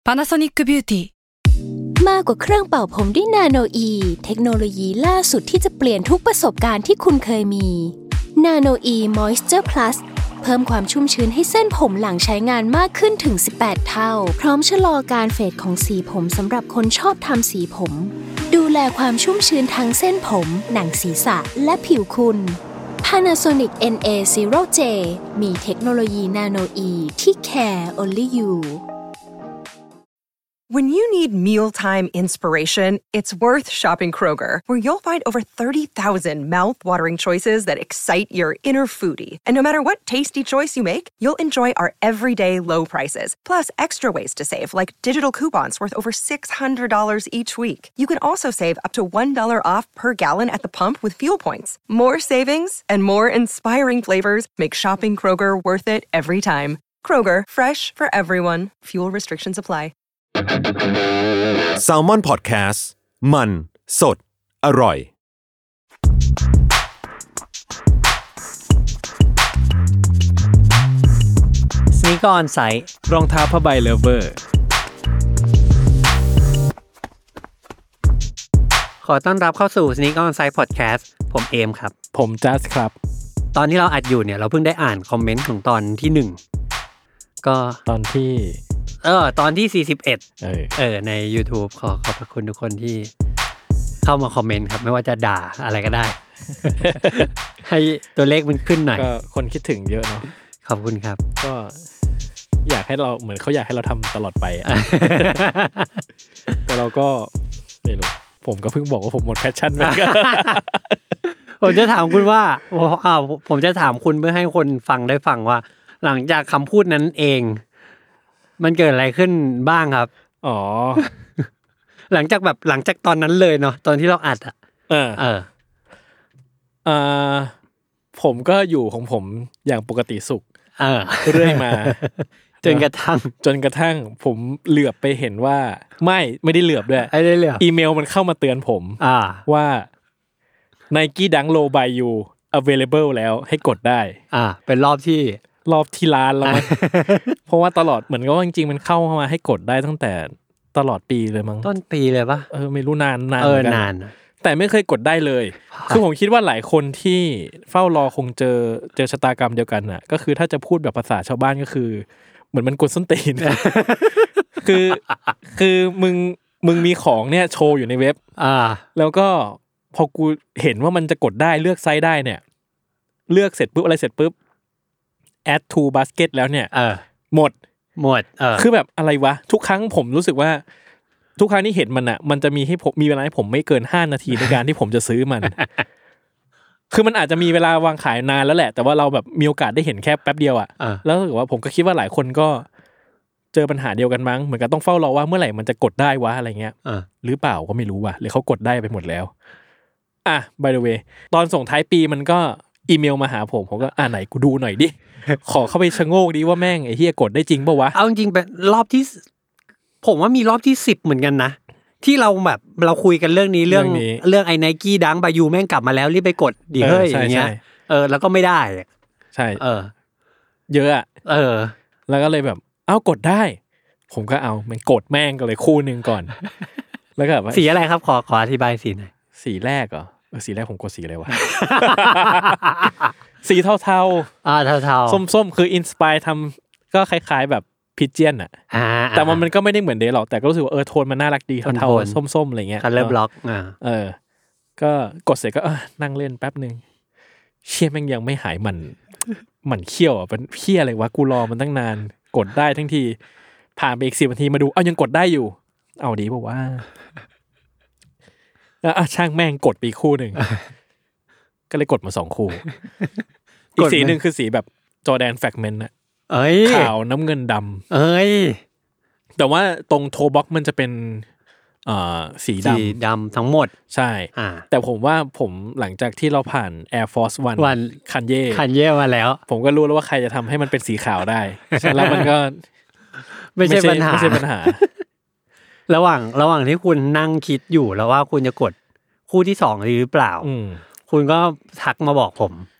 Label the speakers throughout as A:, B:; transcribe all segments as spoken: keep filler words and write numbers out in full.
A: Panasonic Beauty
B: มากกว่าเครื่องเป่าผมด้วยนาโนอีเทคโนโลยีล่าสุดที่จะเปลี่ยนทุกประสบการณ์ที่คุณเคยมีนาโนอีมอยส์เจอร์พลัสเพิ่มความชุ่มชื้นให้เส้นผมหลังใช้งานมากขึ้นถึงสิบแปดเท่าพร้อมชะลอการเฟดของสีผมสำหรับคนชอบทำสีผมดูแลความชุ่มชื้นทั้งเส้นผมหนังศีรษะและผิวคุณ Panasonic เอ็น เอ ศูนย์ เจ มีเทคโนโลยีนาโนอีที่ care only you
C: When you need mealtime inspiration, it's worth shopping Kroger, where you'll find over thirty thousand mouth-watering choices that excite your inner foodie. And no matter what tasty choice you make, you'll enjoy our everyday low prices, plus extra ways to save, like digital coupons worth over six hundred dollars each week. You can also save up to one dollar off per gallon at the pump with fuel points. More savings and more inspiring flavors make shopping Kroger worth it every time. Kroger, fresh for everyone. Fuel restrictions apply.
D: Salmon Podcast มันสดอร่อย
E: สนีกออนไซต์
F: รองเท้าผ้าใบเลเวอร์
E: ขอต้อนรับเข้าสู่ Sneak On Site Podcast ผมเอมครับ
F: ผมจัสครับ
E: ตอนที่เราอัดอยู่เนี่ยเราเพิ่งได้อ่านคอมเมนต์ของตอนที่หนึ่งก็
F: ตอนที่
E: เออตอนที่สี่สิบเอ็ด
F: เออ
E: เออใน YouTube ขอขอบคุณทุกคนที่เข้ามาคอมเมนต์ครับไม่ว่าจะด่าอะไรก็ได้ ให้ตัวเลขมันขึ้นหน่อย
F: ก็คนคิดถึงเยอะเนาะ
E: ขอบคุณครับ
F: ก็อยากให้เราเหมือนเขาอยากให้เราทำตลอดไป แต่เราก็ไม่รู้ผมก็เพิ่งบอกว่าผมหมดแพชชั่นเหมือนกัน
E: ผมจะถามคุณว่าอ้าวผมจะถามคุณเพื่อให้คนฟังได้ฟังว่าหลังจากคำพูดนั้นเองมันเกิดอะไรขึ้นบ้างครับ
F: อ๋อ
E: หลังจากแบบหลังจากตอนนั้นเลยเนาะตอนที่เราอัดอ่ะ
F: เออ
E: เออ
F: เอ่อผมก็อยู่ของผมอย่างปกติสุข
E: เออ
F: เรื่อยมา
E: จนกระทั่ง
F: จนกระทั่งผมเหลือบไปเห็นว่าไม่ไม่ได้เหลือบด้วย
E: ไม่ได้เหลือบ
F: อีเมลมันเข้ามาเตือนผม
E: อ่า
F: ว่า Nike Dunk Low by You available แล้วให้กดได้
E: อ่าเป็นรอบที่
F: รอบที่ร้านแล้วมั้ง เพราะว่าตลอดเหมือนกับว่าจริงๆมันเข้ามาให้กดได้ตั้งแต่ตลอดปีเลยมั้ง
E: ต้นปีเลยปะ
F: เออไม่รู้นานนาน
E: เออนาน
F: แต่ไม่เคยกดได้เลยคือผมคิดว่าหลายคนที่เฝ้ารอคงเจอเจอชะตากรรมเดียวกันน่ะก็คือถ้าจะพูดแบบภาษาชาวบ้านก็คือเหมือนมันกดส้นตีน คือคือมึงมึงมีของเนี่ยโชว์อยู่ในเว็บ
E: อ่า
F: แล้วก็พอกูเห็นว่ามันจะกดได้เลือกไซส์ได้เนี่ยเลือกเสร็จปุ๊บอะไรเสร็จปุ๊บadd to basket แล้วเนี่ย
E: เออ
F: หมด
E: หมดเออ
F: คือแบบอะไรวะทุกครั้งผมรู้สึกว่าทุกครั้งที่เห็นมันอ่ะมันจะมีให้ผมมีเวลาให้ผมไม่เกินห้านาทีในการที่ผมจะซื้อมัน คือมันอาจจะมีเวลาวางขายนานแล้วแหละแต่ว่าเราแบบมีโอกาสได้เห็นแค่แป๊บเดียวอ่ะแล้วรู้สึกว่าผมก็คิดว่าหลายคนก็เจอปัญหาเดียวกันมั้งเหมือนกับต้องเฝ้ารอว่าเมื่อไหร่มันจะกดได้วะอะไรเงี้ยหรือเปล่าก็ไม่รู้ว่ะหรือเขากดได้ไปหมดแล้วอ่ะ by the way ตอนส่งท้ายปีมันก็อีเมลมาหาผมผมก็อ่าไหนกูดูหน่อยดิ ขอเข้าไปชะโงกดิว่าแม่งไอ้เหี้ยกดได้จริงป่ะวะ
E: เอาจริงๆเป็นรอบที่ผมว่ามีรอบที่สิบเหมือนกันนะที่เราแบบเราคุยกันเรื่องนี้เรื่องเรื่องไอ้ Nike Dunk by You แม่งกลับมาแล้วรีบไปกดดิเฮ้ยอย่างเงี้ยเออแล้วก็ไม่ได้
F: ใช่
E: เออ
F: เยอะอ่ะ
E: เออ
F: แล้วก็เลยแบบเอ้ากดได้ผมก็เอามันกดแม่งก็เลยคู่นึงก่อนแล้วก็
E: สีอะไรครับขอขออธิบายสีหน่อย
F: สีแรกเหรอเออสีแรกผมกดสีอะไรวะ สีเทา
E: ๆอ่าเทา
F: ๆส้มๆคืออินสไปร์ทำก็คล้ายๆแบบพิเจียนอ่ะแต่มันมันก็ไม่ได้เหมือนเดย์หรอกแต่ก็รู้สึกว่าเออโทนมันน่ารักดีเทาๆส้มๆอะไรเงี้ย
E: คัลเลอร์บล็อกอ่า
F: เออก็กดเสร็จก็นั่งเล่นแป๊บนึงเชี่ยแม่งยังไม่หายมันมันเขี้ยวอ่ะเป็นเหี้ยอะไรวะกูรอมันตั้งนานกดได้ทั้งทีผ่านไปอีกสิบนาทีมาดูเอ้ายังกดได้อยู่เอาดีป่ะวะแล้วช่างแม่งกดไปคู่นึงก็เลยกดมาสองคู่อีกสีนึงคือสีแบบจอร์แดนแฟกเมนต์อะ
E: เอ้ย
F: ขาวน้ำเงินด
E: ำเอ้ย
F: แต่ว่าตรงโทบ็อกมันจะเป็นเอ่อสีดำ
E: สีดำทั้งหมด
F: ใช่แต่ผมว่าผมหลังจากที่เราผ่าน Air Force One คันเย่
E: คันเย่มาแล้ว
F: ผมก็รู้แล้วว่าใครจะทำให้มันเป็นสีขาวได้แล้วมันก็
E: ไม่ใช่ปัญหา
F: ไม่ใช่ปัญหา
E: ระหว่างระหว่างที่คุณนั่งคิดอยู่แล้วว่าคุณจะกดคู่ที่สองหรือเปล่าคุณก็ทักมาบอกผม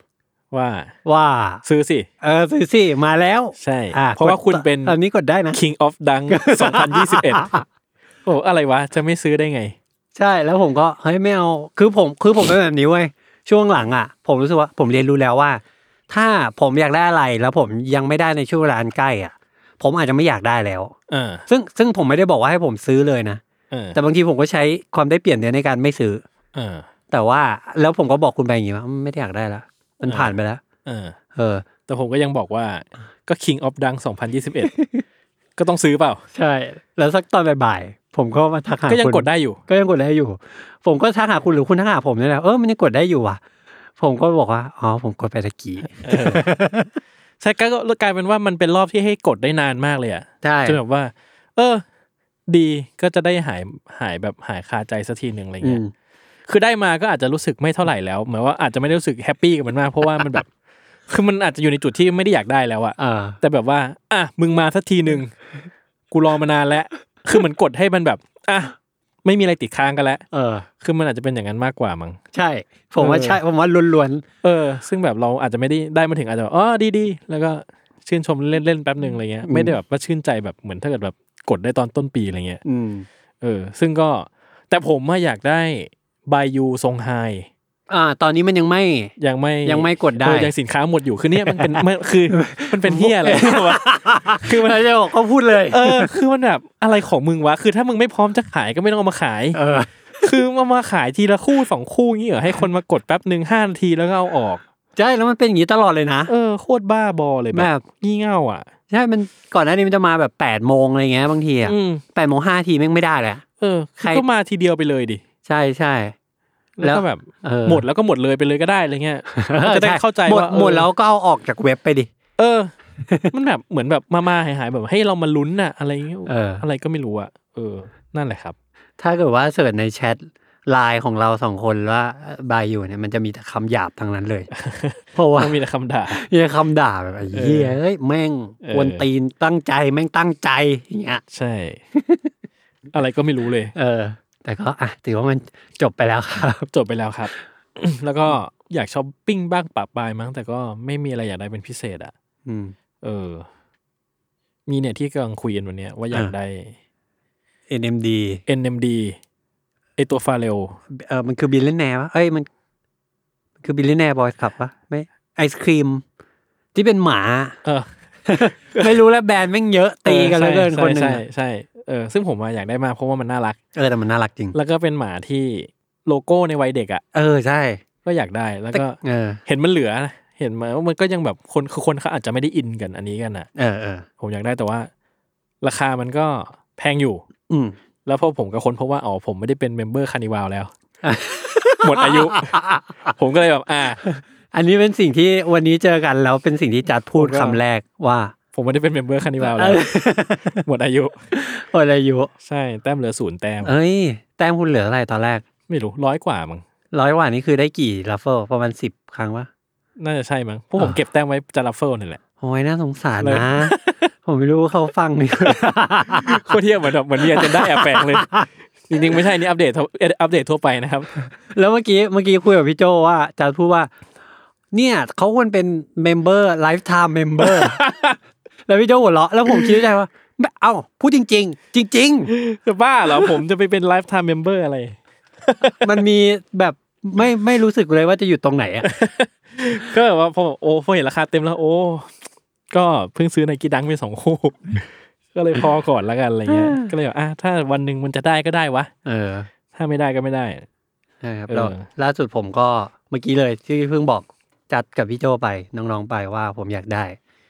F: ว่า
E: ว่า
F: ซื้อสิ
E: เออซื้อสิมาแล้ว
F: ใช่เพราะว่าคุณเป็น
E: อันนี้กดได้นะ
F: King of Dunk สองพันยี่สิบเอ็ดโอ้อะไรวะจะไม่ซื้อได้ไง
E: ใช่แล้วผมก็เฮ้ยไม่เอาคือผมคือผมเป็นแบบนี้เว้ยช่วงหลังอ่ะผมรู้สึกว่าผมเรียนรู้แล้วว่าถ้าผมอยากได้อะไรแล้วผมยังไม่ได้ในช่วงเวลาอันใกล้อ่ะผมอาจจะไม่อยากได้แล้ว
F: เออ
E: ซึ่งซึ่งผมไม่ได้บอกว่าให้ผมซื้อเลยนะ
F: เออ
E: แต่บางทีผมก็ใช้ความได้เปลี่ยนในการไม่ซื้อ
F: เออ
E: แต่ว่าแล้วผมก็บอกคุณไปอย่างงี้ว่าไม่ได้อยากได้แล้วมันผ่านไปแล้ว
F: เออ
E: เออ
F: แต่ผมก็ยังบอกว่าก็ King of Dunk สองพันยี่สิบเอ็ดก็ต้องซื้อเปล่า
E: ใช่แล้วสักตอนบ่ายๆผมก็มาทักหาคุณ
F: ก็ยังกดได้อยู่
E: ก็ยังกดได้อยู่ผมก็ทักหาคุณหรือคุณทักหาผมนี่แหละเออมันยังกดได้อยู่อ่ะผมก็บอกว่าอ๋อผมกดไปตะกี้
F: ใช่ก็กลายเป็นว่ามันเป็นรอบที่ให้กดได้นานมากเลยอ่ะ
E: ใช่
F: จนแบบว่าเออดีก็จะได้หายหายแบบหายคาใจสักทีนึงอะไรเงี้ยคือได้มาก็อาจจะรู้สึกไม่เท่าไหร่แล้วเหมือนว่าอาจจะไม่ได้รู้สึกแฮปปี้กับมันมากเพราะว่ามันแบบคือมันอาจจะอยู่ในจุดที่ไม่ได้อยากได้แล้วอ่ะแต่แบบว่าอ่ะมึงมาสักทีนึงกูรอมานานแล้วคือเหมือนกดให้มันแบบอ่ะไม่มีอะไรติดค้างกันแล้ว
E: เออ
F: คือมันอาจจะเป็นอย่างนั้นมากกว่ามั้ง
E: ใช่ผมว่าใช่ผมว่าล้วน
F: ๆเออซึ่งแบบเราอาจจะไม่ได้ได้มาถึงอาจจะอ๋อดีๆแล้วก็ชื่นชมเล่นๆแป๊บนึงอะไรเงี้ยไม่ได้แบบว่าชื่นใจแบบเหมือนถ้าเกิดแบบกดได้ตอนต้นปีอะไรเงี้ยเออซึ่งก็แต่ผมว่าอยากได้บายูซงไฮ
E: อ่าตอนนี้มันยังไม่
F: ยังไม่
E: ยังไม่กดได้
F: ยังสินค้าหมดอยู่คือเนี่ยมันเป็นมันคือมันเป็นเหี้ยอะไรวะ
E: คือมันจะบอกเขาพูดเลย
F: เออคือมันแบบอะไรของมึงวะคือถ้ามึงไม่พร้อมจะขายก็ไม่ต้องเอามาขาย
E: เออ
F: คือมามาขายทีละคู่สองคู่งี้เหรอให้คนมากดแป๊บนึงห้านาทีแล้วก็เอาออก
E: ใช่แล้วมันเป็นอย่างนี้ตลอดเลยนะ
F: เออโคตรบ้าบอเลยแบบงี่เง่าอ่ะ
E: ใช่มันก่อนหน้านี้มันจะมาแบบแปดโมงอะไรเงี้ยบางทีอ่ะแปดโมงห้าทีแม่งไม่ได้เลย
F: เออใครก็มาทีเดียวไปเลยดิ
E: ใช่ใช่
F: แล้วก็แบบหมดแล้วก็หมดเลยไปเลยก็ได้อะไรเงี้ยจะได้เข้าใจว่า
E: หมดแล้วก็เอาออกจากเว็บไปดิ
F: เออมันแบบเหมือนแบบมาๆหายๆแบบให้เรามาลุ้นน่ะอะไรเงี้ยอะไรก็ไม่รู้อ่ะเออนั่นแหละครับ
E: ถ้าเกิดว่าเสิร์ชในแชทไลน์ของเราสองคนว่าบายอยู่เนี่ยมันจะมีแต่คำหยาบทั้งนั้นเลยเพราะว่า
F: มีแต่คำด่า
E: มีแต่คำด่าแบบไอ้เหี้ยเฮ้ยแม่งกวนตีนตั้งใจแม่งตั้งใจอย่างเงี้ย
F: ใช่อะไรก็ไม่รู้เลย
E: เออแต่ก็อ่ะถือว่ามันจบไปแล้วครับ
F: จบไปแล้วครับ แล้วก็อยากช้อปปิ้งบ้างปะปายมั้งแต่ก็ไม่มีอะไรอยากได้เป็นพิเศษอ่ะ
E: อืม
F: เออมีเนี่ยที่กำลังคุยกันวันนี้ว่าอยากได้
E: เอ็น เอ็ม ดี
F: เอ็น เอ็ม ดี ไอตัวฟาเรล
E: เออมันคือบิลเลนแนร์ปะเอ้ยมันคือบิลเลนแนร์บอยขับปะไม่ไอศครีมที่เป็นหมา
F: เออ
E: ไม่รู้แล้วแบรนด์แม่งเยอะตีกันแล้วเกินคนนึง
F: ใช่ใช่เออซึ่งผมอยากได้มากเพราะว่ามันน่ารัก
E: เออแต่มันน่ารักจริง
F: แล้วก็เป็นหมาที่โลโก้ในวัยเด็กอ่ะ
E: เออใช่
F: ก็อยากได้แล้วก็เห็นมันเหลือเห็นมาว่ามันก็ยังแบบคนคือคนเขาอาจจะไม่ได้อินกันอันนี้กันอ่ะ
E: เออเออ
F: ผมอยากได้แต่ว่าราคามันก็แพงอยู่
E: อืม
F: แล้วพอผมกับคนเพราะว่าอ๋อผมไม่ได้เป็นเมมเบอร์คานิวาลแล้วหมดอายุผมก็เลยแบบอ่า
E: อันนี้เป็นสิ่งที่วันนี้เจอกันแล้วเป็นสิ่งที่จัดพูดคำแรกว่า
F: ผมไม่ได้เป็นเมมเบอร์คานิวาลแล้วหมดอายุ
E: หมดอายุ
F: ใช่แต้มเหลือศูนย์แต้ม
E: เอ้ยแต้มคุณเหลืออะไรตอนแรก
F: ไม่รู้ร้อยกว่ามั้ง
E: ร้อยกว่านี่คือได้กี่รัฟเฟิลประมาณสิบครั้งวะ
F: น่าจะใช่มั้งเพราะผมเก็บแต้มไว้จะรัฟเฟิลนี่แหละ
E: โอ้ยน่าสงสารนะผมไม่รู้เขาฟังนี่
F: โคตรเที่ยเหมือนแบบเหมือนเรียนจนได้แอบแฝงเลยจริงๆไม่ใช่นี่อัปเดตอัปเดตทั่วไปนะครับ
E: แล้วเมื่อกี้เมื่อกี้คุยกับพี่โจว่าจะพูดว่าเนี่ยเขาควรเป็นเมมเบอร์ไลฟ์ไทม์เมมเบอร์แล้วพี่โจหัวเราะแล้วผมคิดในใจว่าเอ้าพูดจริงๆจริง
F: ๆจะบ้าเหรอผมจะไปเป็นไลฟ์ไทม์เมมเบอร์อะไร
E: มันมีแบบไม่ไม่รู้สึกเลยว่าจะอยู่ตรงไหนอ่ะ
F: ก็แบบว่าพอโอ้พอเห็นราคาเต็มแล้วโอ้ก็เพิ่งซื้อไนกี้ดังไปสองคู่ก็เลยพอก่อนแล้วกันอะไรเงี้ยก็เลยอ่ะถ้าวันหนึ่งมันจะได้ก็ได้วะ
E: เออ
F: ถ้าไม่ได้ก็ไม่ได้
E: ใช่ครับแล้วล่าสุดผมก็เมื่อกี้เลยที่เพิ่งบอกจัดกับพี่โจไปน้องๆไปว่าผมอยากได้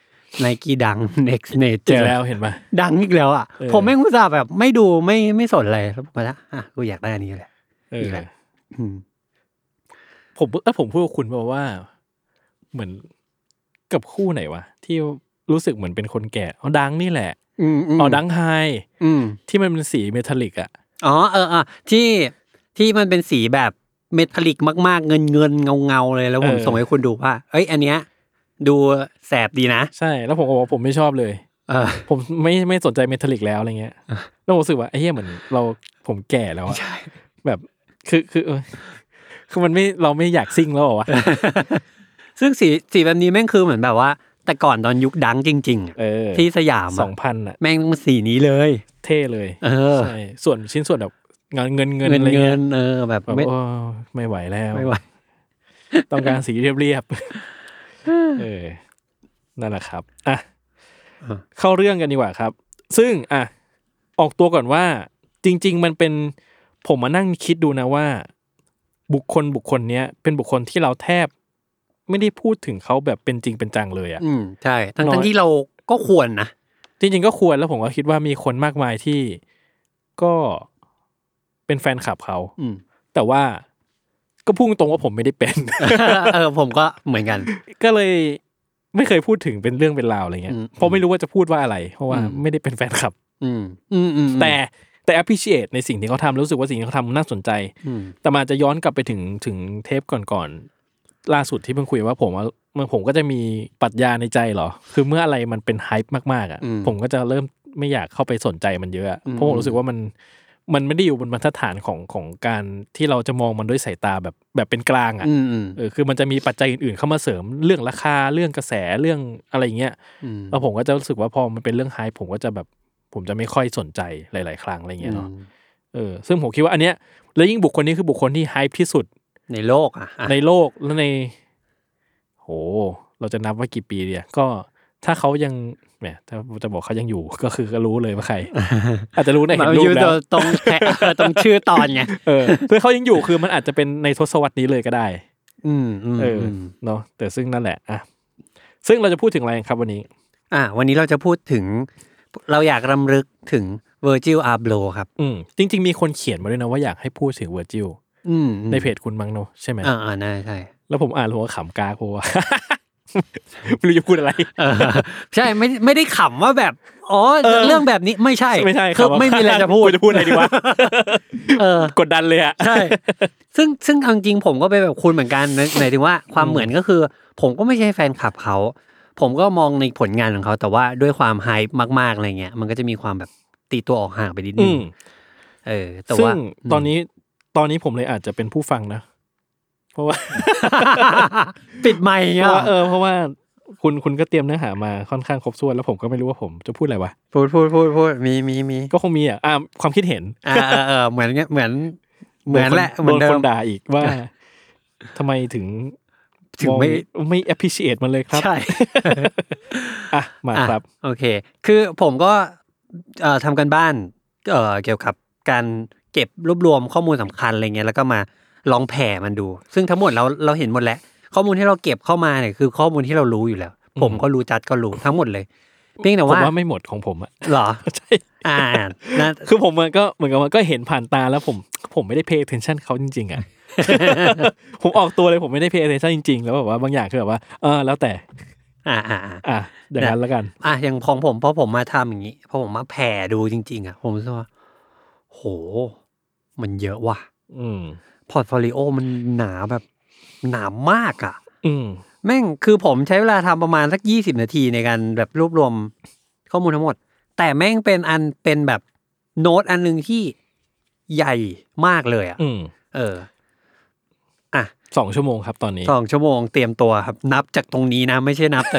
E: Nike ดัง Next Nature
F: แล้วเห็นป่ะ
E: ดังอีกแล้วอ่ะผมไม่รู้สึกแบบไม่ดูไม่ไม่สนอะไรแล้วผมก็อ่ะกูอยากได้อันนี้แหละ
F: อีกแหละผมเออผมพูดกับคุณบอกว่าเหมือนกับคู่ไหนวะที่รู้สึกเหมือนเป็นคนแก่อ๋อดังนี่แหละอ๋อดังไฮที่มันเป็นสีเมทัลลิกอ่ะ
E: อ๋อเอออ่ะที่ที่มันเป็นสีแบบเมทัลลิกมากๆเงินเงินเงาเงาเลยแล้วผมส่งให้คุณดูว่าเอ้ยอันเนี้ยดูแสบดีนะ
F: ใช่แล้วผมก็บอกผมไม่ชอบเลย
E: เออ
F: ผมไม่ไม่สนใจเมทัลลิกแล้วอะไรเงี้ยแล้วผมรู้สึกว่าไอ้เหี้ยเหมือนเราผมแก่แล้วอะแบบคือคือคือมันไม่เราไม่อยากซิ่งแล้วหรอวะ
E: ซึ่งสีสีแบบนี้แม่งคือเหมือนแบบว่าแต่ก่อนตอนยุคดังจริงๆ
F: เออ
E: ที่สยาม
F: สองพัน อ่ะ
E: แม่งสีนี้เลย
F: เท่เลย
E: เออ
F: ใช่ส่วนชิ้นส่วนแบบเงินเงินเงิน
E: เงิน
F: อะไร
E: เงิ
F: เงี้
E: น
F: ย
E: เออแบบ
F: แบบ
E: ไม่
F: โอ้ไม่ไหวแล้ว
E: ไม่ไหว
F: ต้องการสีเรียบๆเออนั่นแหละครับอ่ะเข้าเรื่องกันดีกว่าครับ ซึ่งอ่ะออกตัวก่อนว่าจริงๆมันเป็นผมมานั่งคิดดูนะว่าบุคคลบุคคลเนี้ยเป็นบุคคลที่เราแทบไม่ได้พูดถึงเขาแบบเป็นจริงเป็นจังเลยอ่ะ
E: อืมใช่ทั้ง
F: น้อย
E: ทั้งที่เราก็ควรนะ
F: จริงๆก็ควรแล้วผมก็คิดว่ามีคนมากมายที่ก็เป็นแฟนคลับเขา
E: อืม
F: แต่ว่าก็พูดตรงว่าผมไม่ได้เป็น
E: เออผมก็เหมือนกัน
F: ก็เลยไม่เคยพูดถึงเป็นเรื่องเป็นราวอะไรเงี้ย
E: อืม
F: เพราะไม่รู้ว่าจะพูดว่าอะไรเพราะว่า
E: อืม
F: ไม่ได้เป็นแฟนคลับ
E: อืมอืมอืม
F: แต่แต่ appreciate ในสิ่งที่เขาทำรู้สึกว่าสิ่งที่เขาทำน่าสนใจ
E: อืม
F: แต่มันจะย้อนกลับไปถึงถึงเทปก่อนๆล่าสุดที่เพิ่งคุยว่าผมว่าเมื่อผมก็จะมีปรัชญาในใจเหรอคือเมื่ออะไรมันเป็นไฮป์มากๆอ่ะผมก็จะเริ่มไม่อยากเข้าไปสนใจมันเยอะเพราะผมรู้สึกว่ามันมันไม่ได้อยู่บนบรรทัดฐานของของการที่เราจะมองมันด้วยสายตาแบบแบบเป็นกลางอ่ะ
E: อืมอืม
F: เออคือมันจะมีปัจจัยอื่นๆเข้ามาเสริมเรื่องราคาเรื่องกระแสเรื่องอะไรเงี้ย
E: อืม
F: แล้วผมก็จะรู้สึกว่าพอมันเป็นเรื่องไฮป์ผมก็จะแบบผมจะไม่ค่อยสนใจหลายๆครั้งอะไรเงี้ยเนาะเออซึ่งผมคิดว่าอันเนี้ยแล้วยิ่งบุคคลนี้คือบุคคลที่ไฮป์ที่สุด
E: ในโลกอ่ะอ่ะ
F: ในโลกและในโหเราจะนับว่ากี่ปีเนี่ยก็ถ้าเขายังแหมถ้าจะบอกเขายังอยู่ ก็คือก็รู้เลยว่าใคร อาจจะรู้ในเห็นรูปแล้ว
E: ตรงแค่ตรงชื่อตอนไง
F: เออถ้าเขายังอยู่คือมันอาจจะเป็นในทศวรรษนี้เลยก็ได้
E: อืมอืม
F: เออเนาะแต่ซึ่งนั่นแหละอ่ะซึ่งเราจะพูดถึงอะไรครับวันนี้
E: อ่ะวันนี้เราจะพูดถึง เราอยากรำลึกถึง Virgil Abloh ครับ
F: อืมจริงๆมีคนเขียนมาด้วยนะว่าอยากให้พูดถึง Virgil
E: อืม
F: ในเพจคุณมั้งเนาะใช่ไหม
E: อ่าอ่าน่าใช่
F: แล้วผมอ่านแล้วผมก็ขำกากเพราะว่า ไม่รู้จะพูดอะไร
E: เออใช่ไม่ไม่ได้ขำว่าแบบอ๋อ
F: เออ
E: เรื่องแบบนี้ไม่ใช่
F: ไม่ใช่
E: คือไม่มีอะไรจะพูด
F: จะพูดอะไรดีวะ
E: เออ
F: กดดันเลยอ่ะ
E: ใช่ ซึ่งซึ่งเอาจริงๆผมก็เป็นแบบคุณเหมือนกันนะหมายถึงว่าความเหมือนก็คือ ผมก็ไม่ใช่แฟนคลับเขาผมก็มองในผลงานของเขาแต่ว่าด้วยความไฮป์มากๆอะไรเงี้ยมันก็จะมีความแบบตีตัวออกห่างไปนิดนึ
F: อื
E: ง
F: ม
E: เออแต่
F: ซึ่
E: ว่าง
F: ตอนนี้ตอนนี้ผมเลยอาจจะเป็นผู้ฟังนะเพราะว่า
E: ปิดไมค์
F: เพ
E: เงี้ย
F: ราะว่าเออเพราะว่าคุณคุณก็เตรียมเนื้อหามาค่อนข้างครบถ้วนแล้วผมก็ไม่รู้ว่าผมจะพูดอะไรวะ
E: พูดพูดพูดพูดมีมีมี
F: ก็คงมีอ่ะอ่าความคิดเห็น
E: อ่าเออเออเหมือนเงี้ยเหมือนเหมือนแหละเหมื
F: โด
E: อน
F: น
E: เดิ
F: ค
E: ม
F: นด่าอีกว่าทำไมถึง
E: ถึงไม่
F: องไม่ appreciate มันเลยครับ
E: ใช่
F: อ่ะมาครับ
E: อ่ะโอเค คือผมก็เอ่อทำกันบ้านเอ่อเกี่ยวกับการเก็บรวบรวมข้อมูลสำคัญอะไรเงี้ยแล้วก็มาลองแผ่มันดู ซึ่งทั้งหมดเราเราเห็นหมดแล้วข้อมูลที่เราเก็บเข้ามาเนี่ยคือข้อมูลที่เรารู้อยู่แล้ว ผมก็รู้จัดก็รู้ทั้งหมดเลยเพียงแต่
F: ผม
E: ว่า
F: ว่าไม่หมดของผมอ่ะ
E: เหรอ
F: ใช่
E: อ่านะ
F: คือผมมันก็เหมือนกับว่าก็เห็นผ่านตาแล้วผมผมไม่ได้ pay attention เขาจริงๆอ่ะ ผมออกตัวเลยผมไม่ได้ pay attention จริงๆแล้วแบบว่าบางอย่างคือแบบว่าเออแล้วแต่
E: อ่าอ่าอ่า
F: อ่ะอย่างนั้นแล้วกัน
E: อ่ะอย่างของผมพอผมมาทำอย่างนี้พอผมมาแผ่ดูจริงๆอ่ะผมรู้สึกว่าโหมันเยอะว่ะ
F: อืม
E: พอร์ตโฟลิโอมันหนาแบบหนามากอ่ะ
F: อืม
E: แม่งคือผมใช้เวลาทำประมาณสักยี่สิบนาทีในการแบบรวบรวมข้อมูลทั้งหมด แต่แม่งเป็นอันเป็นแบบโน้ตอันนึงที่ใหญ่มากเลยอ่ะ
F: อืม
E: เอออ่ะ
F: สองชั่วโมงครับตอนนี้
E: สองชั่วโมงเตรียมตัวครับนับจากตรงนี้นะไม่ใช่นับจาก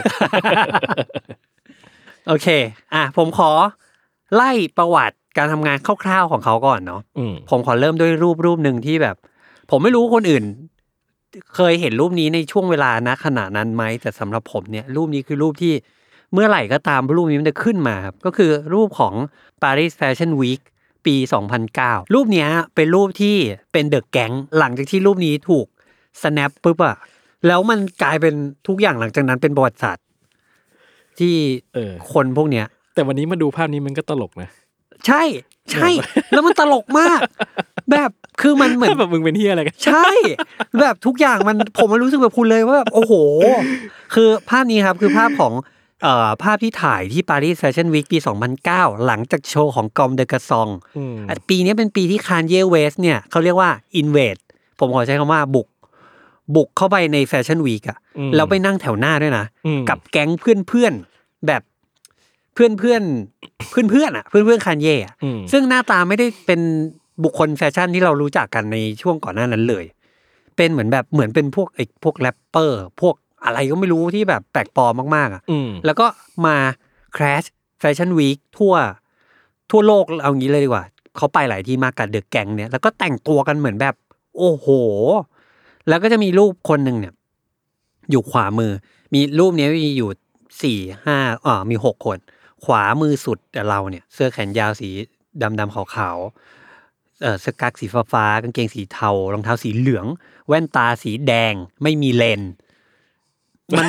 E: โอเคอ่ะผมขอไล่ประวัติการทำงานคร่าวๆของเขาก่อนเนาะ
F: อืม
E: ผมขอเริ่มด้วยรูปรูปหนึ่งที่แบบ ผมไม่รู้คนอื่น เคยเห็นรูปนี้ในช่วงเวลาณขณะนั้นไหมแต่สำหรับผมเนี่ยรูปนี้คือรูปที่เมื่อไหร่ก็ตามรูปนี้มันจะขึ้นมาครับก็คือรูปของ Paris Fashion Week ปีสองพันเก้ารูปเนี้ยเป็นรูปที่เป็นเดอะแก๊งหลังจากที่รูปนี้ถูก snap ปุ๊บอะแล้วมันกลายเป็นทุกอย่างหลังจากนั้นเป็นประวัติศาสตร์ที่
F: เออ
E: คนพวกเนี้ย
F: แต่วันนี้มาดูภาพนี้มันก็ตลกนะ
E: ใช่ใช่ แล้วมันตลกมาก แบบคือมันเหมือน
F: แบบมึงเป็นเหี้ยอะไรกัน
E: ใช่ แบบทุกอย่างมันผมมันรู้สึกแบบคุณเลยว่าแบบโอ้โห คือภาพนี้ครับคือภาพของเอ่อภาพที่ถ่ายที่ Paris Fashion Week ปีสองพันเก้าหลังจากโชว์ของกอมเดกาซอง
F: อืม
E: ปีนี้เป็นปีที่คานเยเวสเนี่ยเขาเรียกว่า invade ผมขอใช้คำว่าบุกบุกเข้าไปในแฟชั่นวีคอะแล้วไปนั่งแถวหน้าด้วยนะ
F: อืม
E: กับแก๊งเพื่อนๆแบบเพื่อนเพื่อนเพื่อนเพื่อนๆอะเพื่อนเพื่อนคานเย่อะ
F: อืม
E: ซึ่งหน้าตาไม่ได้เป็นบุคคลแฟชั่นที่เรารู้จักกันในช่วงก่อนหน้านั้นเลย เป็นเหมือนแบบเหมือนเป็นพวกไอ้พวกแรปเปอร์พวกอะไรก็ไม่รู้ที่แบบแปลกปลอมมากๆอ่ะแล้วก็มา Crash Fashion Week ทั่วทั่วโลกเอางี้เลยดีกว่าเขาไปหลายที่มากกับเดอะแก๊งเนี่ยแล้วก็แต่งตัวกันเหมือนแบบโอ้โหแล้วก็จะมีรูปคนหนึ่งเนี่ยอยู่ขวามือมีรูปนี้มีอยู่สี่ห้าอ่ามีหกคนขวามือสุดแต่เราเนี่ยเสื้อแขนยาวสีดำๆขาวๆเอ่อเสื้อกั๊กสีฟ้าๆกางเกงสีเทารองเท้าสีเหลืองแว่นตาสีแดงไม่มีเลนมัน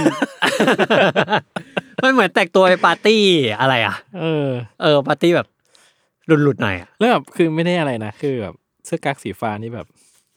E: มันเหมือนแต่งตัวไปปาร์ตี้อะไรอ่ะเออเออปาร์ตี้แบบหลุดๆหน่อยอ่ะ
F: แล้วแบบคือไม่ได้อะไรนะคือแบบเสื้อกั๊กสีฟ้านี่แบบ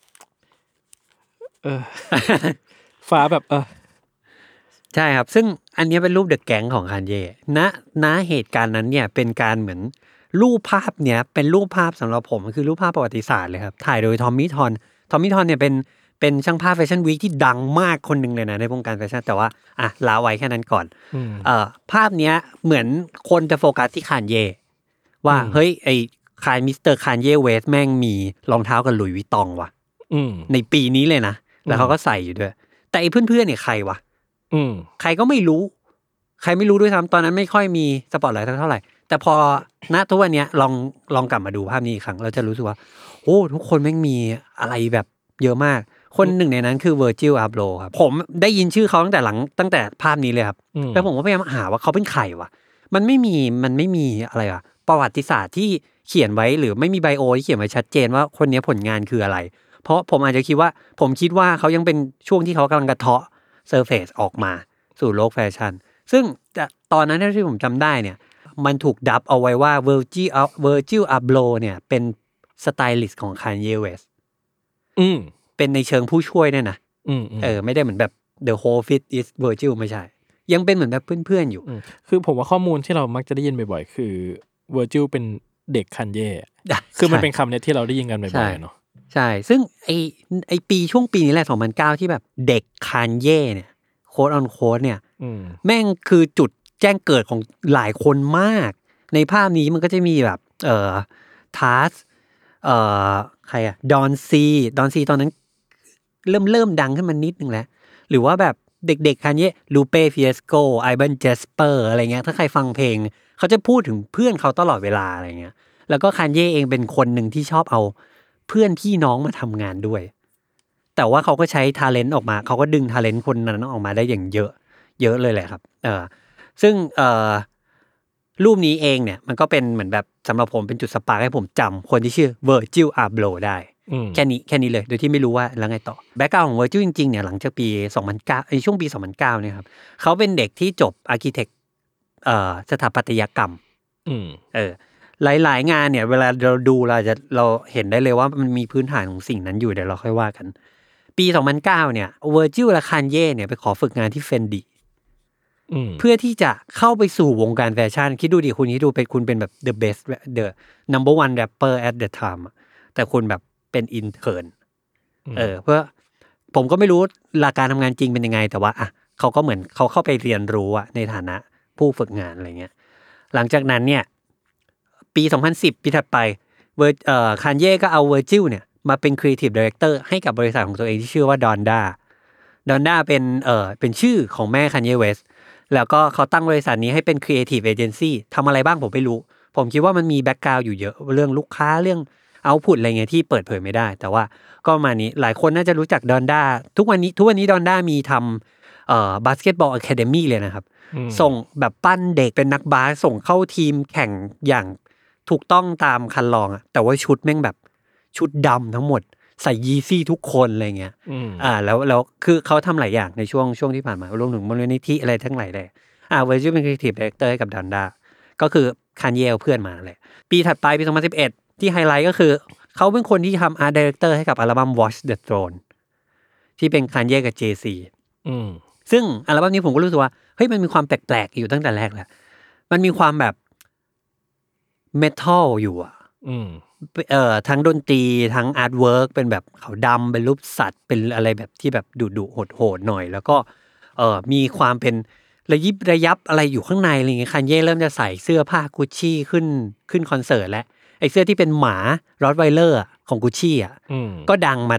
F: เออ ฟ้าแบบเออ
E: ใช่ครับซึ่งอันนี้เป็นรูปเดอะแก๊งของคานเย่ณณเหตุการณ์นั้นเนี่ยเป็นการเหมือนรูปภาพเนี้ยเป็นรูปภาพสำหรับผมมันคือรูปภาพประวัติศาสตร์เลยครับถ่ายโดยทอมมี่ทอนทอมมี่ทอนเนี่ยเป็นเป็นช่างภาพแฟชั่นวีคที่ดังมากคนหนึ่งเลยนะในวงการแฟชั่นแต่ว่าอ่ะลาไว้แค่นั้นก่อนเอ่อภาพเนี้ยเหมือนคนจะโฟกัสที่คานเย่ว่าเฮ้ยไอ้คานมิสเตอร์คานเย่เวสแม่งมีรองเท้ากับหลุยส์วิตตองว่ะในปีนี้เลยนะแล้วเขาก็ใส่อยู่ด้วยแต่ไอ้เพื่อนๆเนี่ยใครวะใครก็ไม่รู้ใครไม่รู้ด้วยซ้ำตอนนั้นไม่ค่อยมีสปอตไลท์เท่าไหร่แต่พอณทุกวันนี้ลองลองกลับมาดูภาพนี้อีกครั้งเราจะรู้สึกว่าโอ้ทุกคนแม่งมีอะไรแบบเยอะมากคนหนึ่งในนั้นคือ Virgil Abloh ครับผมได้ยินชื่อเขาตั้งแต่หลังตั้งแต่ภาพนี้เลยครับแล้วผมก็พยายามหาว่าเขาเป็นใครวะมันไม่มีมันไม่มีอะไรอะประวัติศาสตร์ที่เขียนไว้หรือไม่มีไบโอที่เขียนไว้ชัดเจนว่าคนนี้ผลงานคืออะไรเพราะผมอาจจะคิดว่าผมคิดว่าเขายังเป็นช่วงที่เขากำลังกระเทาะเซอร์เฟซออกมาสู่โลกแฟชั่นซึ่งตอนนั้นที่ผมจำได้เนี่ยมันถูกดับเอาไว้ว่า Virgil Virgil Abloh เนี่ยเป็นสไตลิสต์ของ Kanye West
F: อืม
E: เป็นในเชิงผู้ช่วยเนี่ยนะเออไม่ได้เหมือนแบบ The whole fit is Virgil ไม่ใช่ยังเป็นเหมือนแบบเพื่อนๆอยู่
F: คือผมว่าข้อมูลที่เรามักจะได้ยินบ่อยๆคือ Virgil เป็นเด็ก Kanye คือมันเป็นคำเนี่ยที่เราได้ยินกันบ่อยๆเนาะ
E: ใช่ซึ่งไอไอปีช่วงปีนี้แหละสองพันเก้าที่แบบเด็ก Kanye เนี่ยโค้ดออนโค้ดเนี่ยแม่งคือจุดแจ้งเกิดของหลายคนมากในภาพนี้มันก็จะมีแบบเอ่อทัสเอ่อใครอะดอนซีดอนซีตอนนั้นเริ่มเริ่มดังขึ้นมานิดนึงแล้วหรือว่าแบบเด็กๆคันเย่ลูเป้ฟิเอสโกไอเบนเจสเปอร์อะไรเงี้ยถ้าใครฟังเพลงเขาจะพูดถึงเพื่อนเขาตลอดเวลาอะไรเงี้ยแล้วก็คันเย่เองเป็นคนหนึ่งที่ชอบเอาเพื่อนพี่น้องมาทำงานด้วยแต่ว่าเขาก็ใช้ทาเลนต์ออกมาเขาก็ดึงทาเลนต์คนนั้นออกมาได้อย่างเยอะเยอะเลยแหละครับเออซึ่งเอ่อรูปนี้เองเนี่ยมันก็เป็นเหมือนแบบสำหรับผมเป็นจุดสปาร์คให้ผมจำคนที่ชื่อ Virgil Abloh ได้แค่นี้แค่นี้เลยโดยที่ไม่รู้ว่าแล้วไงต่อแบ็คกราวด์ของ Virgil จริงๆเนี่ยหลังจากปีสองพันเก้าในช่วงปีสองพันเก้าเนี่ยครับเขาเป็นเด็กที่จบอาร์คิเทคเอ่อสถาปัตยกรรมเออหลายๆงานเนี่ยเวลาเราดูเราจะเราเห็นได้เลยว่ามันมีพื้นฐานของสิ่งนั้นอยู่เดี๋ยวเราค่อยว่ากันปีสองพันเก้าเนี่ย Virgil และ Kanye เนี่ยไปขอฝึกงานที่ Fendi เพื่อที่จะเข้าไปสู่วงการแฟชั่นคิดดูดิคุณคิดดูเป็นคุณเป็นแบบ the best the number one rapper at the time แต่คุณแบบเป็น intern เออเพื่อผมก็ไม่รู้หลักการทำงานจริงเป็นยังไงแต่ว่าอ่ะเขาก็เหมือนเขาเข้าไปเรียนรู้อะในฐานะผู้ฝึกงานอะไรเงี้ยหลังจากนั้นเนี่ยปีสองพันสิบปีถัดไปเวอร์เอ่อ Kanye ก็เอา Virgil เนี่ยมาเป็น creative director ให้กับบริษัทของตัวเองที่ชื่อว่า Donda Donda เป็นเอ่อเป็นชื่อของแม่ Kanye West แล้วก็เขาตั้งบริษัทนี้ให้เป็น creative agency ทำอะไรบ้างผมไม่รู้ผมคิดว่ามันมีแบ็คกราวด์อยู่เยอะเรื่องลูกค้าเรื่องเอาท์พุตอะไรเงี้ยที่เปิดเผยไม่ได้แต่ว่าก็มานี้หลายคนน่าจะรู้จัก Donda ทุกวันนี้ทุกวันนี้ Donda มีทำเอ่อบาสเกตบอลอะคาเดมี่เลยนะครับส่งแบบปั้นเด็กเป็นนักบาสส่งเข้าทีมแข่งอย่างถูกต้องตามคันลองอ่ะแต่ว่าชุดแม่งแบบชุดดำทั้งหมดใส่ยีซี่ทุกคนอะไรเงี้ยอ่าแล้วแล้วคือเขาทำหลายอย่างในช่วงช่วงที่ผ่านมารวมถึงมูลนิธิอะไรทั้งหลายเลยอ่า Virgil เป็น Creative Director ให้กับ Donda ก็คือ Kanye เพื่อนมาแหละปีถัดไปปีสองพันสิบเอ็ดที่ไฮไลท์ก็คือเขาเป็นคนที่ทำ Art Director ให้กับอัลบั้ม Watch the Throne ที่เป็น Kanye กับ เจ ซี อืมซึ่งอัลบั้มนี้ผมก็รู้สึกว่าเฮ้ยมันมีความแปลกๆอยู่ตั้งแต่แรกแล้วมันมีความแบบเมทัลอยู่อ่ะเอ่อทั้งดนตรีทั้งอาร์ตเวิร์กเป็นแบบขาวดำเป็นรูปสัตว์เป็นอะไรแบบที่แบบดุๆโหดๆหน่อยแล้วก็เอ่อมีความเป็นระยิบระยับอะไรอยู่ข้างในอะไรเงี้ยคันเย่เริ่มจะใส่เสื้อผ้ากุชชี่ขึ้นขึ้นคอนเสิร์ตแล้วไอ้เสื้อที่เป็นหมารอดไวเลอร์ของกุชชี่อ่ะก็ดังมา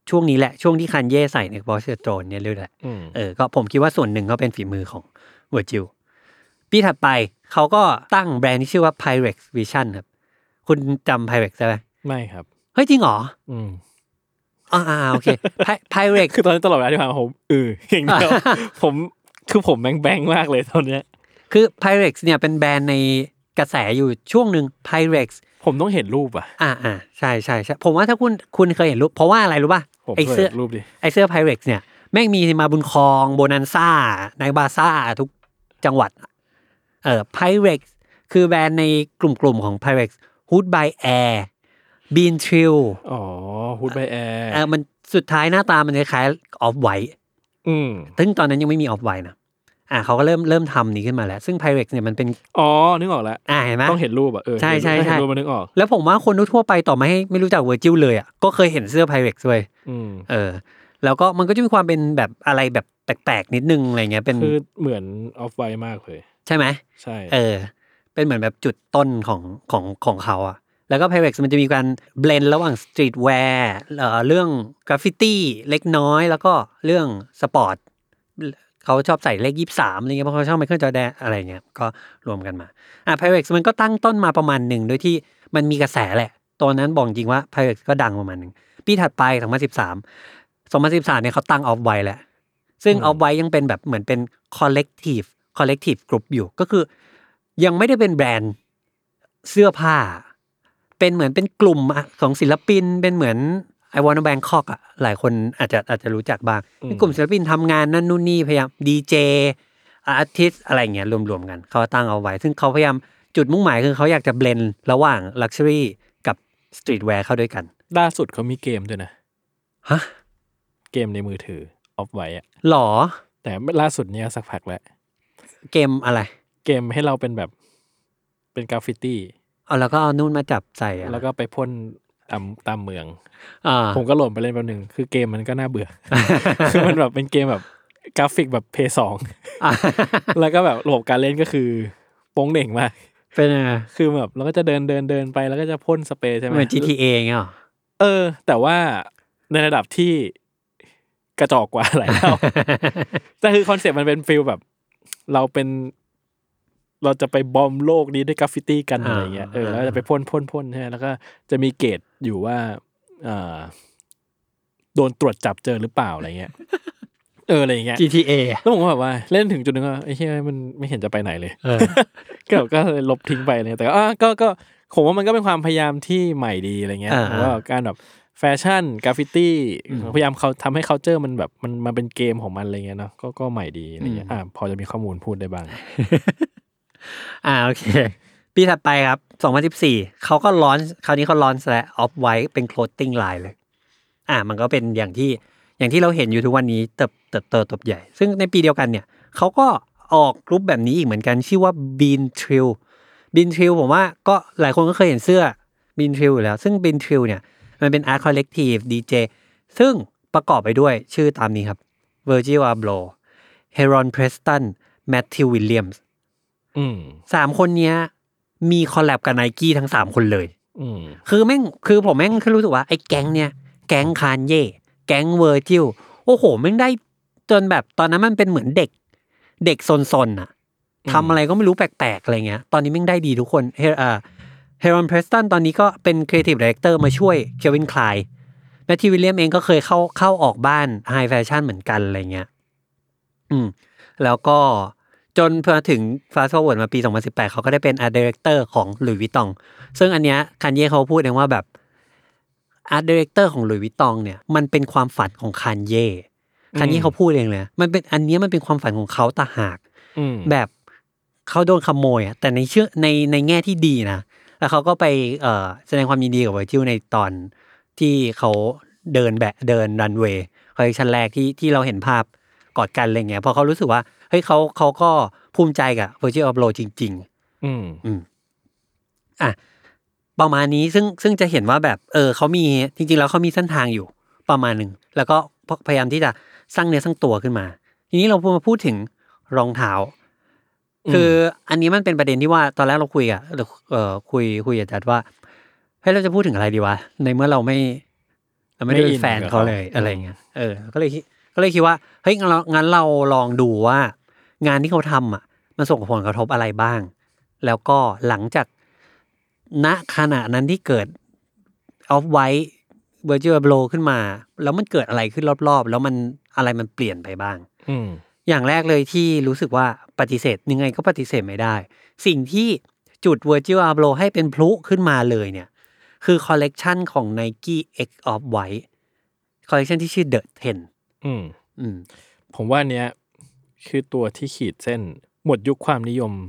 E: ช่วงนี้แหละช่วงที่คันเย่ใส่ใน Watch the Throne เนี่ยเลยแหละเออก็ผมคิดว่าส่วนหนึ่งก็เป็นฝีมือของ Virgil ปีถัดไปเขาก็ตั้งแบรนด์ที่ชื่อว่า Pyrex Vision ครับคุณจำ Pyrex ได้ไหม
F: ไม่ครับ
E: เฮ้ยจริงเหรอ
F: อืม
E: อ่าโอเค Pyrex
F: คือตอนนี้ตลอดเวลาที่ผ่านมาผมเอออย่างเดียวผมคือผมแบงๆมากเลยตอนเนี้ย
E: คือ Pyrex เนี่ยเป็นแบรนด์ในกระแสอยู่ช่วงหนึ่ง Pyrex
F: ผมต้องเห็นรูปอ่ะ
E: อ่าอ่าใช่ใช่ใช่ผมว่าถ้าคุณคุณเคยเห็นรูปเพราะว่าอะไรรู้ป่ะ
F: ไอเสื้อรูปดิ
E: ไอเสื้อ Pyrex เนี่ยแม่งมีมาบุญครองโบนันซ่าในบาซ่าทุกจังหวัดเอ่อ Pyrex คือแบรนด์ในกลุ่มๆของ Pyrex Hood by Air Bean Trill
F: อ๋อ Hood by Air
E: เออมันสุดท้ายหน้าตามันคล้ายๆ Off White
F: อืม
E: ซึ่งตอนนั้นยังไม่มี Off White นะอ่าเขาก็เริ่มเริ่มทำนี้ขึ้นมาแล้วซึ่ง Pyrex เนี่ยมันเป็น
F: อ๋อนึกออกแล้ว
E: อ่าเห็นไหม
F: ต้องเห็นรูปอ่ะเออ
E: ใช่ใช่
F: ใช่รูปมันนึกออก
E: แล้วผมว่าคนทั่วไปต่อไม่ให้ไม่รู้จัก Virgil เลยอ่ะก็เคยเห็นเสื้อ Pyrex ด้วย
F: อืม
E: เออแล้วก็มันก็จะมีความเป็นแบบอะไรแบบแปลกๆนิดนึงอะไรเงี้ยเป็น
F: คือเหมือน Off White มากเลย
E: ใช่ไหม
F: ใช่
E: เออเป็นเหมือนแบบจุดต้นของของของเขาอ่ะแล้วก็ Pyrex มันจะมีการเบลนด์ระหว่างสตรีทแวร์เอ่อเรื่องกราฟฟิตี้เล็กน้อยแล้วก็เรื่องสปอร์ตเขาชอบใส่เลขยี่สิบสามอะไรเงี้ยเพราะเขาชอบไมเคิลจอร์แดนอะไรเงี้ยก็รวมกันมาอ่ะ Pyrex มันก็ตั้งต้นมาประมาณหนึ่งโดยที่มันมีกระแสแหละตอนนั้นบอกจริงว่า Pyrex ก็ดังประมาณนึงปีถัดไปสองพันสิบสาม สองพันสิบสามเนี่ยเขาตั้ง Off White แหละซึ่ง Off White ยังเป็นแบบเหมือนเป็น collective collective group อยู่ก็คือยังไม่ได้เป็นแบรนด์เสื้อผ้าเป็นเหมือนเป็นกลุ่มของศิลปินเป็นเหมือน I Wanna Bangkok อ่ะหลายคนอาจจะอาจจะรู้จักบ้างเป็นกลุ่มศิลปินทำงานนั่นนู่นนี่พยายามดีเจอาร์ติสอะไรเงี้ยรวมๆกันเขาตั้งเอาไว้ซึ่งเขาพยายามจุดมุ่งหมายคือเขาอยากจะเบลนด์ระหว่าง Luxury กับ Streetwear เข้าด้วยกัน
F: ล่าสุดเขามีเกมด้วยนะ
E: ฮะ
F: เกมในมือถือ Off White อ่ะ
E: หรอ
F: แต่ล่าสุดเนี้ยสักพักแล้ว
E: เกมอะไร
F: เกมให้เราเป็นแบบเป็นกราฟฟิตี้
E: เอาแล้วก็เอานู่นมาจับใส่
F: แล้วก็ไปพ่นตามตามเมืองอ่าผมก็โหลดไปเล่นแป๊บนึงคือเกมมันก็น่าเบื่อ คือมันแบบเป็นเกมแบบกราฟิกแบบ เพย์ สอง แล้วก็แบบระบบการเล่นก็คือโป้งเหน่งมาก
E: เป็นไง
F: คือแบบเราก็จะเดินเดินเดินไปแล้วก็จะพ่นสเปรย์ใช่ไหม
E: เหมือน จี ที เอ เงี้ยหรอ
F: เออแต่ว่าในระดับที่กระจอกกว่าหลายเท่า แต่คือคอนเซ็ปต์มันเป็นฟีลแบบเราเป็นเราจะไปบอมโลกนี้ด้วยกราฟฟิตี้กันอะไรเงี้ยเออแล้วจะไปพ่นพ่นพ่นใช่ไหมแล้วก็จะมีเกจอยู่ว่าอ่าโดนตรวจจับเจอหรือเปล่าอะไรเงี้ยเอออะไรเงี้ย
E: จี ที เอ
F: แล้วผมก็แบบว่าเล่นถึงจุดนึงก็ไอ้เหี้ยมันไม่เห็นจะไปไหนเลยก็ก็เลยลบทิ้งไปเลยแต่ก็ก็ก็ผมว่ามันก็เป็นความพยายามที่ใหม่ดีอะไรเงี้ยว่าการแบบแฟชั่นกราฟฟิตี้พยายามเขาทำให้ culture มันแบบมันมาเป็นเกมของมันอะไรเงี้ยเนาะก็ก็ใหม่ดีอะไรเงี้ยอ่าพอจะมีข้อมูลพูดได้บ้าง
E: อ่าโอเคปีถัดไปครับสองพันสิบสี่เขาก็ลอนช์คราวนี้เขาลอนช์แล้ว Off White เป็น clothing line เลยอ่ามันก็เป็นอย่างที่อย่างที่เราเห็นอยู่ทุกวันนี้เติบเติบโตเติบใหญ่ซึ่งในปีเดียวกันเนี่ยเขาก็ออกกรุ๊ปแบบนี้อีกเหมือนกันชื่อว่า Bean Trill Bean Trill ผมว่าก็หลายคนก็เคยเห็นเสื้อ Bean Trill อยู่แล้วซึ่ง Bean Trill เนี่ยมันเป็น Art Collective ดี เจ ซึ่งประกอบไปด้วยชื่อตามนี้ครับ Virgil Abloh Heron Preston Matthew Williamsสามคนเนี้ยมีคอลแลบกับ Nike ทั้งสามคนเลยคือแม่งคือผมแม่งคือรู้สึกว่าไอ้แก๊งเนี้ยแก๊งคานเย่แก๊ง Virgil โอ้โหแม่งได้จนแบบตอนนั้นมันเป็นเหมือนเด็กเด็กซนๆน่ะทำอะไรก็ไม่รู้แปลกๆอะไรเงี้ยตอนนี้แม่งได้ดีทุกคนเฮอ่า Heron Preston ตอนนี้ก็เป็น Creative Director มาช่วย Calvin Klein Matthew Williams เองก็เคยเข้าเข้าออกบ้าน High Fashion เหมือนกันอะไรเงี้ยอืมแล้วก็จนพอถึง Fast Forward มาปีสองพันสิบแปดเขาก็ได้เป็น Art Director ของ Louis Vuitton ซึ่งอันเนี้ยคันเย่เขาพูดเองว่าแบบ Art Director ของ Louis Vuitton เนี่ยมันเป็นความฝันของคันเย่คันเย่เขาพูดเองเลยมันเป็นอันเนี้ยมันเป็นความฝันของเขาต่างหากแบบเขาโดนขโมยอ่ะแต่ในเชื่อในในแง่ที่ดีนะแล้วเขาก็ไปเอ่อแสดงความยินดีกับ Virgil ในตอนที่เขาเดินแบบเดินรันเวย์คอลเลคชั่นแรกที่ที่เราเห็นภาพกอดกันอะไรเงี้ยพอเขารู้สึกว่าเฮ้ยเขาเขาก็ภูมิใจกับ Virgil Abloh จริงๆอืมอืมอ่ะประมาณนี้ซึ่งซึ่งจะเห็นว่าแบบเออเขามีจริงๆแล้วเขามีเส้นทางอยู่ประมาณนึงแล้วก็พยายามที่จะสร้างเนื้อสร้างตัวขึ้นมาทีนี้เราพูดมาพูดถึงรองเท้าคืออันนี้มันเป็นประเด็นที่ว่าตอนแรกเราคุยอ่ะเอ่อคุยคุยกับจัดว่าเฮ้ยเราจะพูดถึงอะไรดีวะในเมื่อเราไม่เราไม่ได้เป็นแฟนเขาเลยอะไรเงี้ยเออก็เลยก็เลยคิดว่าเฮ้ยงั้นเรางั้นเราลองดูว่างานที่เขาทำอ่ะมันส่งผลกระทบอะไรบ้างแล้วก็หลังจากณขณะนั้นที่เกิด off white virtual blow ขึ้นมาแล้วมันเกิดอะไรขึ้นรอบๆแล้วมันอะไรมันเปลี่ยนไปบ้าง
F: อืม
E: อย่างแรกเลยที่รู้สึกว่าปฏิเสธยังไงก็ปฏิเสธไม่ได้สิ่งที่จุด virtual blow ให้เป็นพลุขึ้นมาเลยเนี่ยคือคอลเลกชันของ Nike X Off White คอลเลกชันที่ชื่อ The สิบ
F: อืม
E: อืม
F: ผมว่าเนี้ยคือตัวที่ขีดเส้นหมดยุคความนิยม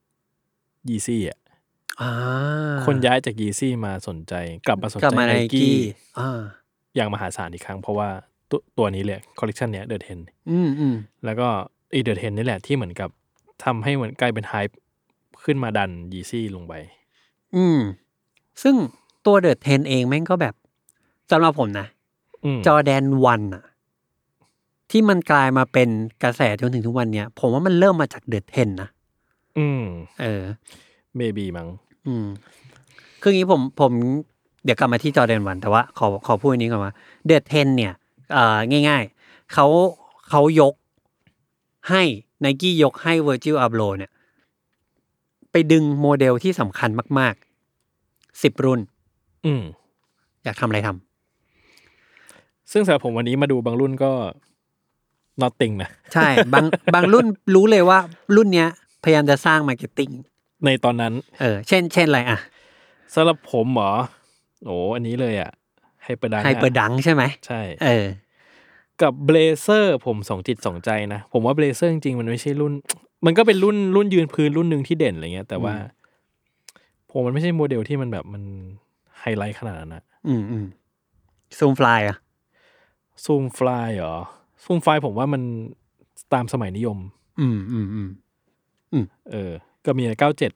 F: Yeezy อ่ะ
E: อ่า
F: คนย้ายจาก Yeezy มาสนใจกลับมาสนใจ Nike อ่าอย่างมหาศาลอีกครั้งเพราะว่าตัวตัวนี้เลยคอลเลกชันเนี้ย The สิบ
E: อืมอืม
F: แล้วก็อี The สิบนี่แหละที่เหมือนกับทำให้เหมือนกลายเป็นไฮป์ขึ้นมาดัน Yeezy ลงไป
E: อืมซึ่งตัว The สิบเองแม่งก็แบบสำหรับผมนะจอร์แดนวันอะที่มันกลายมาเป็นกระแสจนถึงทุกวันเนี้ยผมว่ามันเริ่มมาจาก The สิบนะ
F: อืม
E: เออ
F: maybe มั้ง
E: อืมคืองี้ผมผมเดี๋ยวกลับมาที่จอร์แดนวันแต่ว่าขอขอพูดอันนี้ก่อนว่า The สิบเนี่ยเอ่อง่ายๆเขาเขายกให้ Nike ยกให้ Virgil Abloh เนี่ยไปดึงโมเดลที่สำคัญมากๆสิบรุ่น
F: อืม
E: อยากทำอะไรท
F: ำซึ่งสำหรับผมวันนี้มาดูบางรุ่นก็ nothing นะ
E: ใช่บางบางรุ่นรู้เลยว่ารุ่นเนี้ยพยายามจะสร้างมาร์เก็ตติ้ง
F: ในตอนนั้น
E: เออเช่นเช่นอะไรอ่ะ
F: สำหรับผมเหรอโอ้อันนี้เลยอ่ะไฮเปอร์ดัง
E: ไฮเปอร์ดังใช่ไหม
F: ใช่
E: เออ
F: กับเบลเซอร์ผมสองจิตสองใจนะผมว่าเบลเซอร์จริงๆมันไม่ใช่รุ่นมันก็เป็นรุ่นรุ่นยืนพื้นรุ่นหนึ่งที่เด่นอะไรเงี้ยแต่ว่าผมมันไม่ใช่โมเดลที่มันแบบมันไฮไลท์ขนาดนั้นนะ
E: อืมอืมซูมฟลายอ่ะ
F: ซูมฟลายเหรอซูมฟลายผมว่ามันตามสมัยนิยม
E: อืมอืมอืมอืม
F: เออก็มีเก้าเจ็ด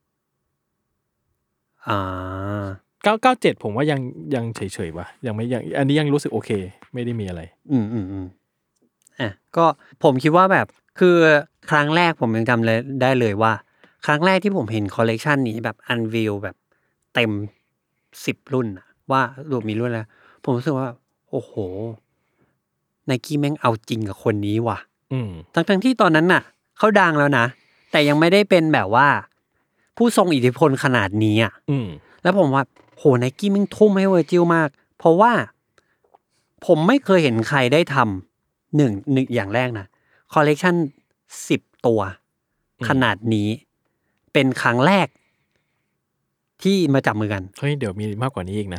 E: อ่า
F: เก้าเก้าเจ็ดผมว่ายังยังเฉยๆว่ะยังไม่ยังอันนี้ยังรู้สึกโอเคไม่ได้มีอะไร
E: อืมอืมอืมอ่ะก็ผมคิดว่าแบบคือครั้งแรกผมยังจำเลยได้เลยว่าครั้งแรกที่ผมเห็นคอลเลกชันนี้แบบอันวิลแบบเต็มสิบรุ่นอะว่าดูมีรุ่นแล้วผมรู้สึกว่าโอ้โห Nike แม่งเอาจริงกับคนนี้ว่ะ
F: อืม
E: ทั้งๆที่ตอนนั้นน่ะเขาดังแล้วนะแต่ยังไม่ได้เป็นแบบว่าผู้ทรงอิทธิพลขนาดนี้อ่ะ
F: อืม
E: แล้วผมว่าโห Nike แม่งทุ่มให้ Virgil มากเพราะว่าผมไม่เคยเห็นใครได้ทำหนึ่งหนึ่งอย่างแรกนะคอลเลกชันสิบตัวขนาดนี้เป็นครั้งแรกที่มาจับมือกัน
F: เฮ้ยเดี๋ยวมีมากกว่านี้อีกนะ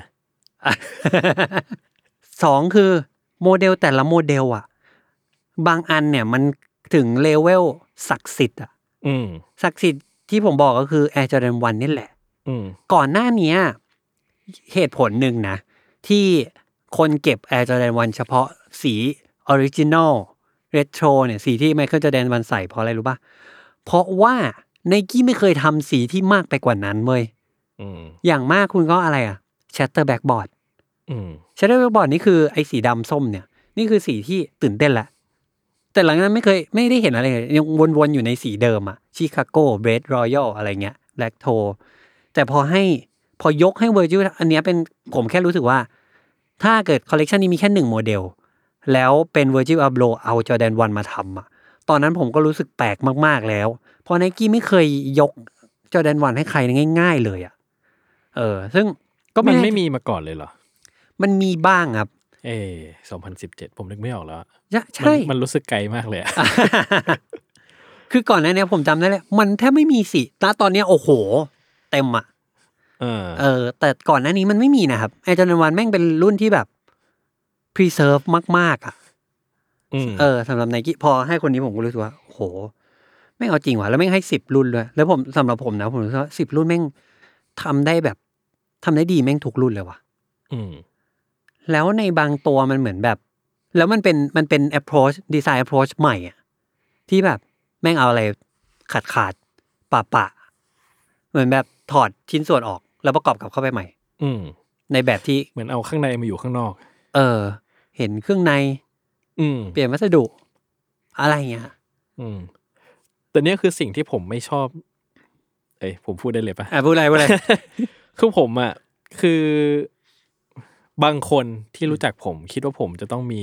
E: สองคือโมเดลแต่ละโมเดลอ่ะบางอันเนี่ยมันถึงเลเวลศักดิ์สิทธิ์อ่ะศักดิ์สิทธิ์ที่ผมบอกก็คือ Air Jordan วันนี่แหละก่อนหน้านี้เหตุผลหนึ่งนะที่คนเก็บ Air Jordan วันเฉพาะสีออริจินอลเรโทรเนี่ยสีที่ Michael Jordan วันใส่เพราะอะไรรู้ป่ะเพราะว่า Nike ไม่เคยทำสีที่มากไปกว่านั้นเว้ยอย่างมากคุณก็อะไรอ่ะ Shatter Backboard Shatter Backboard นี่คือไอ้สีดำส้มเนี่ยนี่คือสีที่ตื่นเต้นแหละแต่หลังจากนั้นไม่เคยไม่ได้เห็นอะไรเลยยังวนๆอยู่ในสีเดิมอ่ะชิคาโกเบรดรอยัลอะไรเงี้ยแบล็กโทแต่พอให้พอยกให้ Virgil อันเนี้ยเป็นผมแค่รู้สึกว่าถ้าเกิดคอลเลกชันนี้มีแค่หนึ่งโมเดลแล้วเป็น Virgil Abloh เอา Jordan วันมาทำอ่ะตอนนั้นผมก็รู้สึกแปลกมากๆแล้วเพราะ Nike ไม่เคยยก Jordan วันให้ใครง่ายๆเลยอ่ะเออซึ่ง
F: ก็มันไม่มีมาก่อนเลยเหรอ
E: มันมีบ้างครับ
F: เอสองพันสิบเจ็ดผมนึกไม่ออกแล้ว
E: ใช่
F: มันรู้สึกไกลมากเลยอ่ะ
E: คือก่อนหน้านี้ผมจำได้เลยมันแทบไม่มีสิณตอนนี้โอ้โหเต็มอ่ะ
F: เออ
E: เออแต่ก่อนหน้านี้มันไม่มีนะครับไอ้จอร์แดนวันแม่งเป็นรุ่นที่แบบ preserve มากๆอ่ะเออสำหรับ Nike พอให้คนนี้ผมก็รู้สึกว่าโอ้โหแม่งเอาจริงว่ะแล้วแม่งให้สิบรุ่นด้วยแล้วผมสำหรับผมนะผมรู้สึกว่าสิบรุ่นแม่งทำได้แบบทำได้ดีแม่งทุกรุ่นเลยว่ะ
F: อืม
E: แล้วในบางตัวมันเหมือนแบบแล้วมันเป็นมันเป็น approach design approach ใหม่อ่ะที่แบบแม่งเอาอะไรขาดขาดปะปะเหมือนแบบถอดชิ้นส่วนออกแล้วประกอบกับเข้าไปใหม่
F: อืม
E: ในแบบที่
F: เหมือนเอาข้างในมาอยู่ข้างนอก
E: เออเห็นเครื่องใน
F: อืม
E: เปลี่ยนวัสดุอะไรเงี้ย
F: อืมแต่เนี้ยคือสิ่งที่ผมไม่ชอบเอ้ยผมพูดได้เลยปะ
E: อ่ะพูดอะไรพูดอะไร
F: คือผมอ่ะคือบางคนที่รู้จักผมคิดว่าผมจะต้องมี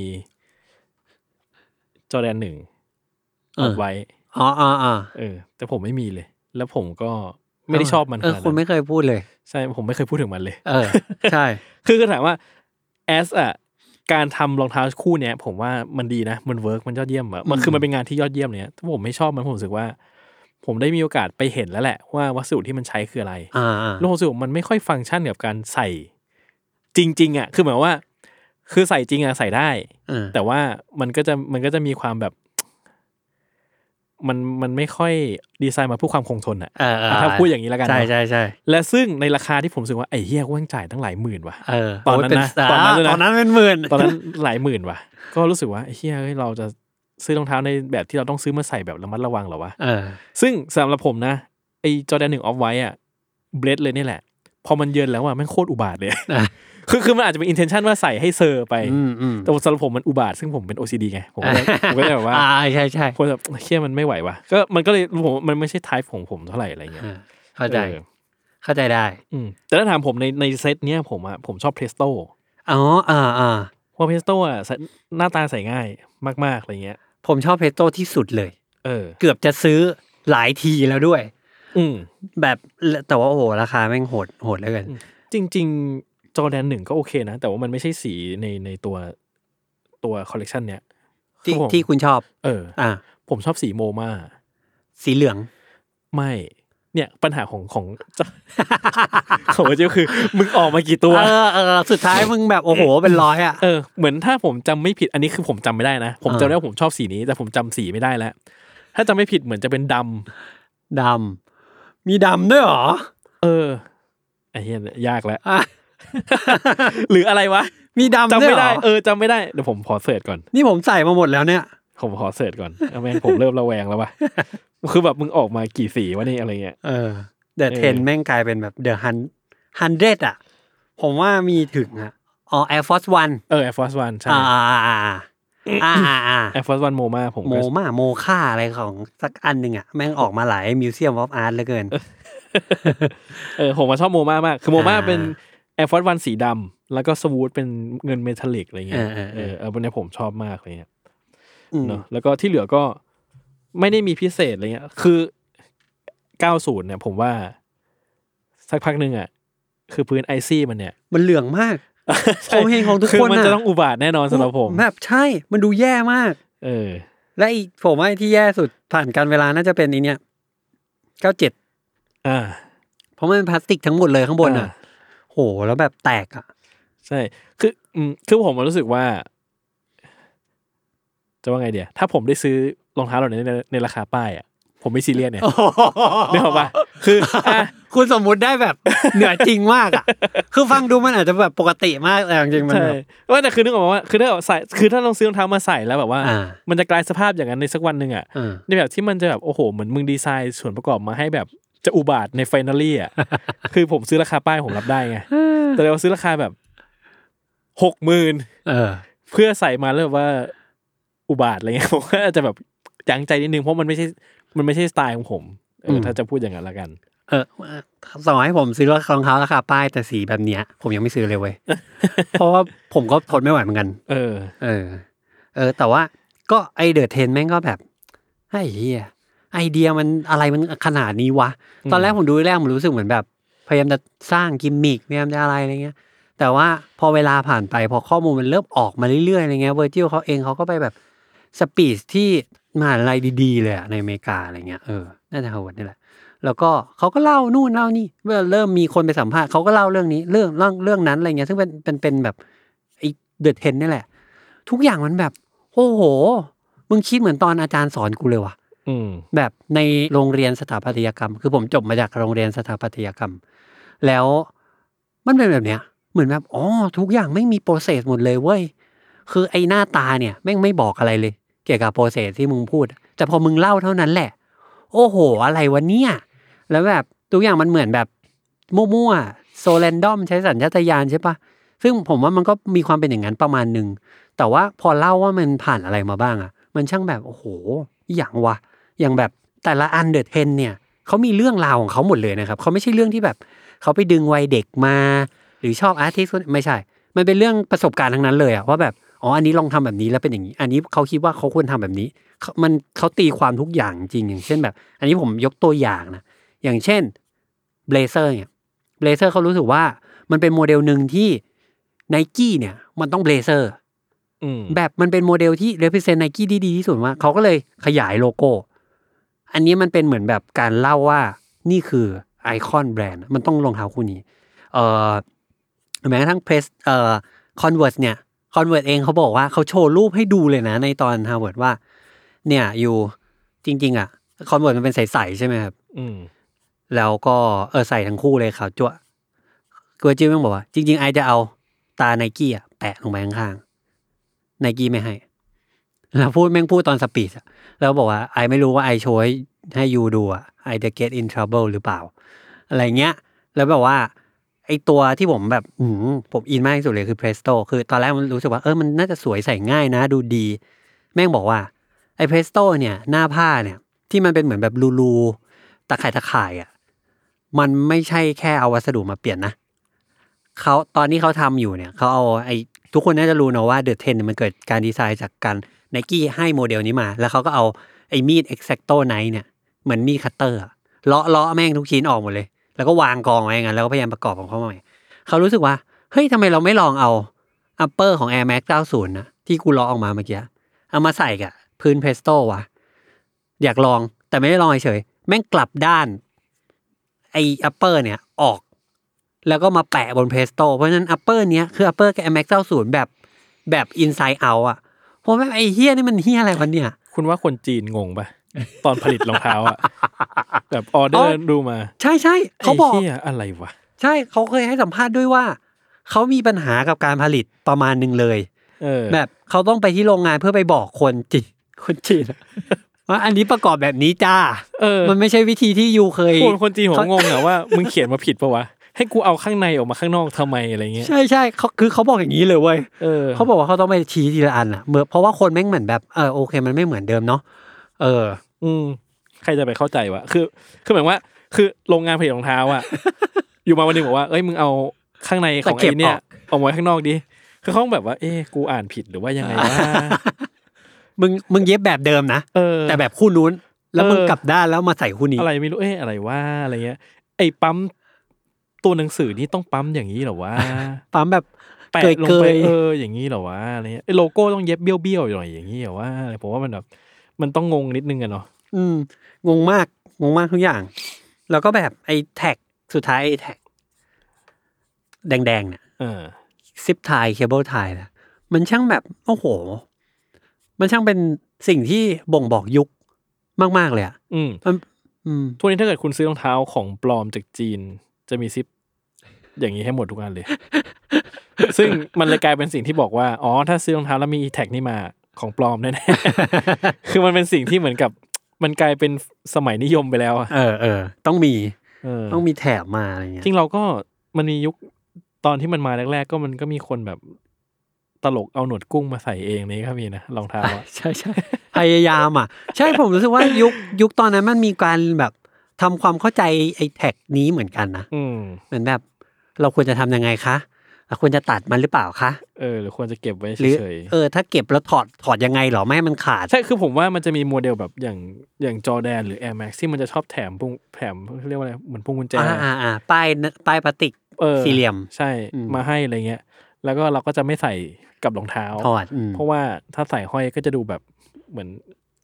F: จอร์แดนหนึ่งเอาไว้
E: อ๋ออ๋ออ๋อ
F: เออแต่ผมไม่มีเลยแล้วผมก็ไม่ได้ชอบมัน
E: เออคุณไม่เคยพูดเลย
F: ใช่ผมไม่เคยพูดถึงมันเลย
E: เออใช่
F: คือคือถามว่าแอสอ่ะการทำรองเท้าคู่เนี้ยผมว่ามันดีนะมันเวิร์กมันยอดเยี่ยมอ่ะมันคือมันเป็นงานที่ยอดเยี่ยมเนี่ยถ้าผมไม่ชอบมันผมรู้สึกว่าผมได้มีโอกาสไปเห็นแล้วแหละว่าวัสดุที่มันใช้คืออะไรแล้วผมรู้สึกมันไม่ค่อยฟังก์ชันกับการใส่จริงๆอ่ะคือหมายว่าคือใส่จริงอ่ะใส่ได้แต่ว่ามันก็จะมันก็จะมีความแบบมันมันไม่ค่อยดีไซน์มาเพื่อความคงทนอ่ะถ้าพูดอย่างนี้แล้วกัน
E: ใช่ใช่ใช่
F: และซึ่งในราคาที่ผมรู้สึกว่าไอ้เหี้ยกูต้องจ่ายตั้งหลายหมื่นว่ะ
E: ตอนนั้นนะตอนนั้นตอนนั้นเป็นหมื่น
F: ตอนนั้นหลายหมื่นว่ะก็รู้สึกว่าไอ้เหี้ยเฮ้ยเราจะซื้อรองเท้าในแบบที่เราต้องซื้อมาใส่แบบระมัดระวังเหรอวะซึ่งสำหรับผมนะไอ้จอร์แดนหนึ่งออฟไวท์อ่ะเบรดเลยนี่แหละพอมันเยินแล้วอ่ะแม่งโคตรอุบาทเลยคือคือมันอาจจะเป็น intention ว่าใส่ให้เซอร์ไปแต่สำหรับผมมันอุบาทซึ่งผมเป็น โอ ซี ดี ไงผมก็ผมก็แบบว่า
E: อ่าใช่ๆ
F: คนแบบเหี้ยมันไม่ไหวว่ะก็มันก็เลยผมมันไม่ใช่ type ของผมเท่าไหร่อะไรเงี้ย
E: เข้าใจเข้าใจได้
F: อืมแต่ถ้าถามผมในในเซตเนี้ยผมอ่ะผมชอบ Presto
E: อ๋ออ่าๆ
F: เพราะ Presto อ่ะหน้าตาใส่ง่ายมากๆอะไรเงี้ย
E: ผมชอบ Presto ที่สุดเลย
F: เออ
E: เกือบจะซื้อหลายทีแล้วด้วย
F: อืม
E: แบบแต่ว่าโอ้โหราคาแม่งโหดโหดเหลือเกิน
F: จริงๆจอร์แดนหนึ่งก็โอเคนะแต่ว่ามันไม่ใช่สีในในตัวตัวคอลเลกชันเนี้ย
E: ที่ที่คุณชอบ
F: เอออ่ะผมชอบสีโมมา
E: สีเหลือง
F: ไม่เนี่ยปัญหาของของของเจ้าคือมึงออกมากี่ตัว
E: เออเออสุดท้ายมึงแบบโอ้โหเป็นร้อยอ่ะ
F: เออเหมือนถ้าผมจำไม่ผิดอันนี้คือผมจำไม่ได้นะผมจำได้ว่าผมชอบสีนี้แต่ผมจำสีไม่ได้แล้วถ้าจำไม่ผิดเหมือนจะเป็นด
E: ำดำมีดำด้วยหรอ
F: เออไอ้เหี้ยยากแล้วหรืออะไรวะ
E: มีดำ
F: จำไม่ได้เออจำไม่ได้เดี๋ยวผมขอเสิร์ชก่อน
E: นี่ผมใส่มาหมดแล้วเนี่ย
F: ผมขอเสิร์ชก่อนแม่งผมเริ่มระแวงแล้วว่ะคือแบบมึงออกมากี่สีวะนี่อะไรเงี้ย
E: เออเดอะเทนแม่งกลายเป็นแบบเดอะฮันฮันเดรดอ่ะผมว่ามีถึงอ่ะอ๋อ Air Force One
F: เออ Air Force One ใช่
E: อ่าอ่าอ่า
F: Air Force One โมมาผม
E: โมมาโมค่าอะไรของสักอันนึงอ่ะแม่งออกมาหลาย Museum of Art เหลือเกิน
F: เออผมมาชอบโมมามากคือโมมาเป็น Air Force One สีดำแล้วก็สวูทเป็นเงินเมทัลลิกอะไรเงี้ยเออเออวันนี้ผมชอบมากเลยเนี่ยเนาะแล้วก็ที่เหลือก็ไม่ได้มีพิเศษอะไรเงี้ยคือเก้าสิบเนี่ยผมว่าสักพักนึงอ่ะคือพื้นไอซี่มันเนี่ย
E: มันเหลืองมากผมเห็นของทุกคน
F: มันจะต้องอุบาทแน่นอนสำหรับผม
E: แบบใช่มันดูแย่มาก
F: เออ
E: และอีกผมว่าที่แย่สุดผ่านการเวลาน่าจะเป็นไอ้เนี่ยเก้าสิบเจ็ด
F: อ่า
E: เพราะมันเป็นพลาสติกทั้งหมดเลยข้างบนอ่ะโหแล้วแบบแตกอ่ะ
F: ใช่คืออืมคือผมรู้สึกว่าจะว่าไงเดียวถ้าผมได้ซื้อรองเท้าเหล่านี้ในในราคาป้ายอ่ะผมไม่ซีเรียสเนี่ยนึกออกป่ะคือ
E: คุณสมมุติได้แบบเหนือจริงมากอ่ะคือฟังดูมันอาจจะแบบปกติมากแต่จริงๆมันแบบ
F: ว่าแต่คือนึกออกว่าคือถ้าใส่คือถ้าลองซื้อรองเท้ามาใส่แล้วแบบว่ามันจะกลายสภาพอย่างนั้นในสักวันนึงอ่ะในแบบที่มันจะแบบโอ้โหเหมือนมึงดีไซน์ส่วนประกอบมาให้แบบจะอุบาทในไฟนอลลี่อ่ะคือผมซื้อราคาป้ายผมรับได้ไงแต่เราซื้อราคาแบบหกหมื่นเพื่อใส่มาแล้วว่าอุบาทอะไรเงี้ยผมก็อาจจะแบบยั้งใจนิดนึงเพราะมันไม่ใช่มันไม่ใช่สไตล์ของผมเออถ้าจะพูดอย่างนั้นละกัน
E: เออสอนให้ผมซื้อรองเท้าราคาป้ายแต่สีแบบเนี้ยผมยังไม่ซื้อเลยเว้ย เพราะว่าผมก็ทนไม่ไหวเหมือนกัน
F: เออ
E: เออเออแต่ว่าก็ไอเดอะเทนแม่งก็แบบไอ้เหี้ยไอเดียมันอะไรมันขนาดนี้วะตอนแรกผมดูแรกผมรู้สึกเหมือนแบบพยายามจะสร้างกิมมิคพยายามจะอะไรอะไรเงี้ยแต่ว่าพอเวลาผ่านไปพอข้อมูลมันเริ่มออกมาเรื่อยๆอะไรเงี้ยเวอร์จิลเขาเองเขาก็ไปแบบสปีชที่มหาลัยดีๆเลยอะในอเมริกาอะไรเงี้ยเออน่าจะฮาร์วาร์ดนี่แหละแล้วก็เขาก็เล่านู่นเล่านี่เมื่อเริ่มมีคนไปสัมภาษณ์เขาก็เล่าเรื่องนี้เรื่องเรื่องเรื่องนั้นอะไรเงี้ยซึ่งเป็นเป็นเป็นแบบไอ้เดอะเทนนี่แหละทุกอย่างมันแบบโอ้โหมึงคิดเหมือนตอนอาจารย์สอนกูเลยว่ะแบบในโรงเรียนสถาปัตยกรรมคือผมจบมาจากโรงเรียนสถาปัตยกรรมแล้วมันเป็นแบบเนี้ยเหมือนแบบอ๋อทุกอย่างไม่มีโปรเซสหมดเลยเว้ยคือไอ้หน้าตาเนี่ยแม่งไม่บอกอะไรเลยเกี่ยวกับโปรเซสที่มึงพูดแต่พอมึงเล่าเท่านั้นแหละโอ้โหอะไรวะเนี่ยแล้วแบบทุกอย่างมันเหมือนแบบมั่วๆโซแรนดอมใช้สัญชาตญาณใช่ปะซึ่งผมว่ามันก็มีความเป็นอย่างนั้นประมาณนึงแต่ว่าพอเล่าว่ามันผ่านอะไรมาบ้างอ่ะมันช่างแบบโอ้โหอย่างวะอย่างแบบแต่ละอันเดอะเทนเนี่ยเขามีเรื่องราวของเขาหมดเลยนะครับเขาไม่ใช่เรื่องที่แบบเขาไปดึงวัยเด็กมาหรือชอบอาร์ติสต์ไม่ใช่มันเป็นเรื่องประสบการณ์ทั้งนั้นเลยอะว่าแบบอ๋ออันนี้ลองทำแบบนี้แล้วเป็นอย่างนี้อันนี้เขาคิดว่าเขาควรทำแบบนี้มันเขาตีความทุกอย่างจริงอย่างเช่นแบบอันนี้ผมยกตัวอย่างนะอย่างเช่น Blazer เนี่ย Blazer เขารู้สึกว่ามันเป็นโมเดลนึงที่ Nike เนี่ยมันต้อง Blazer
F: อืม
E: แบบมันเป็นโมเดลที่ represent Nike ที่ดีที่สุดว่าเขาก็เลยขยายโลโก้อันนี้มันเป็นเหมือนแบบการเล่าว่านี่คือไอคอนแบรนด์มันต้องรองเท้าคู่นี้เอ่อแม้กระทั่งเพรสเอ่อ Converse เนี่ย Converse เองเขาบอกว่าเขาโชว์รูปให้ดูเลยนะในตอน Harvard ว่าเนี่ยอยู่จริงๆอ่ะ Converse มันเป็นใสๆใช่ไหมครับ
F: อืม
E: แล้วก็เออใส่ทั้งคู่เลยขาวจั่วกูจิ้มแม่งบอกว่าจริงๆไอจะเอาตา Nike อ่ะแปะลงไปข้างๆ Nike ไม่ให้แล้วพูดแม่งพูดตอนสปีดอ่ะแล้วบอกว่าไอไม่รู้ว่าไอโชว์ให้ยูดูอ่ะไอจะ get in trouble หรือเปล่าอะไรเงี้ยแล้วแบบว่าไอตัวที่ผมแบบอืมผมอินมากที่สุดเลยคือ Presto คือตอนแรกมันรู้สึกว่าเออมันน่าจะสวยใส่ง่ายนะดูดีแม่งบอกว่าไอ Presto เนี่ยหน้าผ้าเนี่ยที่มันเป็นเหมือนแบบรูๆตะข่ายตะข่ายอ่ะมันไม่ใช่แค่เอาวัสดุมาเปลี่ยนนะเขาตอนนี้เขาทำอยู่เนี่ยเขาเอาไอทุกคนน่าจะรู้นะว่า The เท็นมันเกิดการดีไซน์จากการ Nike ให้โมเดลนี้มาแล้วเขาก็เอาไอ้มีด Exacto Knife เนี่ยเหมือนมีดคัตเตอร์เลาะเลาะแม่งทุกชิ้นออกหมดเลยแล้วก็วางกองไว้งั้นแล้วก็พยายามประกอบของเขาใหม่เขารู้สึกว่าเฮ้ยทำไมเราไม่ลองเอา upper ของ Air Max เก้าสิบนะที่กูเลาะออกมาเมื่อกี้เอามาใส่กับพื้น Presto วะอยากลองแต่ไม่ได้ลองเฉยๆแม่งกลับด้านไอ้ upper เนี่ยออกแล้วก็มาแปะบน Presto เพราะฉะนั้น upper เนี้ยคือ upper กับ Air Max เก้าสิบแบบแบบ inside out อ่ะเพราะแบบไอ้เหี้ยนี่มันเหี้ยอะไรวะเนี่ย
F: คุณว่าคนจีนงงป่ะตอนผลิตรองเท้าอ่ะแบบออเดอร์ดูมา
E: ใช่ๆเขาบอก
F: ไอ้เหี้ยอะไรวะ
E: ใช่เขาเคยให้สัมภาษณ์ด้วยว่าเขามีปัญหากับการผลิตประมาณนึงเลย
F: เออ
E: แบบเขาต้องไปที่โรงงานเพื่อไปบอกคนจีนคนจีนว่าอันนี้ประกอบแบบนี้จ้า
F: เออ
E: มันไม่ใช่วิธีที่ยูเคย
F: คนคนจีนผมงงอ่ะว่ามึงเขียนมาผิดปะวะให้กูเอาข้างในออกมาข้างนอกทำไมอะไรเงี้ย
E: ใช่ใช่เขาคือเขาบอกอย่างนี้เลยเว้ย
F: เออ
E: เขาบอกว่าเขาต้องไปชี้ทีละอันอ่ะเมื่อเพราะว่าคนแม่งเหมือนแบบเออโอเคมันไม่เหมือนเดิมเนาะเออ
F: อืมใครจะไปเข้าใจวะคือคือหมายว่าคือโรงงานผลิตรองเท้าอ่ะ อยู่มาวันนึงบอกว่าเอ้ยมึงเอาข้างในของไอ้เนี่ยออกมาข้างนอกดิคือเขาแบบว่าเอ๊ะกูอ่านผิดหรือว่ายังไงวะ
E: มึงมึงเย็บแบบเดิมนะแต่แบบคู่นู้นแล้วมึงกลับด้านแล้วมาใส่คู่นี้
F: อะไรไม่รู้เอ๊ะอะไรวะอะไรเงี้ยไอ้ปั๊มตัวหนังสือนี่ต้องปั๊มอย่างนี้เหรอวะ
E: ปั๊มแบบ
F: แปะลงไปเอออย่างนี้เหรอวะอะไรเงี้ยไอ้โลโก้ต้องเย็บเบี้ยวๆหน่อยอย่างนี้เหรอวะผมว่ามันแบบมันต้องงงนิดนึงอะเนาะ
E: อืมงงมากงงมากทุกอย่างแล้วก็แบบไอ้แท็กสุดท้ายไอ้แท็กแดงๆเนี่ย
F: เออ
E: ซิปไทเคเบิลไทนะมันช่างแบบโอ้โหมันช่างเป็นสิ่งที่บ่งบอกยุคมากๆเลยอ่ะ
F: อืม
E: มันอืม
F: ทุกนี้ถ้าเกิดคุณซื้อรองเท้าของปลอมจากจีนจะมีซิปอย่างนี้ให้หมดทุกอันเลย ซึ่งมันเลยกลายเป็นสิ่งที่บอกว่าอ๋อถ้าซื้อรองเท้าแล้วมีแท็กนี่มาของปลอมแน่ๆ คือมันเป็นสิ่งที่เหมือนกับมันกลายเป็นสมัยนิยมไปแล้วอ่ะ
E: เออเออต้องมี
F: เออ
E: ต้องมีแถบมาอะไรเงี้ย
F: จริงเราก็มันมียุคตอนที่มันมาแรกๆก็มันก็มีคนแบบตลกเอาหนวดกุ้งมาใส่เองนี่ครับมีนะรองเท้าอ่ะ
E: ใช่ใช่พยายามอ่ะใช่ผมรู้สึกว่ายุคยุคตอนนั้นมันมีการแบบทำความเข้าใจไอ้แท็กนี้เหมือนกันนะเหมือนแบบเราควรจะทำยังไงคะเราควรจะตัดมันหรือเปล่าคะ
F: เออหรือควรจะเก็บไว้เฉย
E: ๆเออถ้าเก็บแล้วถอดถอดยังไงหรอไม่ให้มันขาด
F: ใช่คือผมว่ามันจะมีโมเดลแบบอย่างอย่างจอร์แดนหรือ Air Max ที่มันจะชอบแถมพวงแถมเรียกว่าอะไรเหมือนพวงกุญแจ
E: อ่าๆๆป้ายป้ายพลาสติกสี่เหลี่ยม
F: ใช่มาให้อะไรเงี้ยแล้วก็เราก็จะไม่ใส่กับรองเท้า
E: ถอด
F: เพราะว่าถ้าใส่ห้อยก็จะดูแบบเหมือน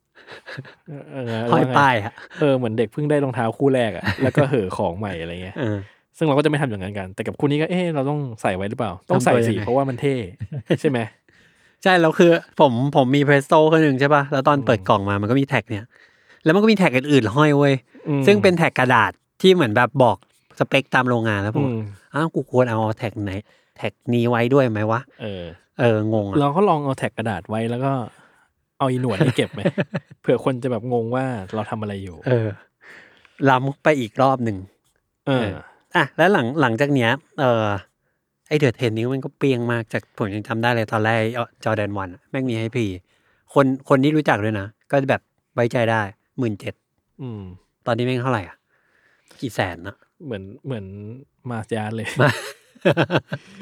E: ห้อยป้ายอ่ะ
F: เออเหมือนเด็กเพิ่งได้รองเท้าคู่แรกอ่ะแล้วก็เห่อของใหม่อะไรเงี้ยซึ่งเราก็จะไม่ทำอย่างนั้นกันแต่กับคู่นี้ก็เออเราต้องใส่ไว้หรือเปล่าต้องใส่สิเพราะว่ามันเท่ใช่ไหม
E: ใช่แล้วคือผมผมมีเพรสโต้คนหนึ่งใช่ป่ะแล้วตอนเปิดกล่องมามันก็มีแท็กเนี่ยแล้วมันก็มีแท็กอื่นๆห้อยเว้ยซึ่งเป็นแท็กกระดาษที่เหมือนแบบบอกสเปคตามโรงงานแล้วผมอ้าวกูควรเอาแท็กไหนแท็กนี้ไว้ด้วยไหมวะ
F: เออ
E: เอองง
F: เราก็ลองเอาแท็กกระดาษไว้แล้วก็เอาอีหนวดให้เก็บไหม เผื่อคนจะแบบงงว่าเราทำอะไรอยู่
E: เออล้ำไปอีกรอบหนึ่ง
F: เออ
E: อ่ะแล้วหลังหลังจากเนี้ยเออไอเดอะเทนนี้มันก็เปรี้ยงมากจากผมยังจำได้เลยตอนแรกจอร์แดนวันแม่งมีให้พีคนคนที่รู้จักด้วยนะก็แบบไว้ใจได้หมื่นเจ็ดตอนนี้แม่งเท่าไหร่อ่ะกี่แสนนะ
F: เหมือนเหมือนมาสยาเลย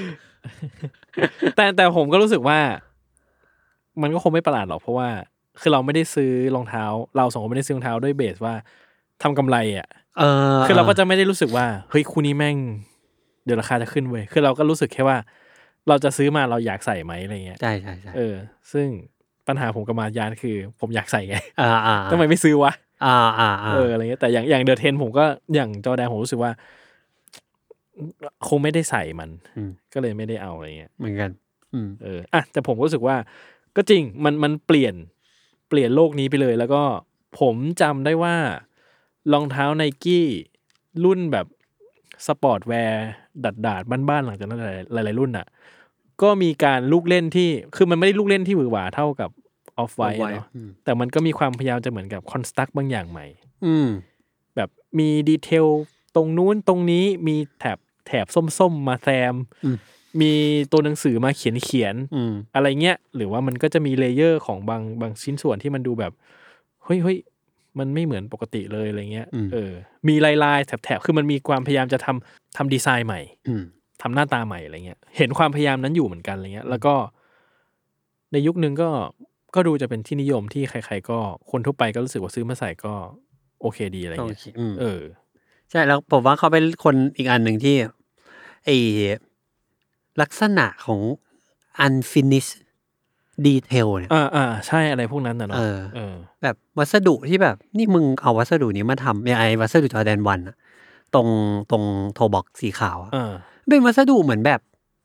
F: แต่แต่ผมก็รู้สึกว่ามันก็คงไม่ประหลาดหรอกเพราะว่าคือเราไม่ได้ซื้อรองเท้าเราสองคนไม่ได้ซื้อรองเท้าด้วยเบสว่าทำกำไรอ่ะ
E: เออ
F: คือเราก็จะไม่ได้รู้สึกว่าเฮ้ยคู่นี้แม่งเดี๋ยวราคาจะขึ้นเว้ยคือเราก็รู้สึกแค่ว่าเราจะซื้อมาเราอยากใส่ไหมอะไรเงี้ย
E: ใช่ใช่ใช่
F: เออซึ่งปัญหาผมกับมายานคือผมอยากใส่ไง
E: อ่าอ่า
F: ทำไมไม่ซื้อวะ
E: อ่าอ่า
F: เอออะไรเงี้ยแต่อย่างอย่างเดอะเทนผมก็อย่างจอแดนผมรู้สึกว่าคงไม่ได้ใส่มันก็เลยไม่ได้เอาอะไรเงี้ย
E: เหมือนกัน
F: เอออ่ะแต่ผมรู้สึกว่าก็จริงมันมันเปลี่ยนเปลี่ยนโลกนี้ไปเลยแล้วก็ผมจำได้ว่ารองเท้าไนกี้รุ่นแบบสปอร์ตแวร์ดัดๆบ้านๆหลังจากนั้นหลายๆรุ่นอ่ะก็มีการลูกเล่นที่คือมันไม่ได้ลูกเล่นที่หวือหวาเท่ากับออฟไวท์เนาะแต่มันก็มีความพยายามจะเหมือนกับคอนสตรักบางอย่างใหม่แบบมีดีเทลตรงนู้นตรงนี้มีแถบแถบส้มๆมาแซมมีตัวหนังสือมาเขียนเขียนอะไรเงี้ยหรือว่ามันก็จะมีเลเยอร์ของบางบางชิ้นส่วนที่มันดูแบบเฮ้ยเฮ้ยมันไม่เหมือนปกติเลยอะไรเงี้ยเออมีลายลายแถบแถบคือมันมีความพยายามจะทำทำดีไซน์ใหม่ทำหน้าตาใหม่อะไรเงี้ยเห็นความพยายามนั้นอยู่เหมือนกันอะไรเงี้ยแล้วก็ในยุคนึงก็ก็ดูจะเป็นที่นิยมที่ใครๆก็คนทั่วไปก็รู้สึกว่าซื้อมาใส่ก็โอเคดีอะไรเงี้ยเออ
E: ใช่แล้วผมว่าเขาเป็นคนอีกอันหนึ่งที่ไอลักษณะของ unfinished detail เนี่ย
F: อ่าอ่าใช่อะไรพวกนั้นน่ะเนาะ
E: เออแบบวัสดุที่แบบนี่มึงเอาวัสดุนี้มาทำอย่างไอวัสดุจอแดนวันอะตรงตรงโทบ็อกสีขาวอะเป็นวัสดุเหมือนแบบ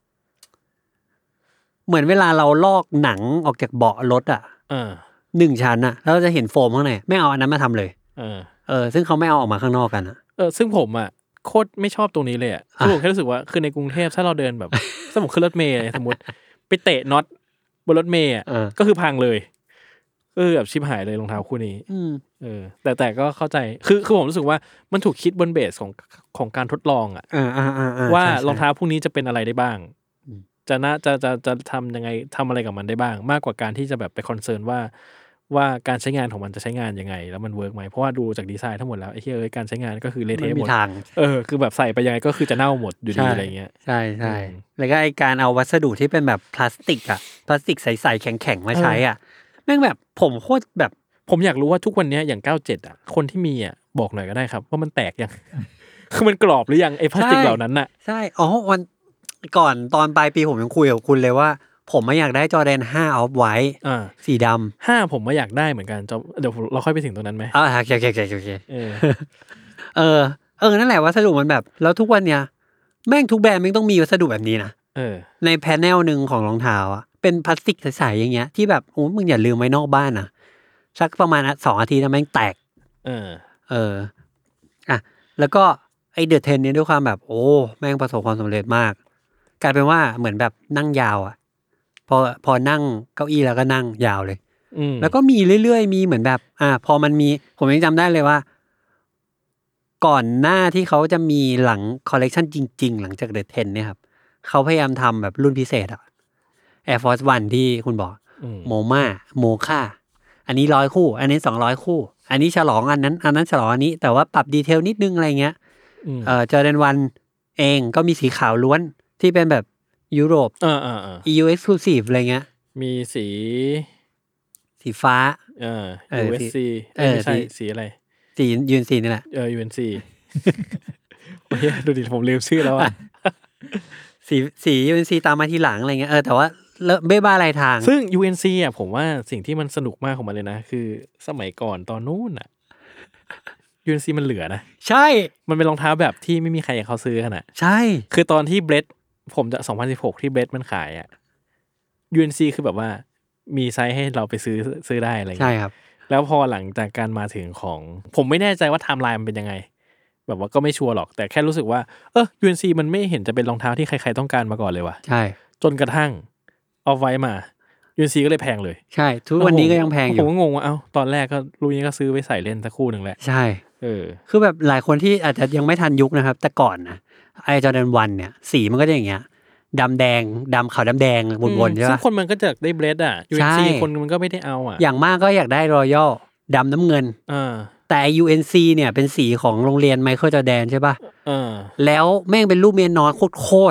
E: เหมือนเวลาเราลอกหนังออกจากเบาะรถอะหนึ่งชั้นอะแล้วจะเห็นโฟมข้างในไม่เอาอันนั้นมาทำเลยเออเออซึ่งเขาไม่เอาออกมาข้างนอกกันอะ
F: เออซึ่งผมอะโคตรไม่ชอบตรงนี้เลยอ่ะคือผมแค่รู้สึกว่าคือในกรุงเทพถ้าเราเดินแบบสมมติขึ้นรถเมล์สมมติไปเตะน็อตบนรถเมล์อ่ะก็คือพังเลยเออแบบชิบหายเลยรองเท้าคู่นี้เออแต่แต่ก็เข้าใจคือคือผมรู้สึกว่ามันถูกคิดบนเบสของของการทดลองอ่ะว่ารองเท้าพวกนี้จะเป็นอะไรได้บ้างจะน่าจะจะจะทำยังไงทำอะไรกับมันได้บ้างมากกว่าการที่จะแบบไปคอนเซิร์นว่าว่าการใช้งานของมันจะใช้งานยังไงแล้วมันเวิร์กไหมเพราะว่าดูจากดีไซน์ทั้งหมดแล้วไอ้เหี้ยเอ้ยการใช้งานก็คือเละเทะหมดเออคือแบบใส่ไปยังไงก็คือจะเน่าหมดอยู่ดีอะไรเงี้ย
E: ใช่ใช่แล้วก็ไอ้การเอาวัสดุที่เป็นแบบพลาสติกอะพลาสติกใสๆแข็งๆมาใช้อ่ะแม่งแบบผมโคตรแบบ
F: ผมอยากรู้ว่าทุกวันนี้อย่างเก้าสิบเจ็ดอ่ะคนที่มีอ่ะบอกหน่อยก็ได้ครับว่ามันแตกยัง คือมันกรอบหรือยังไอ้พลาสติกเหล่านั้นน่ะ
E: ใช่อ๋อวันก่อนตอนปลายปีผมยังคุยกับคุณเลยว่าผมไม่อยากได้จอแดนห้าออฟไวท์สีดำ
F: ห้าผมไม่อยากได้เหมือนกันเดี๋ยวเราค่อยไปถึงตรงนั้นไหม
E: อ่าโอเคโอเคโอเคโอเคเออเออเออนั่นแหละวัสดุมันแบบแล้วทุกวันเนี้ยแม่งทุกแบรนด์แม่งต้องมีวัสดุแบบนี้นะเออในแพนเนลนึงของรองเท้าอ่ะเป็นพลาสติกใสๆอย่างเงี้ยที่แบบโอ้มึงอย่าลืมไว้นอกบ้านนะสักประมาณสองอาทิตย์นะแม่งแตกเออเอออ่ะแล้วก็ไอเดอะเทนเนี่ยด้วยความแบบโอ้แม่งประสบความสำเร็จมากกลายเป็นว่าเหมือนแบบนั่งยาวอ่ะพอพอนั่งเก้าอี้แล้วก็นั่งยาวเลยแล้วก็มีเรื่อยๆมีเหมือนแบบอ่าพอมันมีผมยังจำได้เลยว่าก่อนหน้าที่เขาจะมีหลังคอลเลกชันจริงๆหลังจากเดอะเทนเนี่ยครับเขาพยายามทำแบบรุ่นพิเศษอ่ะ Air Force One ที่คุณบอกโมม่าโมค่าอันนี้ร้อยคู่อันนี้สองร้อยคู่อันนี้ฉลองอันนั้นอันนั้นฉลองอันนี้แต่ว่าปรับดีเทลนิดนึงอะไรเงี้ยเอ่อจอร์แดนวันเองก็มีสีขาวล้วนที่เป็นแบบยุโรป
F: เออๆ
E: ๆ อี ยู Exclusive อะไรเงี้ย
F: มีสี
E: สีฟ้า
F: เออ ยู เอส ซี ไม่ใช่สีอะไร
E: สี ยู เอ็น ซี นี่แหละ
F: เออ ยู เอ็น ซี โอ้ยดูดิผมลืมชื่อแล้วอ่ะ
E: สีสี ยู เอ็น ซี ตามมาทีหลังอะไรเงี้ยเออแต่ว่าเลอะเบ้บ้าลายทาง
F: ซึ่ง ยู เอ็น ซี อ่ะผมว่าสิ่งที่มันสนุกมากของมันเลยนะคือสมัยก่อนตอนนู้นอ่ะ ยู เอ็น ซี มันเหลือนะ
E: ใช่
F: มันเป็นรองเท้าแบบที่ไม่มีใครอยากเขาซื้อขนาด
E: ใช่
F: คือตอนที่เบรดผมจะสองพันสิบหกที่เบรดมันขายอ่ะ ยู เอ็น ซี คือแบบว่ามีไซส์ให้เราไปซื้อซื้อได้อะไรอย่าง
E: เงี้ยใช่ครับ
F: แล้วพอหลังจากการมาถึงของผมไม่แน่ใจว่าไทม์ไลน์มันเป็นยังไงแบบว่าก็ไม่ชัวร์หรอกแต่แค่รู้สึกว่าเออ ยู เอ็น ซี มันไม่เห็นจะเป็นรองเท้าที่ใครๆต้องการมาก่อนเลยว่ะ
E: ใช่
F: จนกระทั่งเอาไว้มา ยู เอ็น ซี ก็เลยแพงเลย
E: ใช่ทุกวันนี้ก็ยังแพงอยู่
F: ผมก็งงว่าเอ้าตอนแรกก็รุ่นนี้ก็ซื้อไว้ใส่เล่นสักคู่นึงแหละ
E: ใช่
F: เออ
E: คือแบบหลายคนที่อาจจะยังไม่ทันยุคนะครับแต่ก่อนนะไอ้จอร์แดนวันเนี่ยสีมันก็จะอย่างเงี้ยดำแดงดำขาวดำแดงวนๆใช่
F: ป่ะซึ่งคนมันก็จะได้เบรดอ่ะ ยู เอ็น ซี คนมันก็ไม่ได้เอาอ่ะ
E: อย่างมากก็อยากได้รอยัลดำน้ำเงินแต่ ยู เอ็น ซี เนี่ยเป็นสีของโรงเรียนไมเคิลจอร์แดนใช่ป่ะแล้วแม่งเป็นรูปเมียน้อยโคตร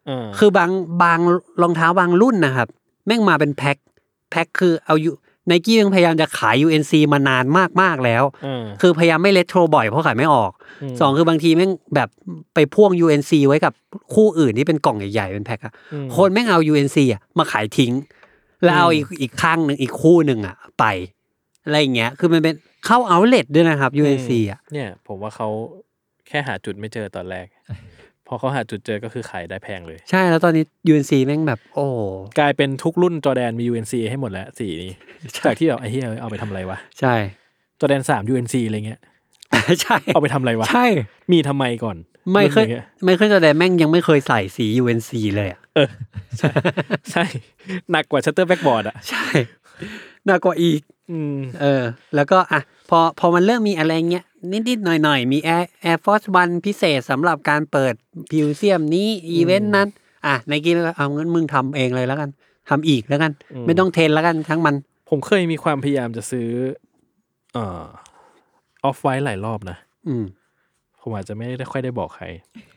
E: คือบางบางรองเท้าบางรุ่นนะครับแม่งมาเป็นแพ็คแพ็คคือเอาอยู่Nike ยังพยายามจะขาย ยู เอ็น ซี มานานมากๆแล้วคือพยายามไม่เรโทรบ่อยเพราะขายไม่ออกสองคือบางทีแม่งแบบไปพ่วง ยู เอ็น ซี ไว้กับคู่อื่นที่เป็นกล่องใหญ่ๆเป็นแพ็คอะคนแม่งเอา ยู เอ็น ซี อ่ะมาขายทิ้งแล้วเอาอีกอีกข้างนึงอีกคู่นึงอ่ะไปอะไรอย่างเงี้ยคือมันเป็นเข้าเอาท์เลทด้วยนะครับ ยู เอ็น ซี อ่ะ
F: เนี่ยผมว่าเขาแค่หาจุดไม่เจอตอนแรกพอเขาหาจุดเจอก็คือขายได้แพงเลย
E: ใช่แล้วตอนนี้ ยู เอ็น ซี แม่งแบบโอ้
F: กลายเป็นทุกรุ่นจอร์แดนมี ยู เอ็น ซี ให้หมดแล้วสีนี้จากที่แบบไอ้เหี้ยเอาไปทำอะไรวะ
E: ใช่
F: จอร์แดนสาม ยู เอ็น ซี อะไรเงี้ย
E: ใช่
F: เอาไปทำอะไรวะ
E: ใช่
F: มีทำไมก่อน
E: ไม่เคยไม่เคยจอร์แดนแม่งยังไม่เคยใส่สี ยู เอ็น ซี เลยอ่ะ
F: เออใช่ใช่หนักกว่าชัตเตอร์แบ็คบอร์ดอ่ะ
E: ใช่หนักกว่าอีก
F: อืม
E: เออแล้วก็อ่ะพอพอมันเริ่มมีอะไรเงี้ยนิดๆหน่อยๆมี Air Air Force One พิเศษสำหรับการเปิดมิวเซียมนี้อีเวนต์นั้นอ่ะ Nike เอางั้นมึงทำเองเลยแล้วกันทำอีกแล้วกันไม่ต้องเทรนแล้วกันทั้งมัน
F: ผมเคยมีความพยายามจะซื้อเอ่อออฟไวท์หลายรอบนะ
E: อืม
F: ผมอาจจะไม่ได้ค่อยได้บอกใคร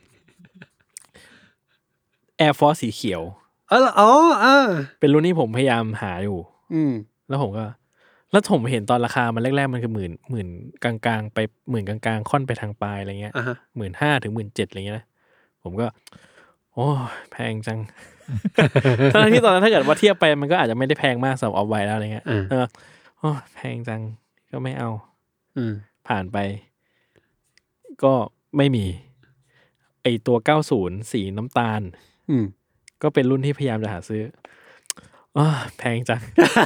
F: Air Force สีเขียว
E: เอออ๋อเออ
F: เป็นรุ่นที่ผมพยายามหาอยู่
E: อืม
F: แล้วผมก็แล้วผมเห็นตอนราคามันแรกๆมันคือหมื่นหมื่นกลางๆไปหมื่นกลางๆค่อนไปทางปลายอะไรเงี้ยหมื่นห้าถึงหมื่นเจ็ดอะไรเงี้ยนะผมก็โอ้แพงจังทั้งที่ตอนนั้นถ้าเกิดว่าเทียบไปมันก็อาจจะไม่ได้แพงมากสำหรับเอาไว้แล้วอะไรเงี้ยเออโอ้แพงจังก็ไม่เอาผ่านไปก็ไม่มีไอตัวเก้าสิบสีน้ำตาลก็เป็นรุ่นที่พยายามจะหาซื้ออ๋อแพงจัง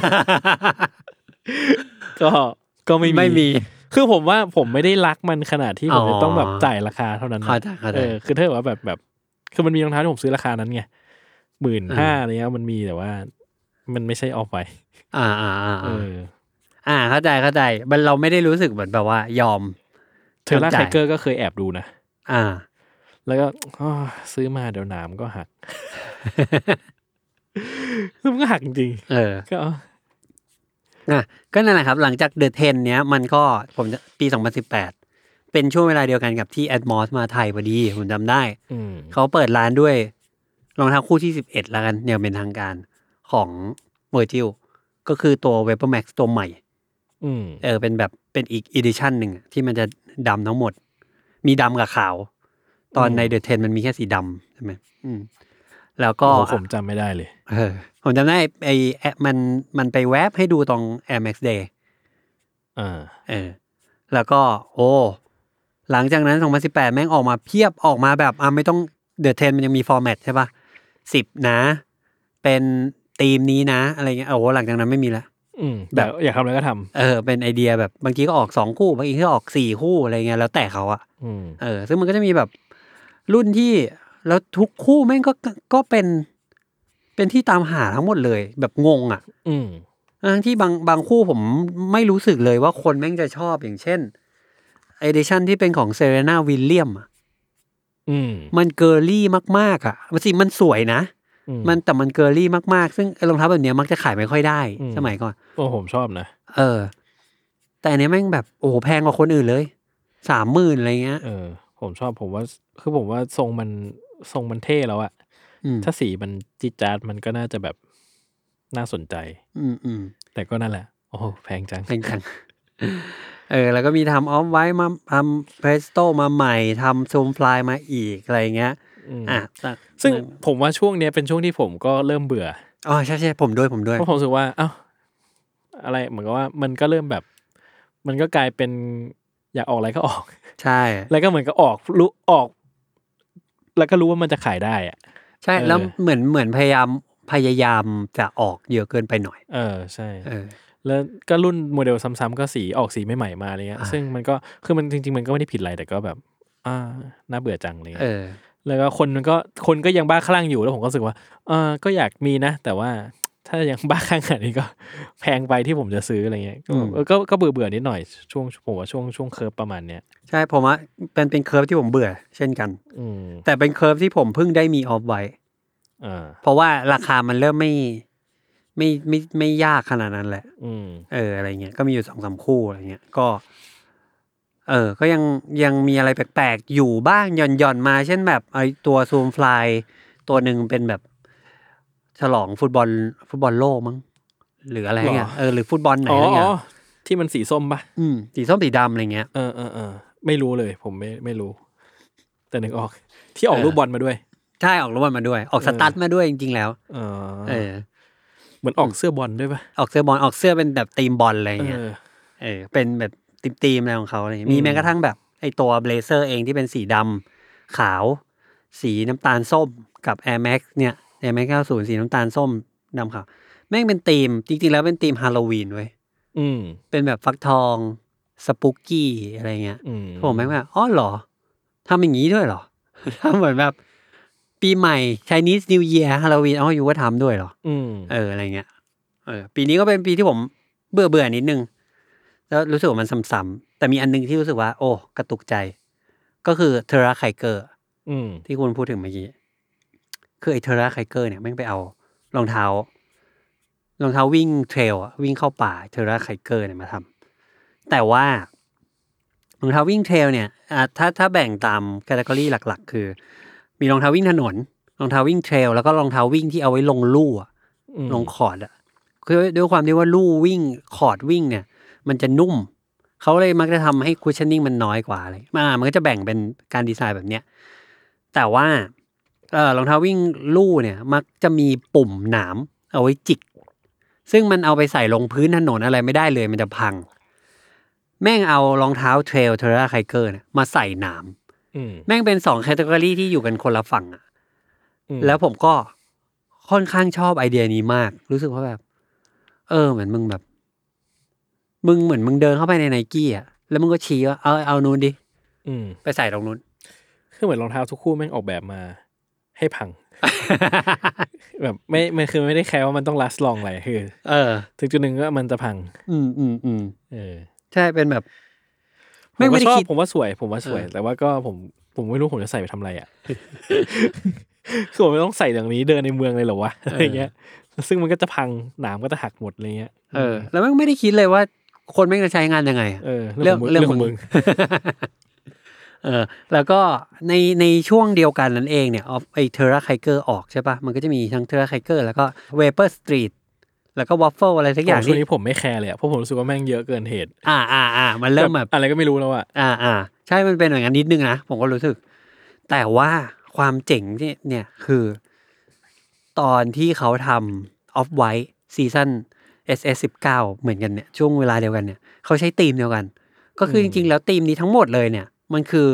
F: ก็ก็ไม่มี
E: ไม่มี
F: คือผมว่าผมไม่ได้รักมันขนาดที่ผมจะต้องแบบจ่ายราคาเท่านั้นเออคือถ้าว่าแบบแบบคือมันมีรองเท้าที่ผมซื้อราคานั้นไงหมื่นห้าอะไรเงี้ยมันมีแต่ว่ามันไม่ใช่ออฟไว้
E: อ่าอ่าอ่า
F: เออ
E: อ่าเข้าใจเข้าใจมันเราไม่ได้รู้สึกเหมือนแบบว่ายอม
F: เทอร์ราไทเกอร์ก็เคยแอบดูนะ
E: อ่า
F: แล้วก็ซื้อมาเดี๋ยวหนามก็หักมันก็หักจริง
E: ๆเออ
F: ก็
E: อ่ะก็นั่นแหละครับหลังจาก The สิบเนี้ยมันก็ผมจะปีสองพันสิบแปดเป็นช่วงเวลาเดียวกันกับที่ Atmos มาไทยพอดีผมจำได้เขาเปิดร้านด้วยรองเท้าคู่ที่สิบเอ็ดแล้วกันอย่างเป็นทางการของ Virgil ก็คือตัว Vapor Max ตัวใหม่เออเป็นแบบเป็นอีก edition นึงที่มันจะดำทั้งหมดมีดำกับขาวตอนใน The สิบมันมีแค่สีดำใช่ไหมอืมแล้วก็
F: ผมจำไม่ได้เลย
E: เออผมจำได้ไอ้มันมันไปแวบให้ดูตรง Air Max Day
F: อ่า
E: เออแล้วก็โอ้หลังจากนั้นสองพันสิบแปดแม่งออกมาเพียบออกมาแบบอ่ะไม่ต้อง The สิบมันยังมีฟอร์แมตใช่ป่ะสิบนะเป็นธีมนี้นะอะไรเงี้ยโอ้หลังจากนั้นไม่มีแล้ว
F: อืมแบบอยากทำอะไรก็ทำ
E: เออเป็นไอเดียแบบบางทีก็ออกสองคู่บางทีก็ออกสี่คู่อะไรเงี้ยแล้วแต่เขาอ่ะเออซึ่งมันก็จะมีแบบรุ่นที่แล้วทุกคู่แม่งก็ก็เป็นเป็นที่ตามหาทั้งหมดเลยแบบงงอ่ะ
F: อืม
E: ทั้งที่บางบางคู่ผมไม่รู้สึกเลยว่าคนแม่งจะชอบอย่างเช่นเอดิชั่นที่เป็นของเซเรนาวิลเลียมอ่ะ
F: อืม
E: มันเกอร์ลี่มากๆอ่ะมันสิมันสวยนะมันแต่มันเกอร์ลี่มากๆซึ่งรองเท้าแบบนี้มักจะขายไม่ค่อยได้สมัยก่อน
F: โอ้ผมชอบนะ
E: เออแต่อันนี้แม่งแบบโอ้แพงกว่าคนอื่นเลยสามหมื่นอะไรเงี้ย
F: เออผมชอบผมว่าคือผมว่าทรงมันทรงมันเท่แล้วอะถ้าสีมันจิ๊ดจ๊าดมันก็น่าจะแบบน่าสนใจ
E: อืมอืม
F: แต่ก็นั่นแหละโอ้แพงจัง
E: แพงจังเออแล้วก็มีทำออฟไว้มาทำเพรสโตมาใหม่ทำซูมฟลายมาอีกอะไรเงี้ยอ่ะ
F: ซึ่งผมว่าช่วงนี้เป็นช่วงที่ผมก็เริ่มเบื่อ
E: อ๋อใช่ใช่ผมด้วยผมด้วย
F: เพราะผมรู้สึกว่าเอ้าอะไรเหมือนกับว่ามันก็เริ่มแบบมันก็กลายเป็นอยากออกอะไรก็ออก
E: ใช่
F: แล้วก็เหมือนกับออกรู้ออกแล้วก็รู้ว่ามันจะขายได้อ่ะ
E: ใช่แล้วเหมือนเหมือนพยายามพยายามจะออกเยอะเกินไปหน่อย
F: เออใช่เออแล้วก็รุ่นโมเดลซ้ำๆก็สีออกสีใหม่ๆมาอะไรเงี้ยซึ่งมันก็คือมันจริงๆมันก็ไม่ได้ผิดอะไรแต่ก็แบบอ่าน่าเบื่อจังเลย
E: เออ
F: แล้วก็คนมันก็คนก็ยังบ้าคลั่งอยู่แล้วผมก็รู้สึกว่าเออก็อยากมีนะแต่ว่าถ้ายังบ้าคลั่งขนาดนี้ก็แพงไปที่ผมจะซื้ออะไรเงี้ยก็ก็เบื่อเบื่อนิดหน่อยช่วงผมว่าช่วงช่วงเคิร์ฟประมาณเนี้ย
E: ใช่ผมว่าเป็นเป็นเคิร์ฟที่ผมเบื่อเช่นกันแต่เป็นเคิร์ฟที่ผมเพิ่งได้มีออฟไว้เพราะว่าราคามันเริ่มไม่ไม่ไม่ไม่ยากขนาดนั้นแหละเอออะไรเงี้ยก็มีอยู่สองสามคู่อะไรเงี้ยก็เออก็ยังยังมีอะไรแปลกๆอยู่บ้างหย่อนๆมาเช่นแบบไอตัวซูมฟลายตัวหนึ่งเป็นแบบฉลองฟุตบอลฟุตบอลโลกมั้งหรืออะไรเงี้ยเออหรือฟุตบอลไหนอะไรเงี้ย
F: ที่มันสีส้มป่ะ
E: อืมสีส้มสีดำอะไรเงี้ย
F: เออเออเออไม่รู้เลยผมไม่ไม่รู้แต่นึกออกที่ออกรูปบอลมาด้วย
E: ใช่ออกรูปบอลมาด้วยออกสตั๊ดมาด้วยจริงๆแล้วเออเออ
F: เหมือนออกเสื้อบอลด้วยป่ะ
E: ออกเสื้อบอลออกเสื้อเป็นแบบทีมบอลอะไรเงี้ยเออเป็นแบบทีมๆอะไรของเขาอะไรมีแม้กระทั่งแบบไอตัวเบลเซอร์เองที่เป็นสีดำขาวสีน้ำตาลส้มกับ Air Max เนี่ย Air Max เก้าสิบสีน้ำตาลส้มดำขาวแม่งเป็นธีมจริงๆแล้วเป็นธีมฮาโลวีนเว้ย
F: อืม
E: เป็นแบบฟักทองสปูกกี้อะไรเงี้ยผมแม่งแบบอ๋อเหรอทำอย่างนี้ด้วยเหรอทำเหมือนแบบปีใหม่ Chinese New Year ฮาโลวีนอ๋ออยู่ว่าทำด้วยเหรอ
F: อืม
E: เอออะไรเงี้ยเออปีนี้ก็เป็นปีที่ผมเบื่อเบื่อนิดนึงแล้วรู้สึกว่ามันซ้ำๆแต่มีอันนึงที่รู้สึกว่าโอ้กระตุกใจก็คือเทราไคเกอร์ที่คุณพูดถึงเมื่อกี้คือไอ้เทราไคเกอร์เนี่ยแม่งไปเอารองเท้ารองเท้าวิ่งเทรลอ่ะวิ่งเข้าป่าเทราไคเกอร์เนี่ยมาทำแต่ว่ารองเท้าวิ่งเทรลเนี่ยอ่ะถ้าถ้าแบ่งตามแคตตากรีหลักๆคือมีรองเท้าวิ่งถนนรองเท้าวิ่งเทรลแล้วก็รองเท้าวิ่งที่เอาไว้ลงลู่อ่ะลงคอร์ดอ่ะคือด้วยความที่ว่าลู่วิ่งคอร์ดวิ่งเนี่ยมันจะนุ่มเขาเลยมักจะทำให้คุชชั่นนิ่งมันน้อยกว่าอะไรมามันก็จะแบ่งเป็นการดีไซน์แบบเนี้ยแต่ว่าเออรองเท้าวิ่งลู่เนี่ยมักจะมีปุ่มหนามเอาไว้จิกซึ่งมันเอาไปใส่ลงพื้นถนนอะไรไม่ได้เลยมันจะพังแม่งเอารองเท้าเทรลเทราไคเกอร์เนี่ยมาใส่หนามแม่งเป็นสองแคตตากรีที่อยู่กันคนละฝั่งอ่ะแล้วผมก็ค่อนข้างชอบไอเดียนี้มากรู้สึกว่าแบบเออเหมือนมึงแบบมึงเหมือนมึงเดินเข้าไปในไนกี้อ่ะแล้วมึงก็ชี้ว่าเอาเอานู้นดิไปใส่ตรงนู้น
F: คือเหมือนรองเท้าทุกคู่แม่งออกแบบมาให้พัง แบบไม่ไม่คือไม่ได้แคร์ว่ามันต้อง last long อะไรคือเออถึงจุดนึงก็มันจะพัง
E: อืมอืมอืม
F: เออ
E: ใช่เป็นแบบ
F: ไม่ไม่ได้คิดผมว่าสวยผมว่าสวยแต่ว่าก็ผมผมไม่รู้ผมจะใส่ไปทำอะไรอ่ะคือผมไม่ต้องใส่อย่างนี้เดินในเมืองเลยเหรอวะอะไรเงี้ยซึ่งมันก็จะพังหนามก็จะหักหมดอะไรเงี้ย
E: เออแล้วไม่ได้คิดเลยว่าคนไม่จะใช้งานยังไง
F: เออเรื่องเรื่องของมึง
E: เออแล้วก็ในในช่วงเดียวกันนั้นเองเนี่ยไอ้เทราไคเกอร์ออกใช่ป่ะมันก็จะมีทั้งเทราไคเกอร์แล้วก็เวเปอร์สตรีทแล้วก็วอฟเฟิลอะไรสักอย่าง
F: ที่ช่วงนี้ผมไม่แคร์เลยอ่ะเพราะผมรู้สึกว่าแม่งเยอะเกินเหตุ
E: อ่าอ่าอ่ามันเริ่มแบบ
F: อะไรก็ไม่รู้แล้วอ่ะ
E: อ่าอ่าใช่มันเป็นอย่างนั้นนิดนึงนะผมก็รู้สึกแต่ว่าความเจ๋งที่เนี่ยคือตอนที่เขาทำ Off White ซีซั่น เอส เอส สิบเก้า เหมือนกันเนี่ยช่วงเวลาเดียวกันเนี่ยเขาใช้ธีมเดียวกันก็คือจริงๆแล้วธีมนี้ทั้งหมดเลยเนี่ยมันคือ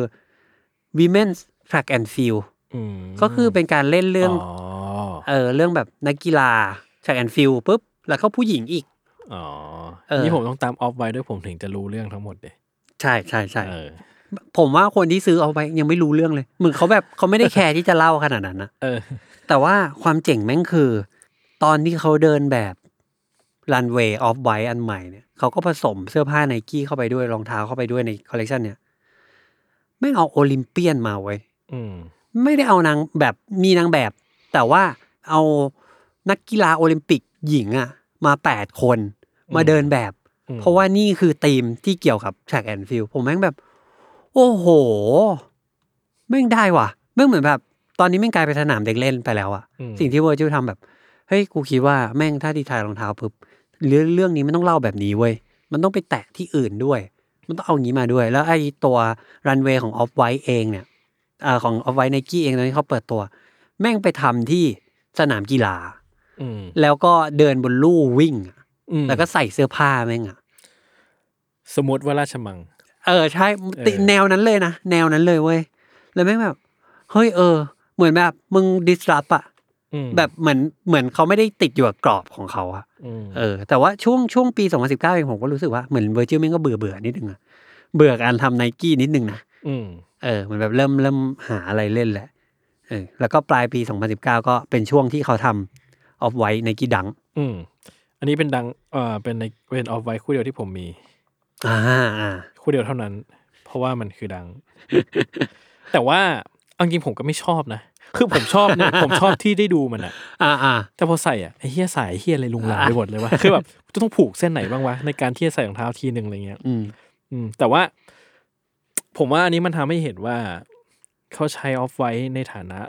E: Women's Track and Field ก็คือเป็นการเล่นเรื่องเออเรื่องแบบนักกีฬา Track and Field ปุ๊บแล้วก็ผู้หญิงอีก
F: อ๋อนี่ผมต้องตาม Off White ด้วยผมถึงจะรู้เรื่องทั้งหมดเลย
E: ใช่ใช่ใช่ผมว่าคนที่ซื้อเอาไปยังไม่รู้เรื่องเลยเหมือนเขาแบบเขาไม่ได้แคร์ที่จะเล่าขนาดนั้นนะ
F: เออ
E: แต่ว่าความเจ๋งแม่งคือตอนที่เขาเดินแบบรันเวย์ออฟไวท์อันใหม่เนี่ยเขาก็ผสมเสื้อผ้าไนกี้เข้าไปด้วยรองเท้าเข้าไปด้วยในคอลเลคชันเนี่ยแม่งเอาโอลิมเปียนมาไว้ไม่ได้เอานางแบบมีนางแบบแต่ว่าเอานักกีฬาโอลิมปิกหญิงอ่ะมาแปดคนมาเดินแบบเพราะว่านี่คือธีมที่เกี่ยวกับ track and field ผมแม่งแบบโอ้โหแม่งได้ว่ะแม่งเหมือนแบบตอนนี้แม่งกลายเป็นสนามเด็กเล่นไปแล้วอะสิ่งที่ Virgil ทำแบบเฮ้ยกูคิดว่าแม่งถ้าดีไซน์รองเท้าปุ๊บเรื่องเรื่องนี้มันต้องเล่าแบบนี้เว้ยมันต้องไปแตะที่อื่นด้วยมันต้องเอางี้มาด้วยแล้วไอ้ตัวรันเวย์ของ Off White เองเนี่ยอ่าของ Off White Nike เองตอนที่เขาเปิดตัวแม่งไปทำที่สนามกีฬาแล้วก็เดินบนลู่วิ่งแล้วก็ใส่เสื้อผ้าแม่งอะ
F: สมมติว่าราชมัง
E: เออใช่แนวนั้นเลยนะแนวนั้นเลยเว้ยแล้วแม่งแบบเฮ้ยเออเหมือนแบบมึง disrupt อะแบบเหมือนเหมือนเขาไม่ได้ติดอยู่กับกรอบของเขาอะเออแต่ว่าช่วงช่วงปีสองพันสิบเก้าเองผมก็รู้สึกว่าเหมือน Virgil แม่งก็เบื่อเบื่อนิดนึงอะเบื่อการทำ Nike นิดนึงนะเออเหมือนแบบเริ่มเริ่มหาอะไรเล่นแหละเออแล้วก็ปลายปีสองพันสิบเก้าก็เป็นช่วงที่เขาทำ Off White Nike Dunk
F: อืมอันนี้เป็นดังเอ่อเป็นในเป็น Off White คู่เดียวที่ผมมี
E: อ่าอ่า
F: คู่เดียวเท่านั้นเพราะว่ามันคือดัง แต่ว่าเอาจริงผมก็ไม่ชอบนะคือผมชอบเนี่ยผมชอบที่ได้ดูมันอ่ะ
E: อ่าๆ
F: แต่พอใส่อ่ะไอ้เหี้ยสายเหี้ยอะไรลุงลามไปหมดเลยวะคือแบบจะต้องผูกเส้นไหนบ้างวะในการที่จะใส่รองเท้าทีนึงอะไรเงี้ย
E: อืม
F: อืมแต่ว่าผมว่าอันนี้มันทำให้เห็นว่าเขาใช้ Off White ในฐานะ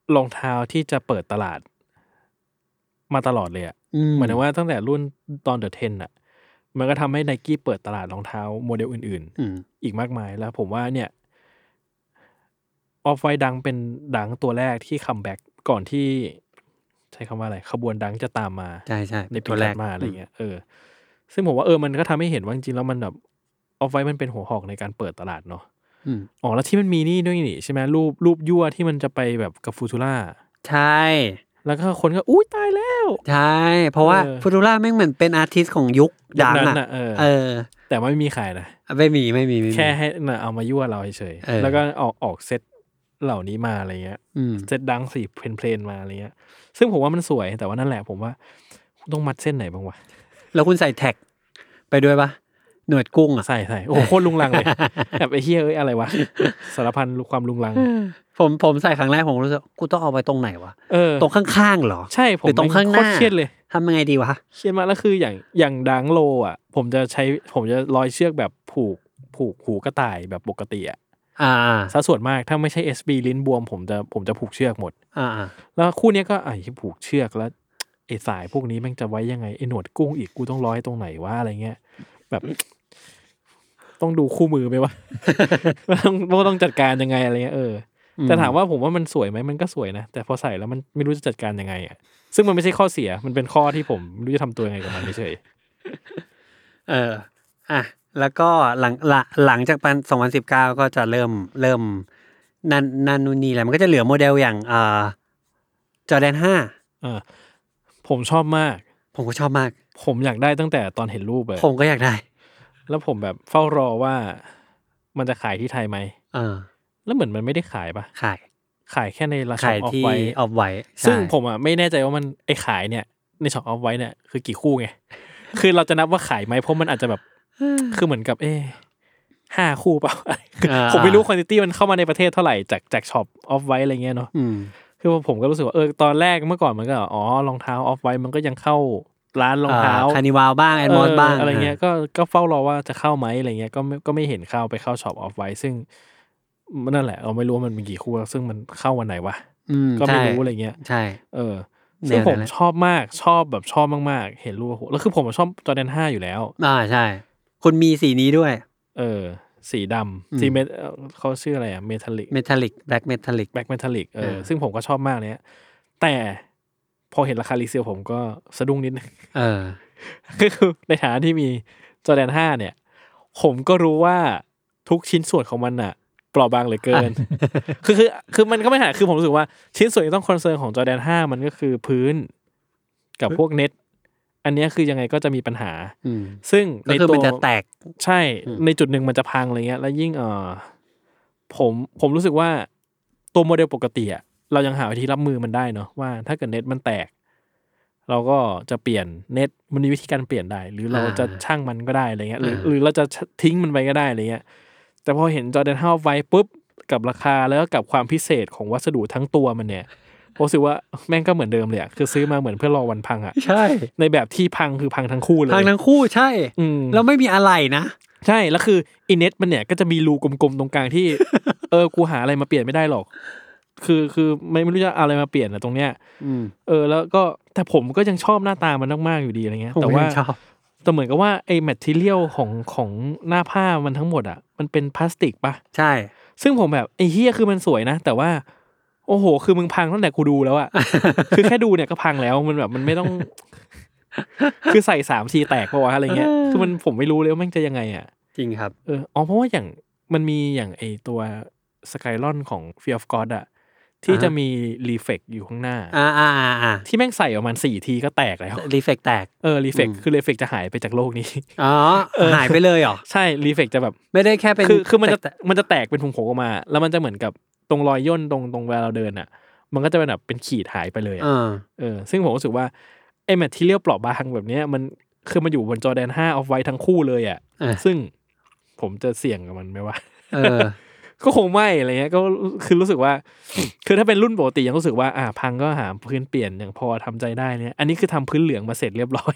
F: รองเท้าที่จะเปิดตลาดมาตลอดเลยอ่ะ
E: อืม
F: หมายถึงว่าตั้งแต่รุ่นตอนเดอะเทนอ่ะมันก็ทำให้ Nike เปิดตลาดรองเท้าโมเดลอื่น
E: อืม
F: ๆอีกมากมายแล้วผมว่าเนี่ยออฟไวท์ดังเป็นดังตัวแรกที่คัมแบ็กก่อนที่ใช้คำว่าอะไรขบวนดังจะตามมา
E: ใช่ใช่
F: ในปี
E: ตัวแร
F: ถั
E: ก
F: ดมาอะไรเงี้ยเออซึ่งผมว่าเออมันก็ทำให้เห็นว่าจริงๆแล้วมันแบบออฟไวท์มันเป็นหัวหอกในการเปิดตลาดเนาะ
E: อืม
F: อ๋อแล้วที่มันมีนี่ด้วยนี่ใช่ไหมรูปรูปยั่วที่มันจะไปแบบกับฟูทูล่า
E: ใช่
F: แล้วก็คนก็อุ้ยตายแล้ว
E: ใช่ เพราะว่า
F: เออ
E: ฟูตูล่าแม่งเหมือนเป็นอาร์ติสต์ของยุคดัง
F: ยุคนั้น
E: อ่ะ
F: น่ะเออ
E: เออ
F: แต่ว่าไม่มีขายนะ
E: ไม่มีไม่มีไม่มี
F: แค่ให้น่ะเอามายั่วเราเฉย
E: เออ
F: ๆแล้วก็ออกออกเซตเหล่านี้มาอะไรเงี้ย
E: อืม
F: เซตดังสีเพลนๆมาอะไรเงี้ยซึ่งผมว่ามันสวยแต่ว่านั่นแหละผมว่าต้องมัดเส้นไหนบ้างวะ
E: แล้วคุณใส่แท็กไปด้วยปะหนวดกุ้งอ่ะ
F: ใส่ใส่โอ้โหโคตรลุงลังเลย แบบไอ้เฮียเอ้ยอะไรวะสารพันความลุงลัง
E: ผมผมใส่ครั้งแรกผมรู้สึกกูต้องเอาไปตรงไหนวะ
F: เออ
E: ตรงข้างๆเหรอ
F: ใช่ผม
E: หรือตรงข้างหน้า
F: โคตรเครียดเลย
E: ทำยังไงดีวะ
F: เครียดมากแล้วคืออย่างอย่างดังโลอ่ะ ผมจะใช้ผมจะร้อยเชือกแบบผูกผูกหูกระต่ายแบบปกติอ่ะ
E: อ่า
F: ซะส่วนมากถ้าไม่ใช่ เอส บี ลิ้นบวมผมจะผมจะผูกเชือกหมด
E: อ่าอ่า
F: แล้วคู่เนี้ยก็ไอ้ผูกเชือกแล้วไอ้สายพวกนี้แม่งจะไว้ยังไงไอ้หนวดกุ้งอีกกูต้องร้อยตรงไหนวะอะไรเงี้ยแบบ ต้องดูคู่มือไหมวะ ต้องว่าต้องจัดการยังไงอะไรเงี้ยเออแต่ถามว่าผมว่ามันสวยไหมมันก็สวยนะแต่พอใส่แล้วมันไม่รู้จะจัดการยังไงอ่ะซึ่งมันไม่ใช่ข้อเสียมันเป็นข้อที่ผมไม่รู้จะทำตัวยังไงกับมันเฉย
E: เอออ่ะแล้วก็หลังหลังหลังจากปีสองพันสิบเก้าก็จะเริ่มเริ่มนันนันนูนนี่แหละมันก็จะเหลือโมเดลอย่างอ่าจอร์แดนห้า
F: ๆเออผมชอบมาก
E: ผมก็ชอบมาก
F: ผมอยากได้ตั้งแต่ตอนเห็นรูปเลย
E: ผมก็อยากได้
F: แล้วผมแบบเฝ้ารอว่ามันจะขายที่ไทยไหม
E: เออ
F: แล้วเหมือนมันไม่ได้ขายปะ
E: ขาย
F: ขายแค่ในราช็อ
E: ขาย
F: ปออฟ
E: ที่
F: ไว้
E: ออฟไว้
F: ซึ่งผมอ่ะไม่แน่ใจว่ามันไอ้ขายเนี่ยในช็อปออฟไว้เนี่ยคือกี่คู่ไง คือเราจะนับว่าขายไหมเพราะมันอาจจะแบบคือเหมือนกับเอ๊ะห้าคู่เปล่า ผมไม่รู้ควอนติตี้มันเข้ามาในประเทศเท่าไหร่จากจากช็อปออฟไว้อะไรเงี้ยเนาะ
E: อืม
F: คือผมก็รู้สึกว่าเออตอนแรกเมื่อก่อนมันก็อ๋อรองเท้าออฟไว้มันก็ยังเข้าร้านรองเท้า
E: คานิวาลบ้างแอนมอสบ้าง
F: อะไรเงี้ยก็ก็เฝ้ารอว่าจะเข้าไหมอะไรเงี้ยก็ไม่ก็ไม่เห็นเข้าไปเข้าช็อปออฟไว้ซึ่งนั่นแหละเราไม่รู้ว่ามันมีกี่คู่ซึ่งมันเข้าวันไหนวะ
E: อืม
F: ก็ไม่
E: ใช่
F: รู้อะไรเงี้ย
E: ใช่
F: เออซึ่ง
E: แนวนั้น
F: ผม
E: แหละ
F: ชอบมากชอบแบบชอบมากๆเห็นรูปโอ้โหแล้วคือผมชอบจอร์แดนห้าอยู่แล้ว
E: อ่าใช่ คุณมีสีนี้ด้วย
F: เออสีดำสีเมทเอ่อเขาชื่ออะไรอะเมทัลลิก
E: เมทัลลิกแบล็กเมทัลลิก
F: แบ็คเมทัลลิกเออ
E: เออ
F: ซึ่งผมก็ชอบมากเนี้ยแต่พอเห็นราคารีเซลผมก็สะดุ้งนิดนึง
E: เออ
F: ก็คือในฐานะที่มีจอร์แดนห้าเนี่ย ผมก็รู้ว่าทุกชิ้นส่วนของมันอะเปราะบางเหลือเกิน คือคือคือมันก็ไม่หาคือผมรู้สึกว่าชิ้นส่วนที่ต้องคอนเซิร์นของจอร์แดนห้ามันก็คือพื้นกับพวกเน็ตอันเนี้ยคือยังไงก็จะมีปัญหา
E: อืม
F: ซึ่ง
E: ก็
F: ใน
E: คือ
F: ตัว
E: มันจะแตก
F: ใช่
E: อืม
F: ในจุดหนึ่งมันจะพังอะไรเงี้ยแล้วยิ่งเออผมผมรู้สึกว่าตัวโมเดลปกติอะเรายังหาวิธีรับมือมันได้เนาะว่าถ้าเกิดเน็ตมันแตก เราก็จะเปลี่ยนเน็ตมันมีวิธีการเปลี่ยนได้ หรือเราจะช่างมันก็ได้อะไรเงี้ยหรือหรือเราจะทิ้งมันไปก็ได้อะไรเงี้ยแต่พอเห็นจอร์แดนห้าไว้ปุ๊บกับราคาแล้วก็กับความพิเศษของวัสดุทั้งตัวมันเนี่ยผมรู้สึกว่าแม่งก็เหมือนเดิมเลยอะคือซื้อมาเหมือนเพื่อรอวันพังอะ
E: ใช่
F: ในแบบที่พังคือพังทั้งคู่เลย
E: ทางทั้งคู่ใช่
F: อืม
E: แล้วไม่มีอะไรนะ
F: ใช่แล้วคืออินเน็ตมันเนี่ยก็จะมีรูกลมๆตรงกลางที่ เออกูหาอะไรมาเปลี่ยนไม่ได้หรอก คือคือไม่ไม่รู้จะเอาอะไรมาเปลี่ยนอะตรงเนี้ย
E: อืม
F: เออแล้วก็แต่ผมก็ยังชอบหน้าตามันมากๆอยู่ดีอะไรเงี้ย
E: ผม
F: แต่ว่า
E: ยังชอบ
F: แต่เหมือนกับว่าไอ้แมทเทียลของของหน้าผ้ามันทั้งหมดอะมันเป็นพลาสติกปะ
E: ใช่
F: ซึ่งผมแบบไอ้เฮียคือมันสวยนะ แต่ว่า โอ้โห คือมึงพังตั้งแต่กูดูแล้วอะ คือแค่ดูเนี่ยก็พังแล้วมันแบบมันไม่ต้อง คือใส่สามทีแตกปะวะอะไรเงี้ยคือมันผมไม่รู้เลยว่ามันจะยังไงอะ
E: จริงครับ
F: เอออ๋อเพราะว่าอย่างมันมีอย่างไอตัวสกายลอนของ Fear of God อะที่
E: อ่าฮะ
F: จะมีรีเฟกอยู่ข้างหน้า
E: อ่าอ่าอ่าอ่า
F: ที่แม่งใส่ประมาณสี่ทีก็แตกแล้ว
E: รีเฟกแตก
F: เออรีเฟก
E: อืม
F: คือรีเฟกจะหายไปจากโลกนี้
E: อ๋อหายไปเลยเหรอ
F: ใช่รีเฟกจะแบบ
E: ไม่ได้แค่เป็น
F: คือคือมันจะ
E: แตก
F: มันจะแตกเป็นผงๆออกมา แล้วมันจะเหมือนกับตรงรอยย่นตรงตรงเวลาเราเดินอะมันก็จะเป็นแบบเป็นขีดหายไปเลยอะ
E: เออ
F: เออซึ่งผมรู้สึกว่าไอ้แมทที่เรียลเปราะบางแบบเนี้ยมันคือมันอยู่บนจอร์แดนห้าออฟไว้ทั้งคู่เลยอะ
E: เออ
F: ซึ่งผมจะเสี่ยงกับมันไหมวะ
E: เออ
F: ก็คงไม่อะไรเงี้ยก็คือรู้สึกว่า คือถ้าเป็นรุ่นปกติยังรู้สึกว่าอ่าพังก็หาพื้นเปลี่ยนอย่างพอทำใจได้เนี่ยอันนี้คือทำพื้นเหลืองมาเสร็จเรียบร้อย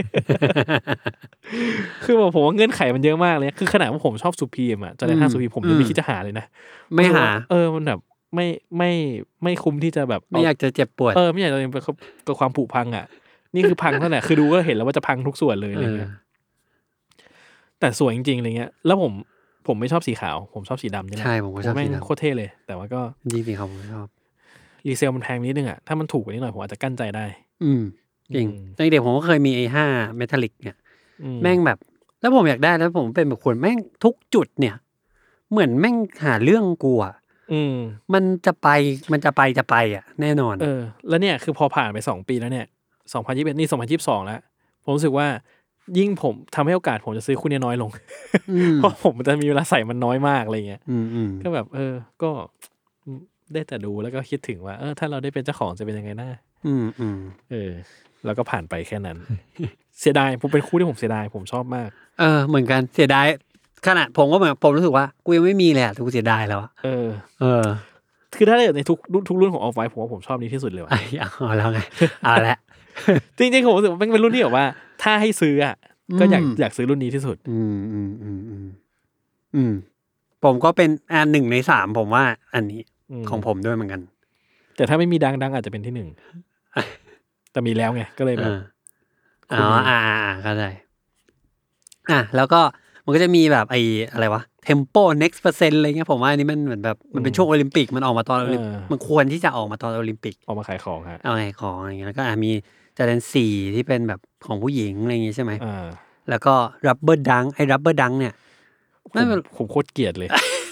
F: คือบอกผมว่าเงื่อนไขมันเยอะมากเลยคือขนาดว่าผมชอบซูพีมอ่ะจอร์แดนห้าซูพีมผมยังไม่คิดจะหาเลยนะ
E: ไม่หา
F: เออมันแบบไม่ไม่ไม่คุ้มที่จะแบบ
E: ไม่อยากจะเจ็บปวด
F: เออไม่อยากจะเป็นกับความผุพังอ่ะนี่คือพังเท่านั้นคือดูก็เห็นแล้วว่าจะพังทุกส่วนเลยอะไรเงี้ยแต่สวยจริงๆอะไรเงี้ยแล้วผมผมไม่ชอบสีขาวผมชอบสีดำนี่แหละ
E: ใช่ผมก็ชอบสีดำ
F: โคตรเท่เลยแต่ว่าก็
E: จริงๆครับผมชอบ
F: รีเซลมันแพงนิดนึงอ่ะถ้ามันถูกกว่านี้หน่อยผมอาจจะกั้นใจได้
E: อืมจริงตอนเด็กผมก็เคยมีไอ้ห้าเมทัลลิกเนี่ยแม่งแบบแล้วผมอยากได้แล้วผมเป็นแบบคนแม่งทุกจุดเนี่ยเหมือนแม่งหาเรื่องกูอ่ะ
F: อืม
E: มันจะไปมันจะไปจะไปอ่ะแน่นอน
F: เออแล้วเนี่ยคือพอผ่านไปสองปีแล้วเนี่ยสองพันยี่สิบเอ็ดนี่สองพันยี่สิบสองแล้วผมรู้สึกว่ายิ่งผมทำให้โอกาสผมจะซื้อคู่นี้น้อยลงเพราะผมจะมีเวลาใส่มันน้อยมากอะไรเงี้ยก็แบบเออก็ได้แต่ดูแล้วก็คิดถึงว่าเออถ้าเราได้เป็นเจ้าของจะเป็นยังไงน่า
E: อืมอืม
F: เออแล้วก็ผ่านไปแค่นั้น เสียดายผมเป็นคู่ที่ผมเสียดายผมชอบมาก
E: เออเหมือนกันเสียดายขนาดผมก็เหมือนผมรู้สึกว่ากูยังไม่มีเลยอ่ะกูเสียดายแล้วอ่ะ
F: เออ
E: เออ
F: คือถ้าในทุกทุกรุ่นของออฟไวท์ผมว่าผมชอบนี้ที่สุดเลยว่ะ
E: เอาแล้วไงเอาละ
F: จริงๆผมรู้สึกว่าเป็นรุ่นที่แบบว่าถ้าให้ซื้ออ่ะก็อยากอยากซื้อรุ่นนี้ที่สุด
E: อืมอืมอืมอืมอืมผมก็เป็นอันหนึ่งในสามผมว่าอันนี้ของผมด้วยเหมือนกัน
F: แต่ถ้าไม่มีดังดังอาจจะเป็นที่หนึ่งแต่มีแล้วไงก็เลยแบบ
E: อ๋ออ่าเข้าใจอ่ะแล้วก็มันก็จะมีแบบไอ้อะไรวะ Tempo Next Percent อะไรเงี้ยผมว่าอันนี้มันเหมือนแบบมันเป็นช่วงโอลิมปิกมันออกมาตอนโอลิมปิกมันควรที่จะออกมาตอนโอลิมปิก
F: ออกมาขายของฮะ
E: เอาขายของอะไรเงี้ยแล้วก็อ่ะมีจาเดนสี่ที่เป็นแบบของผู้หญิงอะไรอย่างงี้ใช่ไหม
F: อ่า
E: แล้วก็ Rubber Dunk ไอ้ Rubber Dunk เนี่ย
F: ผมผมโคตรเกลียดเลย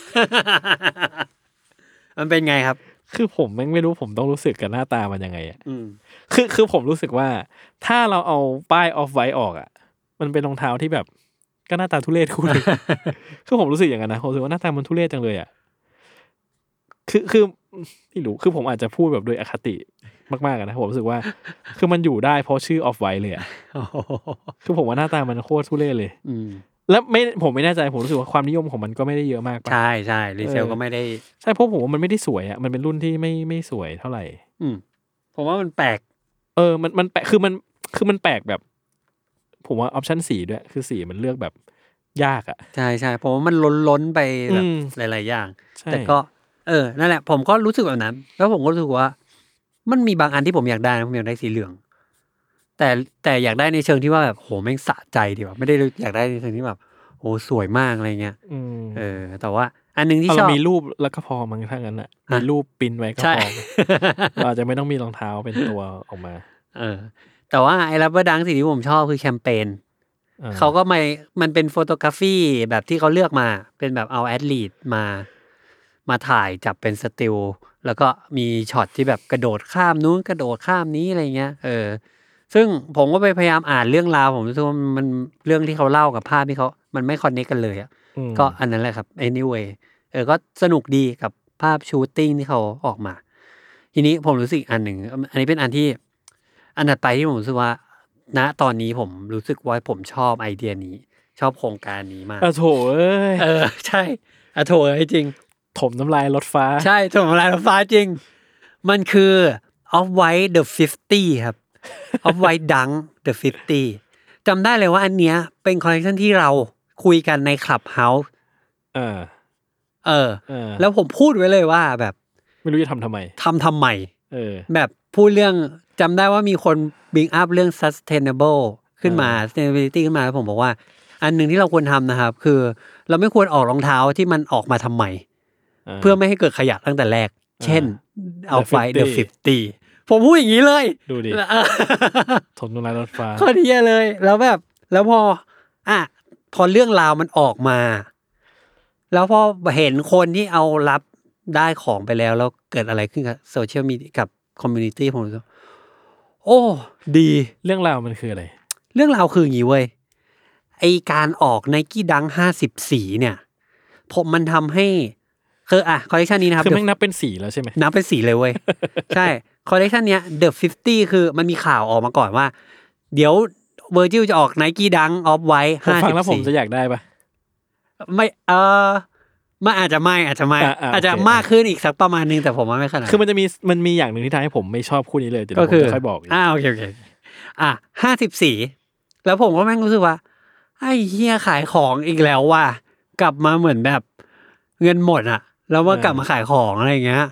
E: มันเป็นไงครับ
F: คือผมแม่งไม่รู้ผมต้องรู้สึกกับหน้าตามันยังไงอ่ะคือคือผมรู้สึกว่าถ้าเราเอาป้ายออฟไวท์ออกอ่ะมันเป็นรองเท้าที่แบบก็หน้าตาทุเรศคู่นึง คือผมรู้สึกอย่างนั้นนะผมรู้สึกว่าหน้าตามันทุเรศจังเลยอ่ะคือคือไม่รู้คือผมอาจจะพูดแบบโดยอคติมากๆนะผมรู้สึกว่าคือมันอยู่ได้เพราะชื่อออฟไวท์เลยอ่ะคือผมว่าหน้าตามันโคตรทุเรศเลยแล้วไม่ผมไม่แน่ใจผมรู้สึกว่าความนิยมของมันก็ไม่ได้เยอะมาก
E: ใช่ใช่รีเซลก็ไม่ได้
F: ใช่เพราะผมว่ามันไม่ได้สวยอ่ะมันเป็นรุ่นที่ไม่ไม่สวยเท่าไหร่
E: อืมผมว่ามันแปลก
F: เออมันมันแปลกคือมันคือมันแปลกแบบผมว่าออปชั่นสีด้วยคือสีมันเลือกแบบยากอ่ะ
E: ใช่ใช่ผมว่ามันล้นล้นไปแบบหลายๆอย่างแต่ก็เออนั่นแหละผมก็รู้สึกแบบนั้นแล้วผมก็รู้สึกว่ามันมีบางอันที่ผมอยากได้นะผมอยากได้สีเหลืองแต่แต่อยากได้ในเชิงที่ว่าแบบโหแม่งสะใจดีว่ะไม่ได้อยากได้ในเชิงที่แบบโหสวยมากอะไรเงี้ยเออแต่ว่าอันนึงที่ชอบ
F: มีรูปแล้วก็พอมั้งถ้างั้นอ่ะมีรูปปิ้นไว้ก็พอเราอาจจะไม่ต้องมีรองเท้าเป็นตัวออกมา
E: เออแต่ว่าไอ้รับเบอร์ดังสิ่งที่ผมชอบคือแคมเปญเขาก็ไม่มันเป็นโฟโตกราฟีแบบที่เขาเลือกมาเป็นแบบเอาแอทลีทมามาถ่ายจับเป็นสติลแล้วก็มีช็อตที่แบบกระโดดข้ามนู้นกระโดดข้ามนี้อะไรเงี้ยเออซึ่งผมก็ไปพยายามอ่านเรื่องราวผมรู้สึกว่ามันเรื่องที่เขาเล่ากับภาพที่เขามันไม่คอนเนคกันเลยอ่ะก็อันนั้นแหละครับ anyway เออก็สนุกดีกับภาพชูตติ้งที่เขาออกมาทีนี้ผมรู้สึกอันหนึ่งอันนี้เป็นอันที่อันถัดไปที่ผมรู้สึกว่าณตอนนี้ผมรู้สึกว่าผมชอบไอเดียนี้ชอบโครงการนี้มาก
F: อ่ะโถเอ้ย
E: เออใช่อ่ะโถเอ้ยจริง
F: ถมน้ำลายรถฟ้า
E: ใช่ถมน้ำลายรถฟ้าจริงมันคือ Off-White The ห้าสิบครับ Off-White Dunk The ห้าสิบจำได้เลยว่าอันเนี้ยเป็นคอลเลคชันที่เราคุยกันใน Clubhouse
F: เออ
E: เออแล้วผมพูดไว้เลยว่าแบบ
F: ไม่รู้จะทำทำไม
E: ทำทำไม
F: เออ
E: แบบพูดเรื่องจำได้ว่ามีคน bring up เรื่อง sustainable ขึ้นมา sustainability ขึ้นมาแล้วผมบอกว่าอันหนึ่งที่เราควรทำนะครับคือเราไม่ควรออกรองเท้าที่มันออกมาทำไมเพื่อไม่ให้เกิดขยะตั้งแต่แรกเช่นเอาไฟ The ห้าสิบผมพูดอย่างนี้เลย
F: ดูดิถมน้ำลายรถฟ้า
E: ข้อที่เลยแล้วแบบแล้วพออ่ะพอเรื่องราวมันออกมาแล้วพอเห็นคนที่เอารับได้ของไปแล้วแล้วเกิดอะไรขึ้นกับโซเชียลมีเดียกับคอมมูนิตี้ผมรู้สึกโอ้ดี
F: เรื่องราวมันคืออะไร
E: เรื่องราวคืออย่างนี้เว้ยไอการออก Nike Dunk ห้าสิบสีเนี่ยผมมันทำให้คืออ่ะคอลเลคชันนี้นะครับ
F: คือแม่งนับเป็นสีแล้วใช่ไหม
E: นับเป็นสีเลยเว้ย ใช่คอลเลคชันเนี้ย The ห้าสิบคือมันมีข่าวออกมาก่อนว่าเดี๋ยวเวอร์จิลจะออก Nike Dunk Off-White ห้าสิบ
F: ฟังแล้วผมจะอยากได้ปะ
E: ไม่เออมันอาจจะไม่อาจจะไม่อาจจะมากขึ้นอีกสักประมาณนึงแต่ผมว่าไม่ขนาด
F: คือมันจะมีมันมีอย่างหนึ่งที่ทำให้ผมไม่ชอบคู่นี้เลยเดี๋ยวผมจะค่อยบอก
E: อ่าโอเคโอเคอ่ะห้าสิบสีแล้วผมก็แม่งรู้สึกว่าไอ้เหี้ยขายของอีกแล้วว่ะกลับมาเหมือนแบบเงินหมดอ่ะแล้วว่ากลับมาขายของอะไรอย่างเงี้ย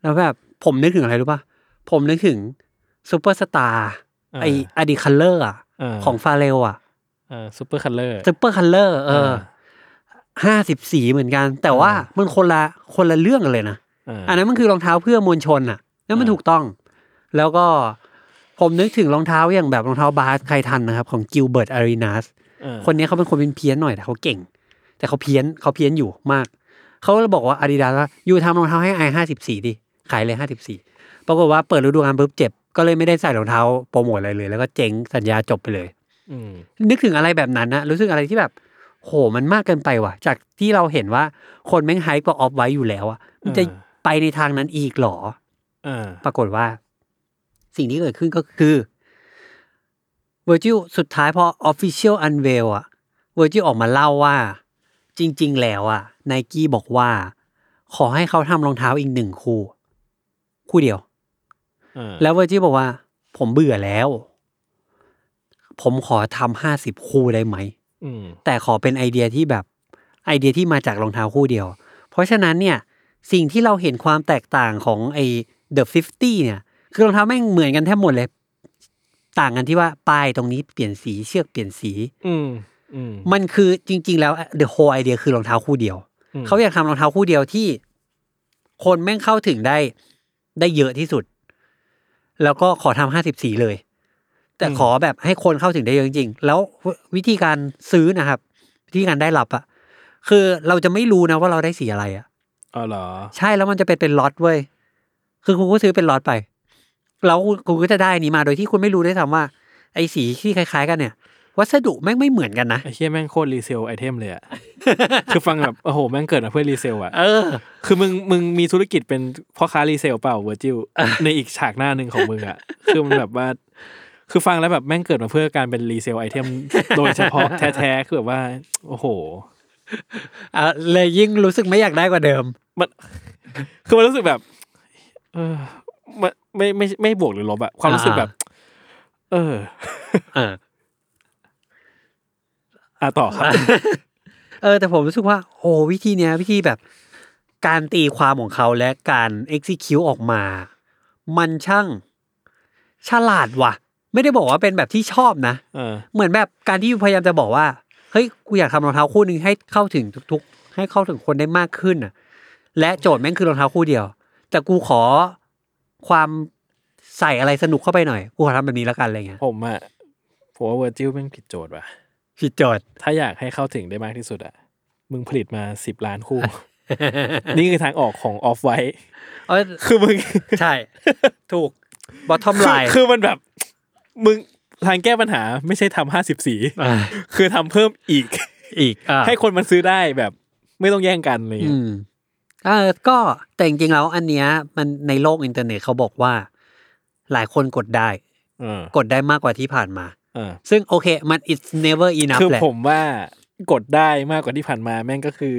E: แล้วแบบผมนึกถึงอะไรรู้ป่ะผมนึกถึงซูเปอร์สตาร์ไออดีคัลเลอร์อ่ะของฟาเรลอ่ะ
F: เออซูเปอร์คัลเลอร์
E: ซูเปอร์คัลเลอร์เออห้าสิบสีเหมือนกันแต่ว่ามันคนละคนละเรื่องกันเลยนะอันนั้นมันคือรองเท้าเพื่อมวลชนอ่ะนั่นมันถูกต้องแล้วก็ผมนึกถึงรองเท้าอย่างแบบรองเท้าบาสใครทันนะครับของกิลเบิร์ตอารีนาสคนนี้เขาเป็นคนเป็นเพี้ยนหน่อยแต่เขาเก่งแต่เขาเพี้ยนเขาเพี้ยนอยู่มากเขาเลยบอกว่าอาดิดาสว่าอยู่ทำรองเท้าให้ไอห้าสิบสี่ดิขายเลยห้าสิบสี่ปรากฏว่าเปิดฤดูกาลปุ๊บเจ็บก็เลยไม่ได้ใส่รองเท้าโปรโมทอะไรเลยแล้วก็เจ๊งสัญญาจบไปเลยนึกถึงอะไรแบบนั้นนะรู้สึกอะไรที่แบบโหมันมากเกินไปว่ะจากที่เราเห็นว่าคนแม่งไฮป์กว่าออฟไว้อยู่แล้วอ่ะมันจะไปในทางนั้นอีกหรอปรากฏว่าสิ่งที่เกิดขึ้นก็คือ Virgil สุดท้ายพอ Official Unveil อ่ะ Virgil ออกมาเล่าว่าจริงๆแล้วอ่ะ Nike บอกว่าขอให้เขาทำรองเท้าอีกหนึ่งคู่คู่เดียวแล้ว Virgil บอกว่าผมเบื่อแล้วผมขอทำห้าสิบคู่ได้ไหมแต่ขอเป็นไอเดียที่แบบไอเดียที่มาจากรองเท้าคู่เดียวเพราะฉะนั้นเนี่ยสิ่งที่เราเห็นความแตกต่างของไอ้ The ห้าสิบเนี่ยคือรองเท้าแม่งเหมือนกันแทบหมดเลยต่างกันที่ว่าป้ายตรงนี้เปลี่ยนสีเชือกเปลี่ยนสี
F: อืมอืม
E: มันคือจริงๆแล้ว the whole idea คือรองเท้าคู่เดียวเขาอยากทำรองเท้าคู่เดียวที่คนแม่งเข้าถึงได้ได้เยอะที่สุดแล้วก็ขอทำห้าสิบสีเลยแต่ขอแบบให้คนเข้าถึงได้เยอะจริงๆแล้ววิธีการซื้อนะครับวิธีการได้รับอ่ะคือเราจะไม่รู้นะว่าเราได้สีอะไรอ่ะ
F: อ๋อเหรอ
E: ใช่แล้วมันจะเป็นเป็นล็อตเว้ยคือคุณก็ซื้อเป็นล็อตไปแล้วคุณก็จะได้นี้มาโดยที่คุณไม่รู้ด้วยซ้ำว่าไอ้สีที่คล้ายๆกันเนี่ยวัสดุแม่งไม่เหมือนกันนะ
F: ไอ้เหี้ยแม่งโคตรรีเซลไอเทมเลยอ่ะ คือฟังแบบโอ้โหแม่งเกิดมาเพื่อรีเซลอ่ะ
E: เออ
F: คือมึงมึงมีธุรกิจเป็นพ่อค้ารีเซลเปล่า Virgil ในอีกฉากหน้านึงของมึงอ่ะคือมันแบบว่าคือฟังแล้วแบบแม่งเกิดมาเพื่อการเป็นรีเซลไอเทมโดยเฉพาะแท้ๆคือแบบว่าโอ้โห
E: อ่ะเลยยิ่งรู้สึกไม่อยากได้กว่าเดิม
F: มันคือมันรู้สึกแบบเออไม่ไม่ไม่ไม่บวกหรือลบอะความรู้สึกแบบเออ
E: เออ
F: อ่ะต่อครับ
E: เออแต่ผมรู้สึกว่าโอ้วิธีเนี้ยวิธีแบบการตีความของเขาและการ execute ออกมามันช่างฉลาดว่ะไม่ได้บอกว่าเป็นแบบที่ชอบนะ
F: เออ
E: เหมือนแบบการที่พยายามจะบอกว่าเฮ้ยกูอยากทำรองเท้าคู่นึงให้เข้าถึงทุกๆให้เข้าถึงคนได้มากขึ้นน่ะและโจทย์แม่งคือรองเท้าคู่เดียวแต่กูขอความใส่อะไรสนุกเข้าไปหน่อยกูขอทำแบบนี้แล้วกันอะไรเงี้ย
F: ผมอ่ะผมว่า Virgil แม่งผิดโจทย์ว่ะ
E: ผิดโจทย์
F: ถ้าอยากให้เข้าถึงได้มากที่สุดอ่ะมึงผลิตมาสิบล้านคู่ นี่คือทางออกของ Off White
E: เออ
F: คือมึง
E: ใช่ถูก bottom line
F: คือมันแบบมึงทางแก้ปัญหาไม่ใช่ทำห้าสิบสีคือทำเพิ่มอีก
E: อีก
F: ให้คนมันซื้อได้แบบไม่ต้องแย่งกันเลย
E: อืมเออก็แต่จริงๆแล้วอันเนี้ยมันในโลกอินเทอร์เน็ตเขาบอกว่าหลายคนกดได้กดได้มากกว่าที่ผ่านมาซึ่งโอเคมัน it's never enough
F: แหละคือผมว่ากดได้มากกว่าที่ผ่านมาแม่งก็คือ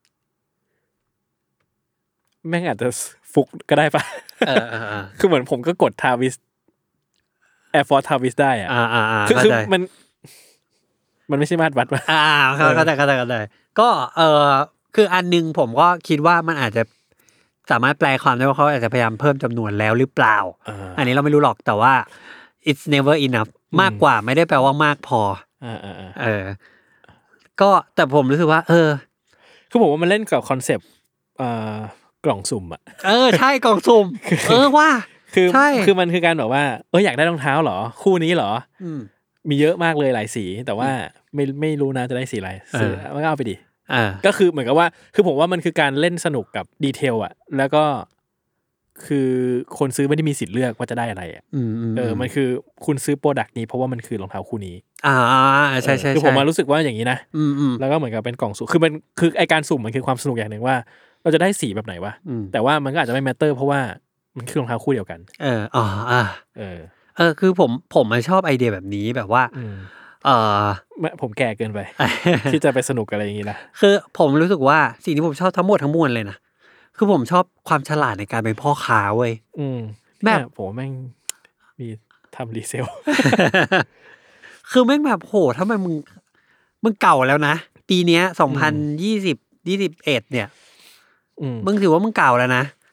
F: แม่งอาจจะฟุกก็ได้ปะ
E: เออ
F: คือเหมือนผมก็กดทาวิสAir Force ทาวิสได้อ่ะคือคือมันมันไม่ใช่มาตรวัดป่ะ
E: อ่าเข้าใจเข้าใจเข้าใจก็เออคืออันนึงผมก็คิดว่ามันอาจจะสามารถแปลความได้ว่าเขาอาจจะพยายามเพิ่มจำนวนแล้วหรือเปล่าอันนี้เราไม่รู้หรอกแต่ว่า it's never enough มากกว่าไม่ได้แปลว่ามากพอ
F: อ่า
E: เออก็แต่ผมรู้สึกว่าเออ
F: คือผมว่ามันเล่นกับคอนเซปต์อ่ากล่องสุ่มอ่ะ
E: เออใช่กล่องสุ่มเออว่า
F: คือคือมันคือการแบบว่าเอออยากได้รองเท้าเหรอคู่นี้เหรอมีเยอะมากเลยหลายสีแต่ว่าไม่ไม่รู้นะจะได้สีอะไรซื้อมันก็เอาไปดิก็คือเหมือนกับว่าคือผมว่ามันคือการเล่นสนุกกับดีเทลอ่ะแล้วก็คือคนซื้อไม่ได้มีสิทธิ์เลือกว่าจะได้อะไรอ่ะเออมันคือคุณซื้อโปรดักต์นี้เพราะว่ามันคือรองเท้าคู่นี้
E: อ่าใช่ใช่
F: คือผมมารู้สึกว่าอย่างนี้นะแล้วก็เหมือนกับเป็นกล่องสุ่มคือมันคือไอการสุ่มมันคือความสนุกอย่างหนึ่งว่าเราจะได้สีแบบไหนวะแต่ว่ามันก็อาจจะไม่แมตเตอร์เพราะว่ามันคือรองเท้าคู่เดียวกัน
E: เอออ๋ออ่า
F: เออ
E: เออคือผมผมมันชอบไอเดียแบบนี้แบบว่าเออ
F: ผมแก่เกินไป ที่จะไปสนุกอะไรอย่างนี้นะ
E: คือผมรู้สึกว่าสิ่งที่ผมชอบทั้งหมดทั้งมวลเลยนะคือผมชอบความฉลาดในการเป็นพ่อค้าเว้ย
F: แบบผมแม่งมีทำรีเซล
E: คือแม่งแบบโหทำไมมึงมึงเก่าแล้วนะปีเนี้ยสองพันยี่สิบ ยี่สิบเอ็ดเนี่ยมึงถือว่ามึงเก่าแล้วนะ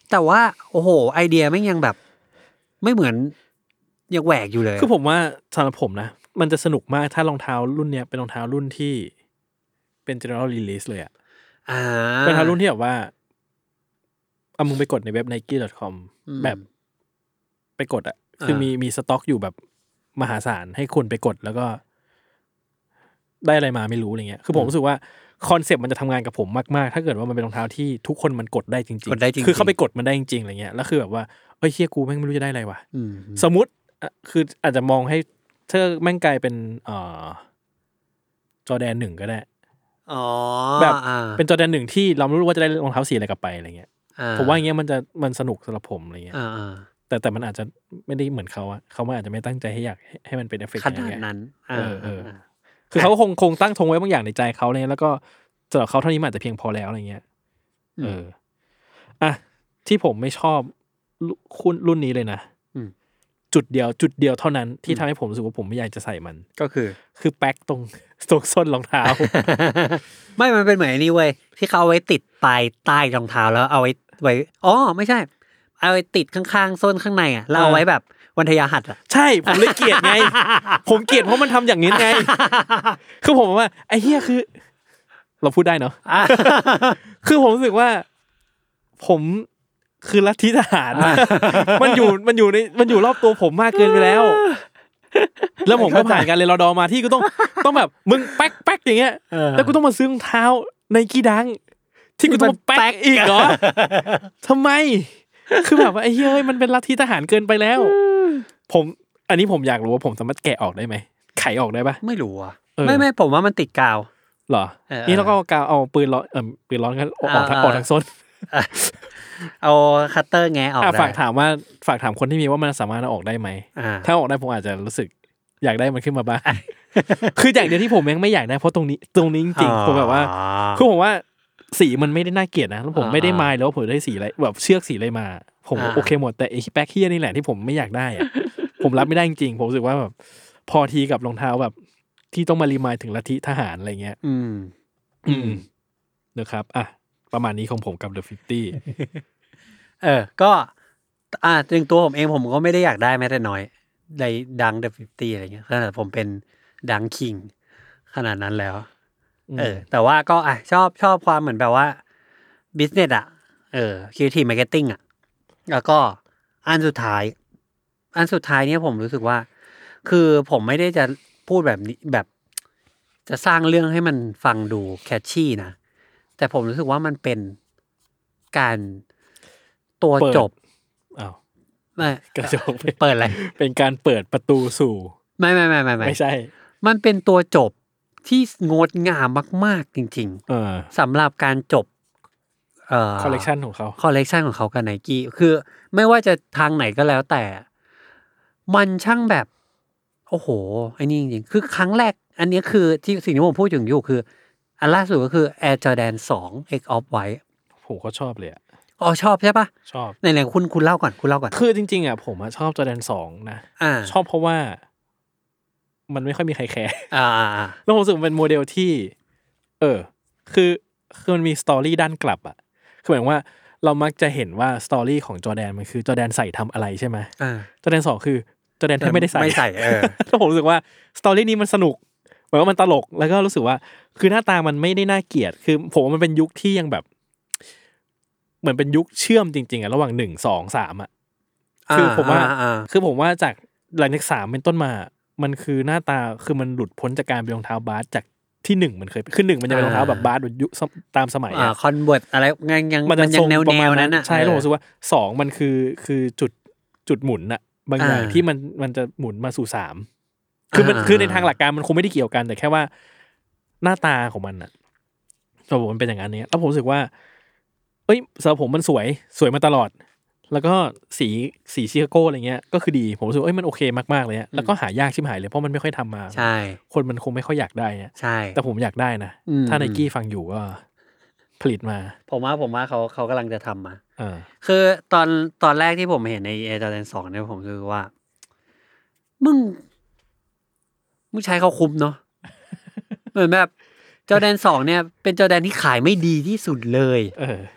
E: แต่ว่าโอ้โหไอเดียไม่ยังแบบไม่เหมือนยังแหวกอยู่เลย
F: คือผมว่าสำหรับผมนะมันจะสนุกมากถ้ารองเท้ารุ่นเนี้ยเป็นรองเท้ารุ่นที่เป็น general release เลยอ่ะ
E: อ่า
F: เป็นรองเท้ารุ่นที่แบบว่าเอามึงไปกดในเว็บ ไนกี้ ดอท คอม แบบไปกดอ่ะคือมีมีสต็อกอยู่แบบมหาศาลให้คุณไปกดแล้วก็ได้อะไรมาไม่รู้อะไรเงี้ยคือผมรู้สึกว่าคอนเซ็ปต์มันจะทำงานกับผมมากๆถ้าเกิดว่ามันเป็นรองเท้าที่ทุกคนมันกดได้จริงๆคือเข้าไปกดมันได้จริงๆอะไรเงี้ยแล้วคือแบบว่าเอ้ยเฮียกูแม่งไม่รู้จะได้อะไรวะสมมุติคืออาจจะมองให้ถ้าแม่งกลายเป็นเอ่อจอร์แดนหนึ่งก็ได้
E: อ๋อ
F: แบบเป็นจอร์แดนหนึ่งที่เราไม่รู้ว่าจะได้รองเท้าสีอะไรกลับไปอะไรเงี้ยผมว่าอย่างเงี้ยมันจะมันสนุกสำหรับผมอะไรเงี้ยแต่แต่มันอาจจะไม่ได้เหมือนเขาอะเขาอาจจะไม่ตั้งใจให้อยากให้มันเป็นเอฟเฟกต์
E: ขนาดนั้น
F: เออเออคือเขาคงคงตั้งธงไว้บางอย่างในใจเขาเลยแล้วก็สำหรับเขาเท่านี้มันอาจจะเพียงพอแล้วอะไรเงี้ยเอออ่ะที่ผมไม่ชอบคุณรุ่นนี้เลยนะจุดเดียวจุดเดียวเท่านั้นที่ทำให้ผมรู้สึกว่าผมไม่อยากจะใส่มัน
E: ก็คือ
F: คือแป๊กตรงตรงส้นรองเท้า
E: ไม่มันเป็นเหมือนนี่เว้ยที่เขาเอาไว้ติดปลายใต้รองเท้าแล้วเอาไว้ไว้อ๋อไม่ใช่เอาไว้ติดข้างๆส้นข้างในอ่ะแล้วเอาไว้แบบวันทยาหัดอ่ะ
F: ใช่ผมเลยเกลียดไง ผมเกลียดเพราะมันทำอย่างนี้ไง คือผมว่าไอ้เหี้ยคือเราพูดได้เนาะ คือผมรู้สึกว่าผมคือลัทธิทหารมันอยู่มันอยู่ในมันอยู่รอบตัวผมมากเกินไปแล้วแล้วผมก็ผ่านการเรียนรอดอมาที่ก็ต้องต้องแบบมึงแป๊กแป๊กอย่างเงี้ยแล้วกูต้องมาซื้อรองเท้าไนกี้ดังที่กูต้องแป๊กอีกเหรอทำไมคือแบบว่าไอ้เฮ้ยมันเป็นลัทธิทหารเกินไปแล้วผมอันนี้ผมอยากรู้ว่าผมสามารถแกะออกได้ไหมไขออกได้ปะ
E: ไม่รู้อ่ะไม่ไม่ผมว่ามันติดกาว
F: เหรอนี่เราก็กาวเอาปืนร้อนเออปืนร้อนกันออกทางออกทางส้น
E: เอาคัตเตอร์แงะออกได้
F: ฝากถามว่าฝากถามคนที่มีว่ามันสามารถเอาออกได้ไหมถ้าออกได้ผมอาจจะรู้สึกอยากได้มันขึ้นมาบ้างคืออย่างเดียวที่ผมยังไม่อยากได้เพราะตรงนี้ตรงนี้จริงๆผมแบบว่าคือผมว่าสีมันไม่ได้น่าเกลียดนะแล้วผมไม่ได้มายแล้วผมได้สีอะไรแบบเชือกสีอะไรมาผมโอเคหมดแต่ไอ้แบ็คเฮียนี่แหละที่ผมไม่อยากได้อะผมรับไม่ได้จริงๆผมรู้สึกว่าแบบพอทีกับรองเท้าแบบที่ต้องมารีมายถึงลัทธิทหารอะไรเงี้ยอืมอืมนะครับอ่ะประมาณนี้ของผมกับ The ห้าสิบ
E: เออก็อ่าจริงตัวผมเองผมก็ไม่ได้อยากได้แม้แต่น้อยในดัง The ห้าสิบอะไรเงี้ยขนาดผมเป็นดังคิงขนาดนั้นแล้วเออแต่ว่าก็อ่ะชอบชอบความเหมือนแบบว่าบิสเนสอ่ะเออ Creative Marketing อ่ะแล้วก็อันสุดท้ายอันสุดท้ายเนี่ยผมรู้สึกว่าคือผมไม่ได้จะพูดแบบนี้แบบจะสร้างเรื่องให้มันฟังดูแคชชี่นะแต่ผมรู้สึกว่ามันเป็นการตัวจบ
F: อ้าว
E: ไม่
F: กระจก
E: เปิดอะไร
F: เป็นการเปิดประตูสู่
E: ไม่ไม่ไม่ไม่
F: ไม่ใช่
E: มันเป็นตัวจบที่งดงามมากๆจริงๆ
F: เออ
E: สำหรับการจบเอ่อ
F: คอลเลกชันของเขา
E: คอลเลกชันของเขากับ Nike คือไม่ว่าจะทางไหนก็แล้วแต่มันช่างแบบโอ้โหไอ้นี่จริงๆคือครั้งแรกอันนี้คือที่สิ่งที่ผมพูดถึงอยู่คืออันล่าสุดก็คือ Air Jordan ทู X Off White
F: ผมก็ชอบเลยอ่ะ
E: อ๋อชอบใช่ป่ะ
F: ชอบ
E: ไหนๆคุณคุณเล่าก่อนคุณเล่าก่อน
F: คือจริงๆอ่ะผมอ่ะชอบ Jordan ทูนะชอบเพราะว่ามันไม่ค่อยมีใครแคร์อ่าๆแล้วผมรู้สึกมันเป็นโมเดลที่เออคือคือมันมีสตอรี่ด้านกลับอ่ะคือหมายว่าเรามักจะเห็นว่าสตอรี่ของจอร์แดนมันคือจอร์แดนใส่ทำอะไรใช่ไหมจอร์แดนสองคือจอร์แดนที่ไม่ได้ใส่
E: ไม่ใส่เออ
F: แล้วผมรู้สึกว่าสตอรี่นี้มันสนุกเหมือนว่ามันตลกแล้วก็รู้สึกว่าคือหน้าตามันไม่ได้น่าเกลียดคือผมว่ามันเป็นยุคที่ยังแบบเหมือนเป็นยุคเชื่อมจริงๆอ่ะระหว่างหนึ่งสองสามอ่ะคือผมว่าคือผมว่าจากหลังจากสามเป็นต้นมามันคือหน้าตาคือมันหลุดพ้นจากการเป็นรองเท้าบาสจากที่หนึ่งมันเคยคือหนึ่งมันจะเป็นรองเท้าแบบบาสยุคตามสมัย
E: อ่ะคอนเวิร์ตอะไรยังยังมันยังแนวแนวนั้นอ่ะ
F: ใช่แล้วผมรู้สึกว่าสองมันคือคือจุดจุดหมุนอ่ะบางอย่างที่มันมันจะหมุนมาสู่สามคือมันคือในทางหลักการมันคงไม่ได้เกี่ยวกันแต่แค่ว่าหน้าตาของมันอ่ะสำหรับผมมันเป็นอย่างนั้นเนี่ยแล้วผมรู้สึกว่าเอ้ยสำหรับผมมันสวยสวยมาตลอดแล้วก็สีสีชิคาโกอะไรเงี้ยก็คือดีผมรู้สึกเอ้ยมันโอเคมากๆเลยแล้วก็หายากชิบหายเลยเพราะมันไม่ค่อยทำมา
E: ใช่
F: คนมันคงไม่ค่อยอยากได้เนี่ย
E: ใช่
F: แต่ผมอยากได้นะถ้า Nike ฟังอยู่ก็ผลิตมา
E: ผมว่าผมว่าเขาเขากำลังจะทำมาคือตอนตอนแรกที่ผมเห็นใน Air Jordan ทูเนี่ยผมคือว่ามึงมึงใช้เขาคุ้มเนาะเหมือนแบบ Jordan ทูเนี่ยเป็น Jordan ที่ขายไม่ดีที่สุดเลยเออ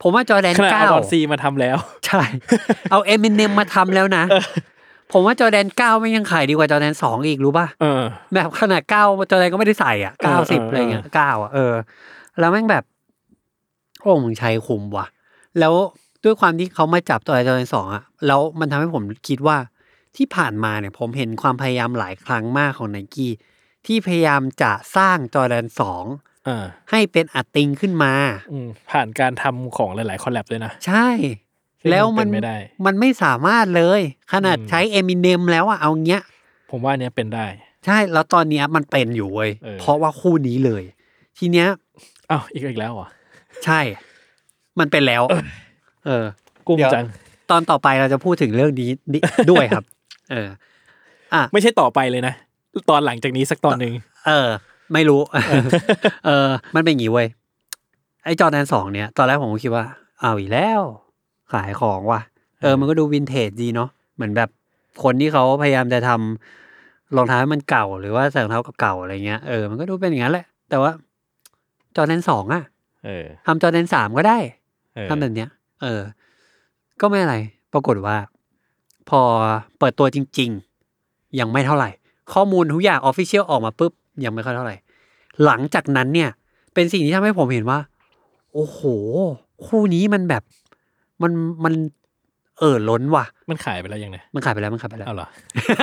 E: ผมว่าจอร์แดน
F: ขนาด
E: เก้า
F: เอาดอนซีมาทำแล้ว
E: ใช่เอาเอมิเนมมาทำแล้วนะผมว่าจอร์แดนเก้าไม่ยังขายดีกว่าจอร์แดนสองอีกรู้ป่ะ
F: เออ
E: แบบขนาดเก้าจอร์แดนก็ไม่ได้ใส่อ่ะเก้าสิบอะไรเงี้ยเก้าอ่ะเออแล้วแม่งแบบโอ้มึงใช้คุ้มว่ะแล้วด้วยความที่เขามาจับตัวจอร์แดนสองอ่ะแล้วมันทำให้ผมคิดว่าที่ผ่านมาเนี่ยผมเห็นความพยายามหลายครั้งมากของ Nike ที่พยายามจะสร้างจอร์แดนสอง
F: อ่า
E: ให้เป็นอัดติงขึ้นมา
F: อืมผ่านการทำของหลายๆคอลแลบด้วยนะ
E: ใช่แล้วมันมันไม่สามารถเลยขนาดใช้ Eminem แล้วอ่ะเอาเงี้ย
F: ผมว่าเนี้ยเป็นได้
E: ใช่แล้วตอนเนี้ยมันเป็นอยู่เว้ยเพราะว่าคู่นี้เลยทีเนี้ย
F: อ้าวอีกอีกแล้วเหรอ
E: ใช่มันเป็นแล้วเออ
F: กุ้มจัง
E: ตอนต่อไปเราจะพูดถึงเรื่องนี้ด้วยครับเอออ่ะ
F: ไม่ใช่ต่อไปเลยนะตอนหลังจากนี้สักตอนนึง
E: เออไม่รู้เออมันเป็นอย่างงี้เว้ยไอ้จอร์แดนสองเนี่ยตอนแรกผมก็คิดว่าเอาอีกแล้วขายของว่ะเออมันก็ดูวินเทจดีเนาะเหมือนแบบคนที่เขาพยายามจะทำรองเท้าให้มันเก่าหรือว่าใส่รองเท้าเก่าๆอะไรเงี้ยเออมันก็ดูเป็นอย่างนั้นแหละแต่ว่าจอร์แดนสองอ่ะ
F: เออ
E: ทำจอร์แดนสามก็ได้ทำแบบเนี้ยเออก็ไม่อะไรปรากฏว่าพอเปิดตัวจริงๆยังไม่เท่าไหร่ข้อมูลทุกอย่างออฟฟิเชียลออกมาปุ๊บยังไม่ค่อยเท่าไหร่หลังจากนั้นเนี่ยเป็นสิ่งที่ทำให้ผมเห็นว่าโอ้โหคู่นี้มันแบบมันมันเอ่อล้นว่ะ
F: มันขายไปแล้วยังไง
E: มันขายไปแล้วมันขายไปแล้ว
F: อ้าวเหรอ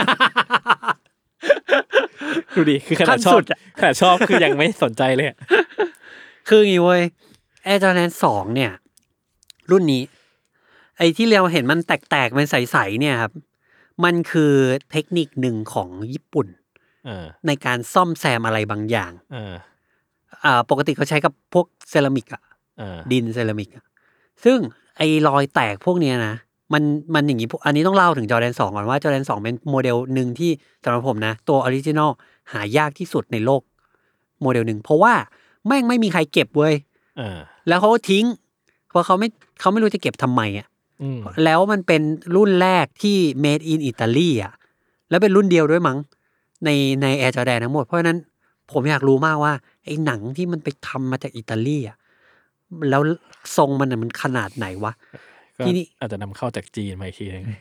F: ดูดิคือขนาดชอบขนาดชอบคือยังไม่สนใจเลย
E: คืออย่างงี้เว้ย Air Jordan สองเนี่ยรุ่นนี้ไอ้ที่เราเห็นมันแตกๆมันใสๆเนี่ยครับมันคือเทคนิคหนึ่งของญี่ปุ่นในการซ่อมแซมอะไรบางอย่างอ่าปกติเขาใช้กับพวกเซรามิกอ่ะดินเซรามิกอ่ะซึ่งไอ้รอยแตกพวกเนี้ยนะมันมันอย่างงี้อันนี้ต้องเล่าถึงจอร์แดนสองก่อนว่าจอร์แดนสองเป็นโมเดลหนึ่งที่สำหรับผมนะตัวออริจินอลหายากที่สุดในโลกโมเดลหนึ่งเพราะว่าแม่งไม่มีใครเก็บเว้ยแล้วเขาก็ทิ้งเพราะเขาไม่เขาไม่รู้จะเก็บทำไมอ่ะแล้วมันเป็นรุ่นแรกที่ made in Italy อ่ะแล้วเป็นรุ่นเดียวด้วยมั้งในใน Air Jordan ทั้งหมดเพราะฉะนั้นผมอยากรู้มากว่าไอ้หนังที่มันไปทำมาจากอิตาลีอ่ะแล้วทรงมันน่ะมันขนาดไหนวะ
F: ที่นี่อาจจะนำเข้าจากจีนมาอีกทีนึง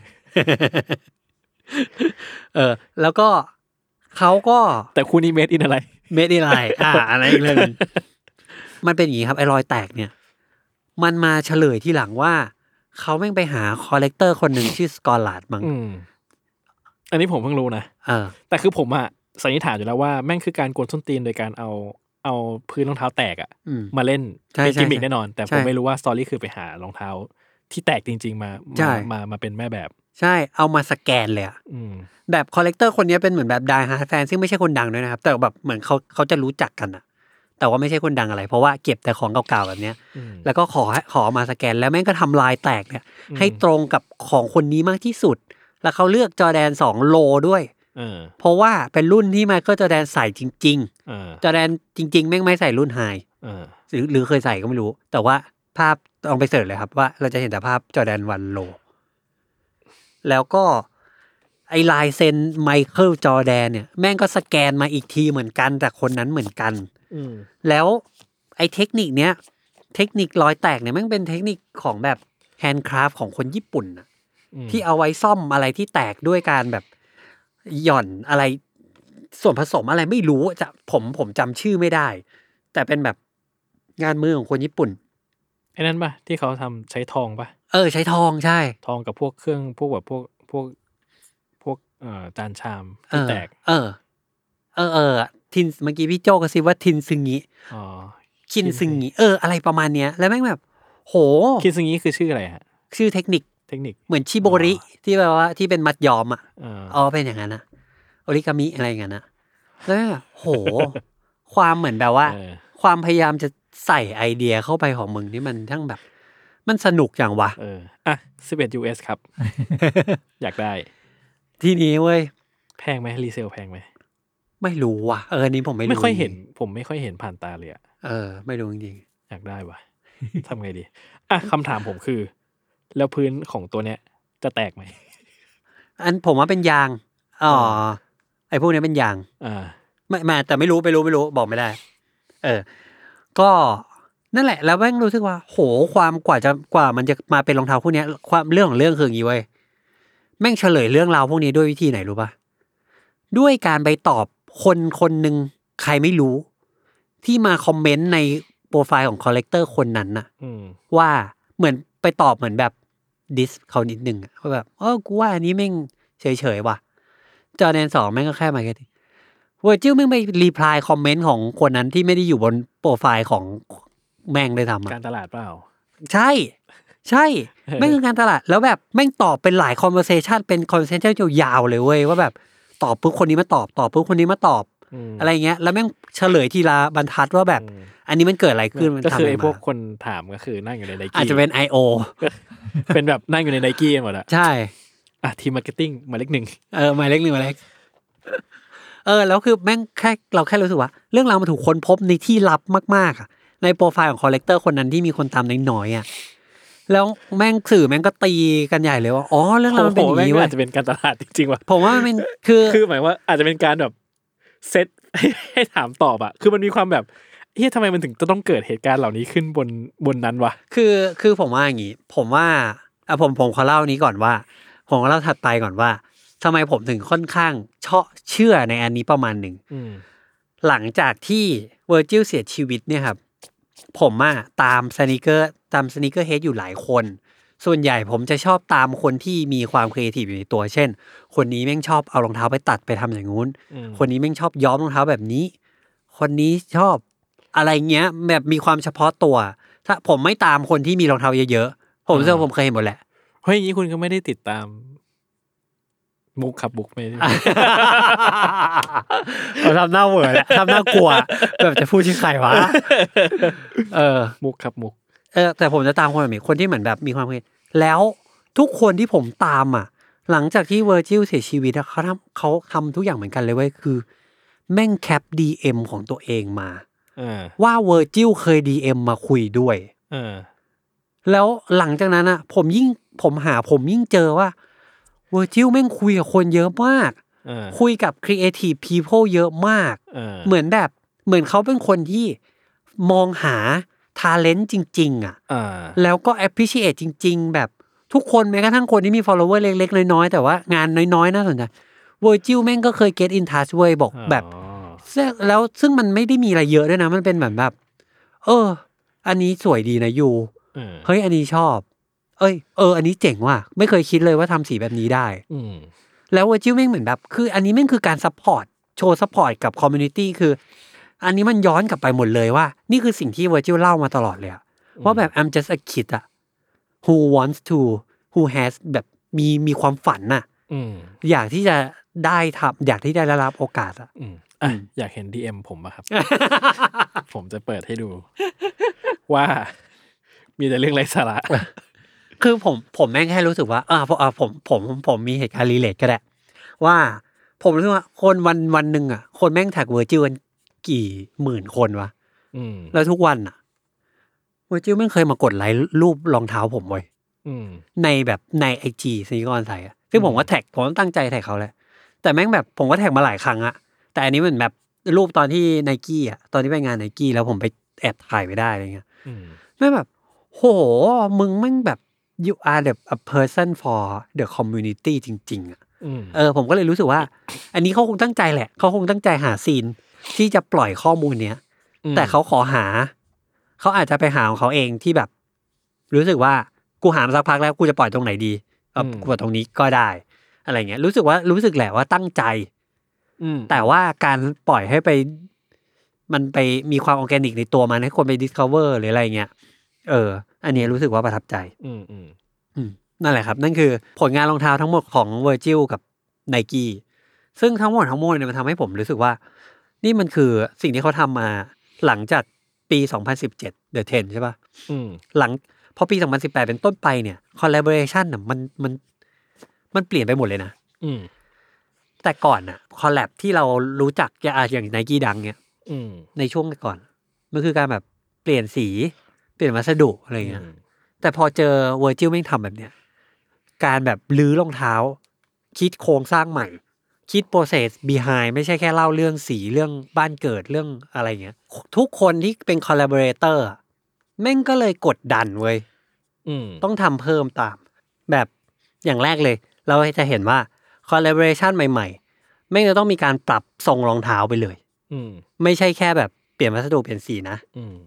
E: เออแล้วก็เขาก็
F: แต่คู่นี้ made in อะไร
E: made in อะไรอ่าอะไรอีกเรื่องนึงมันเป็นอย่างนี้ครับไอ้รอยแตกเนี่ยมันมาเฉลยที่หลังว่าเขาแม่งไปหาคอลเลกเตอร์คนหนึ่งชื่อสกอลลาร์ดมั้ง
F: อันนี้ผมเพิ่งรู้นะ
E: เออ
F: แต่คือผมอะสันนิษฐานอยู่แล้วว่าแม่งคือการกวนส้นตีนโดยการเอาเอาพื้นรองเท้าแตกอะมาเล่นเป็นกิมมิคแน่นอนแต่ผมไม่รู้ว่าสตอรี่คือไปหารองเท้าที่แตกจริงๆมามามาเป็นแม่แบบ
E: ใช่เอามาสแกนเลยอะแบบคอลเลกเตอร์คนนี้เป็นเหมือนแบบไดฮาร์ดแฟนซึ่งไม่ใช่คนดังด้วยนะครับแต่แบบเหมือนเขาเขาจะรู้จักกันอะแต่ว่าไม่ใช่คนดังอะไรเพราะว่าเก็บแต่ของเก่าๆแบบเนี้ยแล้วก็ขอขอมาสแกนแล้วแม่งก็ทำลายแตกเนี่ยให้ตรงกับของคนนี้มากที่สุดแล้วเขาเลือกจอร์แดนสองโลด้วยเพราะว่าเป็นรุ่นที่ไมเคิลจอร์แดนใส่จริงๆจอร์แดนจริงๆแม่งไม่ใส่รุ่นไฮหรือหรือเคยใส่ก็ไม่รู้แต่ว่าภาพลองไปเสิร์ชเลยครับว่าเราจะเห็นแต่ภาพจอร์แดนวันโลแล้วก็ไอลายเซ็นไมเคิลจอร์แดนเนี่ยแม่งก็สแกนมาอีกทีเหมือนกันแต่คนนั้นเหมือนกันแล้วไอเทคนิคเนี้ยเทคนิครอยแตกเนี่ยแม่งเป็นเทคนิคของแบบแฮนด์คราฟของคนญี่ปุ่นนะที่เอาไว้ซ่อมอะไรที่แตกด้วยการแบบหย่อนอะไรส่วนผสมอะไรไม่รู้จะผมผมจำชื่อไม่ได้แต่เป็นแบบงานมือของคนญี่ปุ่น
F: ไอ้นั่นป่ะที่เขาทำใช้ทองป่ะ
E: เออใช้ทองใช่
F: ทองกับพวกเครื่องพวกแบบพวกพวกพวกเอ่อจานชามที่แตก
E: เออเออเออทินเมื่อกี้พี่โจก็ซิว่าทินซึงิ
F: อ๋อ
E: คินซึงิเอออะไรประมาณเนี้ยแล้วแม่งแบบโห
F: คินซึงิคือชื่ออะไรฮะ
E: ชื่อเทคนิค
F: เทคนิค
E: เหมือนชิโบริที่แบบว่าที่เป็นมัดย้อมอ่ะอ๋อเป็นอย่างนั้นนะโอริกามิอะไรอย่างนั้นนะแล้วโหความเหมือนแบบว่าความพยายามจะใส่ไอเดียเข้าไปของมึงนี่มันทั้งแบบมันสนุกอย่างวะ
F: เอออ่ะสิบเอ็ด ยู เอส ครับ อยากได้
E: ที่นี้เว้ย
F: แพงไหมรีเซลแพงไหม
E: ไม่รู้ว่ะเออนี้ผมไม่รู้
F: ไม่ค่อยเห็นผมไม่ค่อยเห็นผ่านตาเลยอะ
E: เออไม่รู้จริง
F: ๆอยากได้ว่ะ ทำไงดีอ่ะคำถามผมคือแล้วพื้นของตัวเนี้ยจะแตกไหม
E: อันผมว่าเป็นยางอ๋อไอ้พวกนี้เป็นยาง
F: อ่า
E: ไม่มาแต่ไม่รู้ไม่รู้ไม่รู้บอกไม่ได้เออก็นั่นแหละแล้วแม่งรู้สึกว่าโหความกว่าจะกว่ามันจะมาเป็นรองเท้าคู่นี้ความเรื่องของเรื่องคืออย่างนี้เว้ยแม่งเฉลยเรื่องราวพวกนี้ด้วยวิธีไหนรู้ป่ะด้วยการไปตอบคนคนหนึ่งใครไม่รู้ที่มาคอมเมนต์ในโปรไฟล์ของคอลเลกเตอร์คนนั้นน่ะว่าเหมือนไปตอบเหมือนแบบดิสเขานิดนึงอ่ะว่าแบบเออกูว่าอันนี้แม่งเฉยๆว่ะจอแดนสองแม่งก็แค่มาแค่เวอร์จิลแม่งไปรีพลายคอมเมนต์ของคนนั้นที่ไม่ได้อยู่บนโปรไฟล์ของแม่งเลยทำ
F: การตลาดเปล่า
E: ใช่ใช่แม่งคือการตลาดแล้วแบบแม่งตอบเป็นหลาย conversation เป็น conversation ยาวๆเลยเว้ยว่าแบบตอบปุ๊บคนนี้มาตอบตอบปุ๊บคนนี้มาตอบอะไรเงี้ยแล้วแม่งเฉลยทีละบรรทัดว่าแบบอันนี้มันเกิดอะไรขึ้นมัน
F: ทำอะไรมาก็คือไอ้พวกคนถามก็คือนั่งอยู่ใน Nike
E: อาจจะเป็น ไอ โอ
F: เป็นแบบนั่งอยู่ใน Nike หมดอ่ะ
E: ใช่
F: อ่ะทีมมาร์เก็ตติ้งหมายเลขหนึ่ง
E: เออหมายเลขหนึ่งหมายเลขเออแล้วคือแม่งแค่เราแค่รู้สึกว่าเรื่องราวมันถูกค้นพบในที่ลับมากๆอ่ะในโปรไฟล์ของคอลเลกเตอร์คนนั้นที่มีคนตามน้อยๆอ่ะแล้วแม่งสื่อแม่งก็ตีกันใหญ่เลยว่าอ๋อเรื่องราวมันเป็นอย่างนี้ว่ะ
F: อาจจะเป็นการตลาดจริงๆว่ะ
E: ผมว่ามันเป็นคือ
F: คือหมายว่าอาจจะเป็นการแบบเซตให้ถามตอบอ่ะคือมันมีความแบบเฮ้ยทำไมมันถึงจะต้องเกิดเหตุการณ์เหล่านี้ขึ้นบนบนนั้นวะ
E: คือคือผมว่าอย่างงี้ผมว่าอ่ะผมผมขอเล่านี้ก่อนว่าผมขอเล่าถัดไปก่อนว่าทำไมผมถึงค่อนข้างเชาะเชื่อในอันนี้ประมาณหนึ่งหลังจากที่เวอร์จิลเสียชีวิตเนี่ยครับผมอ่ะตามสนีกเกอร์ตามสนีกเกอร์เฮดอยู่หลายคนส่วนใหญ่ผมจะชอบตามคนที่มีความครีเอทีฟอยู่ในตัวเช่นคนนี้แม่งชอบเอารองเท้าไปตัดไปทำอย่างงู้นคนนี้แม่งชอบย้อมรองเท้าแบบนี้คนนี้ชอบอะไรเงี้ยแบบมีความเฉพาะตัวถ้าผมไม่ตามคนที่มีรองเท้าเยอะๆผมเชื่อผมเคยเห็นหมดแหละ
F: เฮ้ยอย่างนี้คุณก็ไม่ได้ติดตามมุกขับบุกไม่
E: เราทำหน้าเหวอแหละทำหน้ากลัวแบบจะพูดชื่อใครวะเออ
F: มุกขับมุก
E: เออแต่ผมจะตามคนแบบนี้คนที่เหมือนแบบมีความคิดแล้วทุกคนที่ผมตามอ่ะหลังจากที่เวอร์จิลเสียชีวิตเขาทำเขาทำทุกอย่างเหมือนกันเลยเว้ยคือแม่งแคป ดี เอ็ม ของตัวเองมาว่าเวอร์จิลเคย ดี เอ็ม มาคุยด้วยแล้วหลังจากนั้นอ่ะผมยิ่งผมหาผมยิ่งเจอว่าเวอร์จิลแม่งคุยกับคนเยอะมากคุยกับ creative people เยอะมากเหมือนแบบเหมือนเขาเป็นคนที่มองหาtalent จริงๆอ่ะแล้วก็ appreciate จริงๆแบบทุกคนแม้กระทั่งคนที่มี follower เล็กๆน้อยๆแต่ว่างานน้อยๆน่าสนใจเวอร์จิลแม่งก็เคย get in touch เว้ยบอกแบบแล้วซึ่งมันไม่ได้มีอะไรเยอะด้วยนะมันเป็นเหมือนแบบเอออันนี้สวยดีนะยูเฮ้ยอันนี้ชอบเอ้ยเอออันนี้เจ๋งว่ะไม่เคยคิดเลยว่าทำสีแบบนี้ได้แล้วเวอร์จิลแม่งเหมือนแบบคืออันนี้แม่งคือการ support โชว์ support กับ community คืออันนี้มันย้อนกลับไปหมดเลยว่านี่คือสิ่งที่เวอร์จิลเล่ามาตลอดเลยว่าแบบ I'm just a kid อะ who wants to who has แบบมีมีความฝันน่ะอยากที่จะได้ทำอยากที่ได้รับโอกาสอะ
F: อ่ะอยากเห็น ดี เอ็ม ผมป่ะครับ ผมจะเปิดให้ดูว่ามีแต่เรื่องไร้สาระ
E: คือผมผมแม่งแค่รู้สึกว่าอ่าผมผมผมมีเหตุการณ์รีเลทก็ได้ว่าผมรู้สึกว่าคนวันวันนึงอ่ะคนแม่งแท็กเวอร์จิลกี่หมื่นคนวะแล้วทุกวันอ่ะเวอร์จิลแม่งเคยมากดไลค์รูปรองเท้าผมไว้ในแบบใน ไอ จี สนิกเกอร์ออนไซต์อ่ะซึ่งผมก็แท็กผมตั้งใจแท็กเขาแหละแต่แม่งแบบผมก็แท็กมาหลายครั้งอะแต่อันนี้มันแบบรูปตอนที่ Nike อ่ะตอนที่ไปงาน Nike แล้วผมไปแอบถ่ายไว้ได้อะไรเงี้ยแม่งแบบโหมึงแม่งแบบ you are the a person for the community จริงๆอ่ะเออผมก็เลยรู้สึกว่าอันนี้เขาคงตั้งใจแหละเขาคงตั้งใจหาซีนที่จะปล่อยข้อมูลเนี้ยแต่เขาขอหาเขาอาจจะไปหาของเขาเองที่แบบรู้สึกว่ากูหามาสักพักแล้วกูจะปล่อยตรงไหนดีเอากูปล่อยตรงนี้ก็ได้อะไรเงี้ยรู้สึกว่ารู้สึกแหละว่าตั้งใจแต่ว่าการปล่อยให้ไปมันไปมีความออร์แกนิกในตัวมันให้คนไป discover หรืออะไรเงี้ยเอออันนี้รู้สึกว่าประทับใจอืมอืมอืมนั่นแหละครับนั่นคือผลงานรองเท้าทั้งหมดของ Virgil กับ Nike ซึ่งทั้งหมดทั้งมวลเนี่ยมันทำให้ผมรู้สึกว่านี่มันคือสิ่งที่เขาทำมาหลังจากปีสองพันสิบเจ็ด The สิบใช่ป่ะอืมหลังพอปีสองพันสิบแปดเป็นต้นไปเนี่ย collaboration น่ะมันมันมันเปลี่ยนไปหมดเลยนะอืมแต่ก่อนน่ะคอลแลบที่เรารู้จักอย่าง Nike ดังเนี่ยในช่วงก่อนมันคือการแบบเปลี่ยนสีเปลี่ยนวัสดุอะไรเงี้ยแต่พอเจอ Virgil แม่งทำแบบเนี้ยการแบบลื้อรองเท้าคิดโครงสร้างใหม่คิด process behind ไม่ใช่แค่เล่าเรื่องสีเรื่องบ้านเกิดเรื่องอะไรเงี้ยทุกคนที่เป็น collaborator แม่งก็เลยกดดันเว้ย
F: อืม
E: ต้องทำเพิ่มตามแบบอย่างแรกเลย เราจะเห็นว่า collaboration ใหม่ๆแม่งจะต้องมีการปรับทรงรองเท้าไปเลย
F: อืม
E: ไม่ใช่แค่แบบเปลี่ยนวัสดุเปลี่ยนสีนะ
F: อืม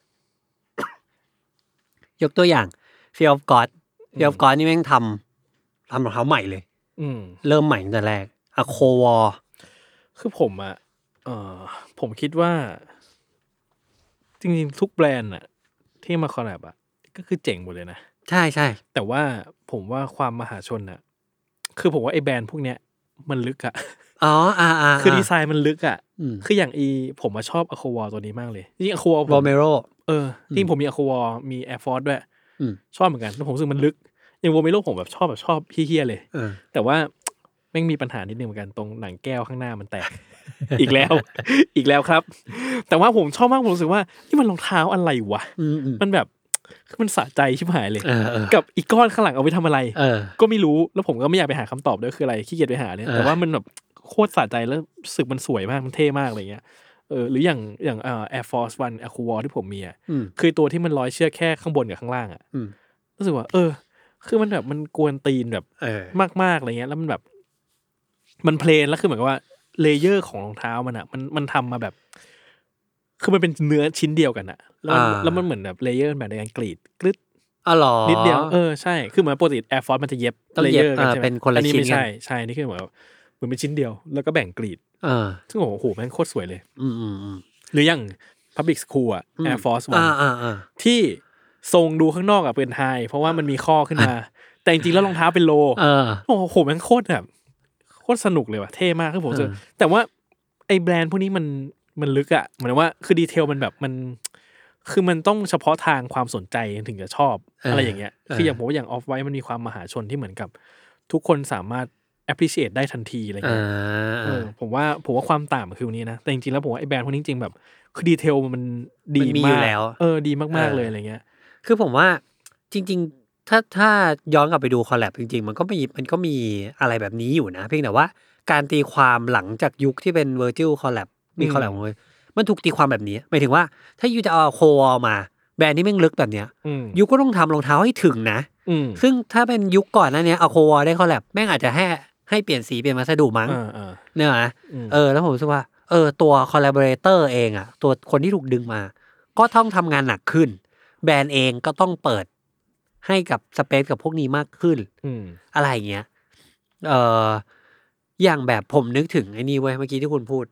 E: ยกตัวอย่าง Fear of God Fear of God นี่แม่งทำทำรองเท้าใหม่เลย
F: อืม
E: เริ่มใหม่ตั้งแต่แรก A c o w a r
F: คือผมอ่ะเออผมคิดว่า จริงๆทุกแบรนด์อ่ะที่มาคอลแลบอ่ะก็คือเจ๋งหมดเลยนะ
E: ใช่ใช่
F: แต่ว่าผมว่าความมหาชนอ่ะ คือผมว่าไอ้แบรนด์พวกเนี้ยมันลึกอ่ะ
E: อ๋ออ่าอ่า
F: คือดีไซน์มันลึกอ่ะ
E: อืม
F: คืออย่างอีผมมาชอบอะโควอตัวนี้มากเลยจริงอะโควอ
E: โรเมโร
F: เออจริงผมมีอะโควอมีแอร์ฟอร์สด้วย
E: อืม
F: ชอบเหมือนกันแล้วผมรู้สึกมันลึกอย่างโรเมโรผมแบบชอบแบบชอบเฮี้ยๆเลย
E: เออ
F: แต่ว่าแม่งมีปัญหานิดนึงเหมือนกันตรงหนังแก้วข้างหน้ามันแตก อีกแล้ว อีกแล้วครับ แต่ว่าผมชอบมากผมรู้สึกว่านี่มันรองเท้าอะไรวะ
E: อืมอืม
F: มันแบบคือมันสะใจชิบหายเลย
E: เออเออ
F: กับอีกก้อนข้างหลังเอาไปทำอะไร
E: เออ
F: ก็ไม่รู้แล้วผมก็ไม่อยากไปหาคำตอบด้วยคืออะไรขี้เกียจไปหาเนี่ย
E: เออ
F: แต่ว่ามันแบบโคตรสะใจแล้วรู้สึกมันสวยมากมันเท่มากอะไรเงี้ยเออหรืออย่างอย่างเอ่อ Air Force One Aqua ที่ผมมีอ่ะ
E: อืม
F: คือตัวที่มันร้อยเชือกแค่ข้างบนกับข้างล่างอ่ะ
E: อืม
F: รู้สึกว่า เออ คือมันแบบมันกวนตีนแบบ
E: เออ
F: มากๆอะไรเงี้ยแล้วมันแบบ มันเพลนแล้วคือเหมือนกับว่าเลเยอร์ของรองเท้ามันอ่ะมันมันทำมาแบบ คือมันเป็นเนื้อชิ้นเดียวกันอ่ะแล้วมัน
E: อ่า
F: แล้วมันเหมือนแบบเลเยอร์แบบในการกรีดกรึด
E: อ๋อเหรอ
F: นิดเดียวเออใช่คือเหมือนปกติ Air Force มันจะเย็บ
E: ต้อง
F: เล
E: เย็
F: เย
E: บ
F: อร์กัน
E: อ่า
F: ใช่ไหม
E: เป็นคนละ
F: อันนี้
E: ชิ้น
F: ไม่
E: กัน
F: ใช่ใช่นี่คือเหมือนเหมือนเป็นชิ้นเดียวแล้วก็แบ่งกรีด
E: เออ
F: ซึ่งโอ้โหแม่งโคตรสวยเลย
E: อืมอืมอืม
F: หรืออย่าง Public School อ่ะ Air Force
E: อ่า
F: One
E: อ่าอ่า
F: ที่ทรงดูข้างนอกอ่ะเป็นไฮเพราะว่ามันมีข้อขึ้นมา แต่จริงๆแล้วรองเท้าเป็นโล
E: เออ
F: โอ้โหแม่งโคตรแบบโคตรสนุกเลยว่ะเท่มากคือผมเจอ
E: เออ
F: แต่ว่าไอ้แบรนด์พวกนี้มันมันลึกอ่ะเหมือนว่าคือดีเทลมันแบบมันคือมันต้องเฉพาะทางความสนใจถึงจะชอบอะไรอย่างเงี้ยคืออย่างผมว่าอย่างออฟไวท์มันมีความมหาชนที่เหมือนกับทุกคนสามารถ appreciate ได้ทันทีอะไร
E: อ่า
F: เงี้ยเออผมว่าผมว่าความต่างมันคือวันนี้นะแต่จริงๆแล้วผมว่าไอ้แบรนด์พวกนี้จริงๆแบบคือดีเทลมันดี
E: มันมีอยู่
F: มาก
E: แล้ว
F: เออดีมาก
E: เอ
F: ๆ
E: อ
F: เลยอะไรเงี้ย
E: คือผมว่าจริง ๆ ถ้าถ้าย้อนกลับไปดูคอลแลบจริง ๆ มันก็มีมันก็มีอะไรแบบนี้อยู่นะ เพียงแต่ว่าการตีความหลังจากยุคที่เป็น Virtual Collab มี
F: อืม
E: คอลแลบเลยมันถูกตีความแบบนี้หมายถึงว่าถ้ายูจะเอาโควอลมาแบรนด์ที่แม่งลึกแบบเนี้ย
F: อืม
E: ยูก็ต้องทำรองเท้าให้ถึงนะ
F: อืม
E: ซึ่งถ้าเป็นยุคก่อนหนั้นเนี้ยเอาโควอลได้คอลแลบแม่งอาจจะให้ให้เปลี่ยนสีเปลี่ยนวัสดุมั้ง
F: อ่าอ่า
E: เนี่ยนะ
F: อืม
E: เออแล้วผมรู้สึกว่าเออตัวคอลลาบอเรเตอร์เองอ่ะตัวคนที่ถูกดึงมา ก็ต้องทำงานหนักขึ้น แบรนด์เองก็ต้องเปิดให้กับสเปซกับพวกนี้มากขึ้น
F: อืม
E: อะไรอย่างเงี้ยเอออย่างแบบผมนึกถึงไอ้นี่เว้ยเมื่อกี้ที่คุณพูด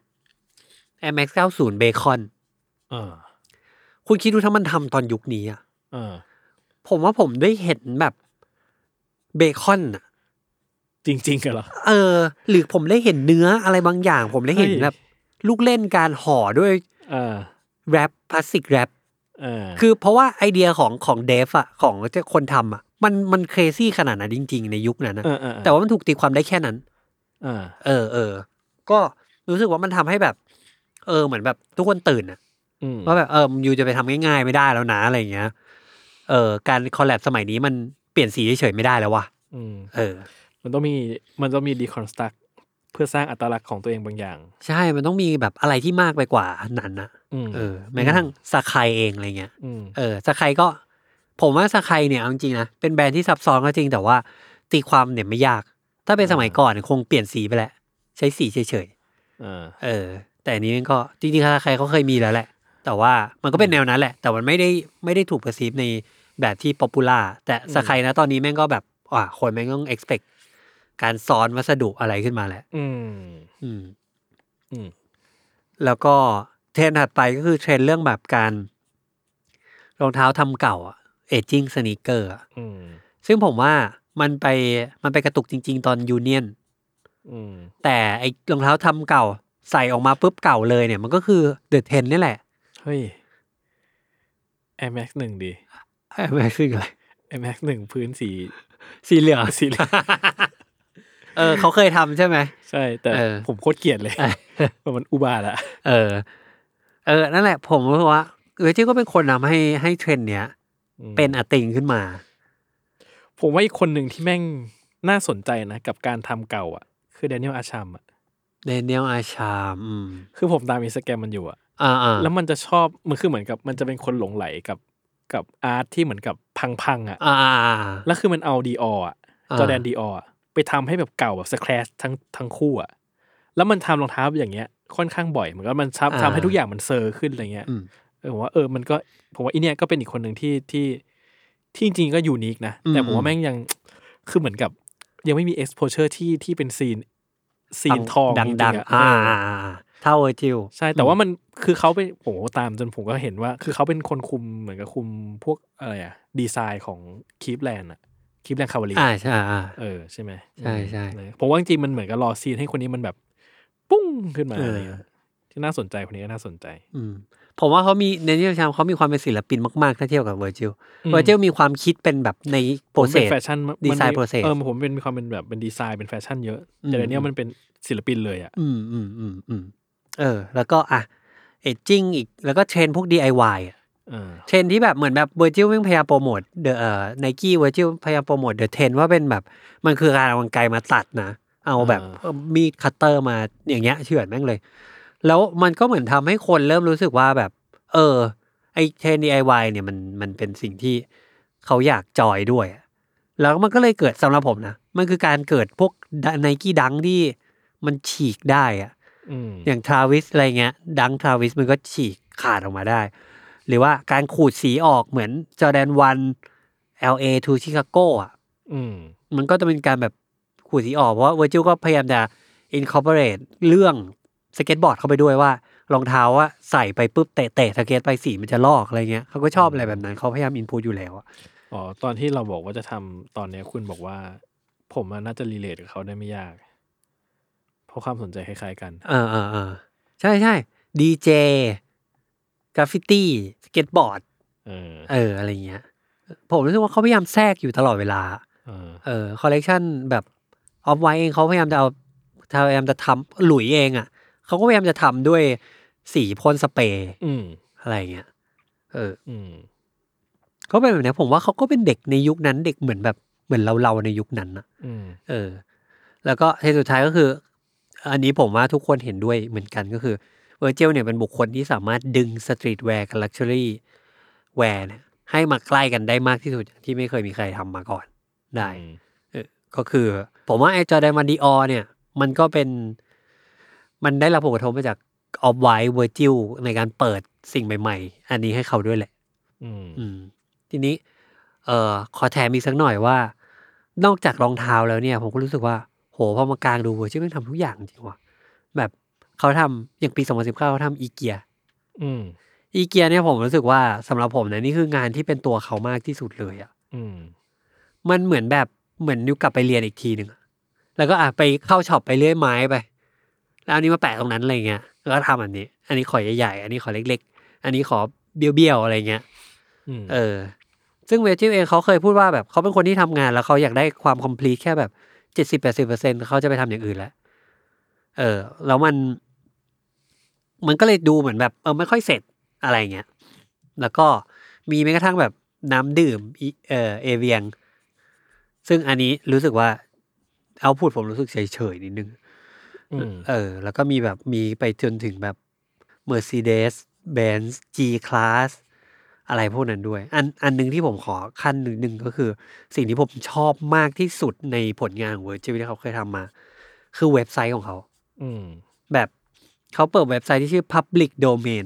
E: Air Max เก้าสิบ Bacon
F: อ่า
E: คุณคิดดูถ้ามันทำตอนยุคนี้อ่ะ
F: อ่า
E: ผมว่าผมได้เห็นแบบเบคอนอ่ะ
F: จริงๆกันเหรอ
E: เออ หรือผมได้เห็นเนื้ออะไรบางอย่าง ผมได้เห็น
F: เฮ้ย
E: แบบลูกเล่นการห่อด้วย
F: อ่า
E: แรปพลาสติกแรป
F: อ่า
E: คือเพราะว่าไอเดียของของเดฟอะของคนทำอะมันมันเครซี่ขนาดนั้นจริง ๆ ในยุคนั้นนะ
F: เออเออ
E: แต่ว่ามันถูกตีความได้แค่นั้น
F: อ่า
E: เออเออก็รู้สึกว่ามันทำให้แบบ เออเหมือนแบบทุกคนตื่นอะ
F: อืม
E: ว่าแบบเออยูจะไปทำง่ายๆไม่ได้แล้วนะอะไรอย่างเงี้ยเออการคอลแลบสมัยนี้มันเปลี่ยนสีเฉยๆไม่ได้แล้วว่ะ
F: อืม
E: เออ
F: มันต้องมีมันต้องมีดีคอนสตรักเพื่อสร้างอัตลักษณ์ของตัวเองบางอย่าง
E: ใช่มันต้องมีแบบอะไรที่มากไปกว่านั้นนะ
F: อืม
E: เออแม้กระทั่งซาไคเองอะไรเงี้ย
F: อืม
E: เออซาไคก็ ผมว่าซาไคเนี่ยเอาจริงๆนะเป็นแบรนด์ที่ซับซ้อนก็จริงแต่ว่าตีความเนี่ยไม่ยาก ถ้าเป็นสมัยก่อนคงเปลี่ยนสีไปแหละใช้สีเฉย
F: อ่า
E: ๆเออ แต่อันนี้มันก็จริงๆซาไคเขาเคยมีแล้วแหละ แต่ว่ามันก็เป็นแนวนั้นแหละ แต่มันไม่ได้ไม่ได้ถูกเปอร์ซีฟในแบบที่ป๊อปปูล่าแต่ซาไคนะตอนนี้แม่งก็แบบอ่าคนแม่งต้อง expect การซ้อนวัสดุอะไรขึ้นมาแหละ
F: อืม
E: อืม
F: อืม
E: แล้วก็เทรนด์ถัดไปก็คือเทรนด์เรื่องแบบการรองเท้าทำเก่าอ่ะเอจจิ้งสนีกเกอร์
F: อืม
E: ซึ่งผมว่ามันไปมันไปกระตุกจริง ๆ ตอนยูเนียน
F: อืม
E: แต่ไอ้รองเท้าทำเก่าใส่ออกมาปุ๊บเก่าเลยเนี่ย มันก็คือเดอะเทนนี่แหละ
F: เฮ้ย Air Max หนึ่งดี
E: ไม่คืออะไร
F: Air Max หนึ่งพื้นสี
E: สีเหลือง
F: สีเหลือง
E: เออเขาเคยทำใช่ไหม
F: ใช่ แต่
E: เออ
F: ผมโคตรเกลียดเลยมันอุบาทอะ
E: เออ เออ นั่นแหละ ผมรู้สึกว่าเวจิก็เป็นคนนำให้ให้เทรนด์เนี้ย เป็นอติงขึ้นมา
F: ผมว่าอีกคนหนึ่งที่แม่งน่าสนใจนะกับการทำเก่าอ่ะ คือแดเนียลอาชัมอ่ะ
E: เดนเนียลอาชามอืม
F: คือผมตามอินสตาแกรมมันอยู่อ่ะ
E: อ่าอ่า
F: แล้วมันจะชอบมันคือเหมือนกับมันจะเป็นคนหลงไหลกับกับอาร์ตที่เหมือนกับพังๆอ่ะ
E: อ่า
F: แล้วคือมันเอาดีอออ่ะจอร์แดนดีอออ่ะไปทำให้แบบเก่าแบบสแครชทั้งทั้งคู่อ่ะแล้วมันทำรองเท้าอย่างเงี้ยค่อนข้างบ่อยเหมือนกันมันทำทำให้ทุกอย่างมันเซอร์ขึ้นอะไรเงี้ยเออผมว่าเออมันก็ผมว่าอีเนี่ยก็เป็นอีกคนหนึ่งที่ที่ที่จริงๆก็ยูนิคนะแต่ผมว่าแม่งยังคือเหมือนกับยังไม่มี exposure ที่ที่เป็นซีนซีนทอง
E: ดังๆอ่าเท่าเวอร์จิล
F: ใช่แต่ว่ามันคือเขาเป็นโหตามจนผมก็เห็นว่าคือเขาเป็นคนคุมเหมือนกับคุมพวกอะไรอะดีไซน์ของคีฟแลนด์อะคีฟแลนด์คาวาลี
E: อ่าใช่
F: เออใช่ไหม
E: ใช่ใช่
F: ผมว่าจริงๆมันเหมือนกับรอซีนให้คนนี้มันแบบปุ้งขึ้นมาอะไรที่น่าสนใจคนนี้ก็น่าสนใจ
E: อืมผมว่าเขามีในนิยามเขามีความเป็นศิลปินมากๆถ้าเทียบกับเวอร์จิลเวอร์จิลมีความคิดเป็นแบบในโปรเซส
F: แฟชั่น
E: ดีไซน์โปรเซส
F: เออผมเป็นมีความเป็นแบบเป็นดีไซน์เป็นแฟชั่นเยอะแต่เดี๋ยวนี้มันเป็นศิลปินเลยอ่ะ
E: อืมอืมอืมอืมเออแล้วก็อ่ะเอจจิ้งอีกแล้วก็เทรนพวก ดี ไอ วาย อ่ะเทรนที่แบบเหมือนแบบเวอร์จิลพยายามโปรโมทเดอะเอ่อ Nike เวอร์จิลพยายามโปรโมทเดอะเทรนว่าเป็นแบบมันคือการเอากรรไกรมาตัดนะเอาแบบมีดคัตเตอร์มาอย่างเงี้ยเฉือนแม่งเลยแล้วมันก็เหมือนทำให้คนเริ่มรู้สึกว่าแบบเออไอเทรน ดี ไอ วาย เนี่ยมันมันเป็นสิ่งที่เขาอยากจอยด้วยแล้วมันก็เลยเกิดสำหรับผมนะมันคือการเกิดพวก Nike ดังที่มันฉีกได้อะอย่างทราวิสอะไรเงี้ยดังทราวิสมันก็ฉีกขาดออกมาได้หรือว่าการขูดสีออกเหมือนจอร์แดนวัน แอล เอ to Chicago อ่ะมันก็จะเป็นการแบบขูดสีออกเพราะว่า Virgil ก็พยายามจะ incorporate เรื่องสเก็ตบอร์ดเข้าไปด้วยว่ารองเท้าว่าใส่ไปปุ๊บเตะเตะสเก็ตไปสีมันจะลอกอะไรเงี้ยเขาก็ชอบอะไรแบบนั้นเขาพยายามอินพุตอยู่แล้วอ่ะ
F: อ๋อตอนที่เราบอกว่าจะทำตอนนี้คุณบอกว่าผมน่าจะรีเลทกับเขาได้ไม่ยากเพราะความสนใจคล้ายๆกัน
E: เออเออเออใช่ใช่ดีเจกราฟฟิตี้สเก็ตบอร์ดเออเอออะไรเงี้ยผมรู้สึกว่าเขาพยายามแทรกอยู่ตลอดเวลาเออคอลเลกชันแบบออฟไวท์เองเขาพยายามจะเอาพยายามจะทำหลุยเองอ่ะเขาก็พยายามจะทำด้วยสีพ่นสเปรย์อะไรเงี้ยเออเขาเป็นแบบนี้ผมว่าเขาก็เป็นเด็กในยุคนั้นเด็กเหมือนแบบเหมือนเราเราในยุคนั้นนะเออแล้วก็ที่สุดท้ายก็คืออันนี้ผมว่าทุกคนเห็นด้วยเหมือนกันก็คือเวอร์จิลเนี่ยเป็นบุคคลที่สามารถดึงสตรีทแวร์กับลักชัวรี่แวร์เนี่ยให้มาใกล้กันได้มากที่สุดที่ไม่เคยมีใครทำมาก่อนได้เออก็คือผมว่าไอ้จอร์แดนวันดีออเนี่ยมันก็เป็นมันได้รับผลกระทบมาจากออฟไวท์เวอร์จิลในการเปิดสิ่งใหม่ๆอันนี้ให้เขาด้วยแหละอืมทีนี้เอ่อขอแถมอีกสักหน่อยว่านอกจากรองเท้าแล้วเนี่ยผมก็รู้สึกว่าโหพอมากลางดูเวอร์จิลมันทำทุกอย่างจริงว่ะแบบเขาทำอย่างปีสองพันสิบเก้าเขาทำอีเกียอีเกียเนี่ยผมรู้สึกว่าสำหรับผมนะนี่คืองานที่เป็นตัวเขามากที่สุดเลยอ่ะมันเหมือนแบบเหมือนนิวกลับไปเรียนอีกทีหนึ่งแล้วก็อ่ะไปเข้าช็อปไปเลื่อยไม้ไปแล้วอันนี้มาแปะตรงนั้นอะไรเงี้ยแล้วก็ทำอันนี้อันนี้ขอใหญ่ๆอันนี้ขอเล็กๆอันนี้ขอเบี้ยวๆอะไรเงี้ยเออซึ่งเวจิลเองเขาเคยพูดว่าแบบเขาเป็นคนที่ทำงานแล้วเขาอยากได้ความคอมพลีทแค่แบบเจ็ดสิบแปดสิบเปอร์เซ็นต์เขาจะไปทำอย่างอื่นแล้วเออแล้วมันมันก็เลยดูเหมือนแบบเออไม่ค่อยเสร็จอะไรเงี้ยแล้วก็มีแม้กระทั่งแบบน้ำดื่มเออเอเวียงซึ่งอันนี้รู้สึกว่าเอาพูดผมรู้สึกเฉยๆนิดนึงเออแล้วก็มีแบบมีไปจนถึงแบบ Mercedes Benz G-Class อะไรพวกนั้นด้วยอันอันนึงที่ผมขอขั้นหนึ่งหนึ่งก็คือสิ่งที่ผมชอบมากที่สุดในผลงานของ Virgil ที่เขาเคยทำมาคือเว็บไซต์ของเขาแบบเขาเปิดเว็บไซต์ที่ชื่อ Public Domain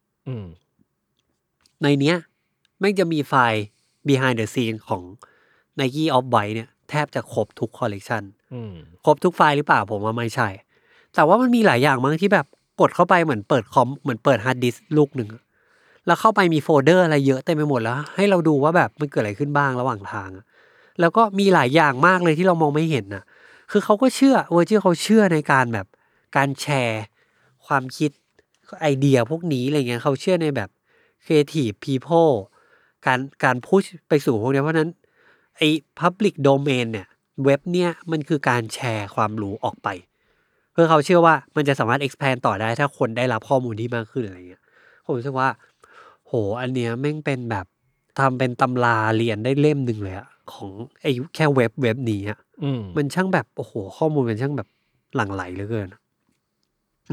E: ในเนี้ยแม่งจะมีไฟล์ behind the scene ของ Nike Off-White เนี่ยแทบจะครบทุกคอลเลกชันครบทุกไฟล์หรือเปล่าผมว่าไม่ใช่แต่ว่ามันมีหลายอย่างมั้งที่แบบกดเข้าไปเหมือนเปิดคอมเหมือนเปิดฮาร์ดดิสก์ลูกหนึ่งแล้วเข้าไปมีโฟลเดอร์อะไรเยอะเต็มไปหมดแล้วให้เราดูว่าแบบมันเกิดอะไรขึ้นบ้างระหว่างทางแล้วก็มีหลายอย่างมากเลยที่เรามองไม่เห็นน่ะคือเขาก็เชื่อเวอร์จิลเขาเชื่อในการแบบการแชร์ความคิดไอเดียพวกนี้อะไรเงี้ยเขาเชื่อในแบบ creative people การการพุชไปสู่พวกนี้เพราะนั้นไอ้ public domain เนี่ยเว็บเนี่ยมันคือการแชร์ความรู้ออกไปเพื่อเขาเชื่อว่ามันจะสามารถ expand ต่อได้ถ้าคนได้รับข้อมูลที่มากขึ้นอะไรเงี้ยผมรู้สึกว่าโหอันเนี้ยแม่งเป็นแบบทำเป็นตำราเรียนได้เล่มหนึ่งเลยอะของไอ้แค่เว็บเว็บนี้อะมันช่างแบบโอ้โหข้อมูลมันช่างแบบหลั่งไหลเหลือเกินอืม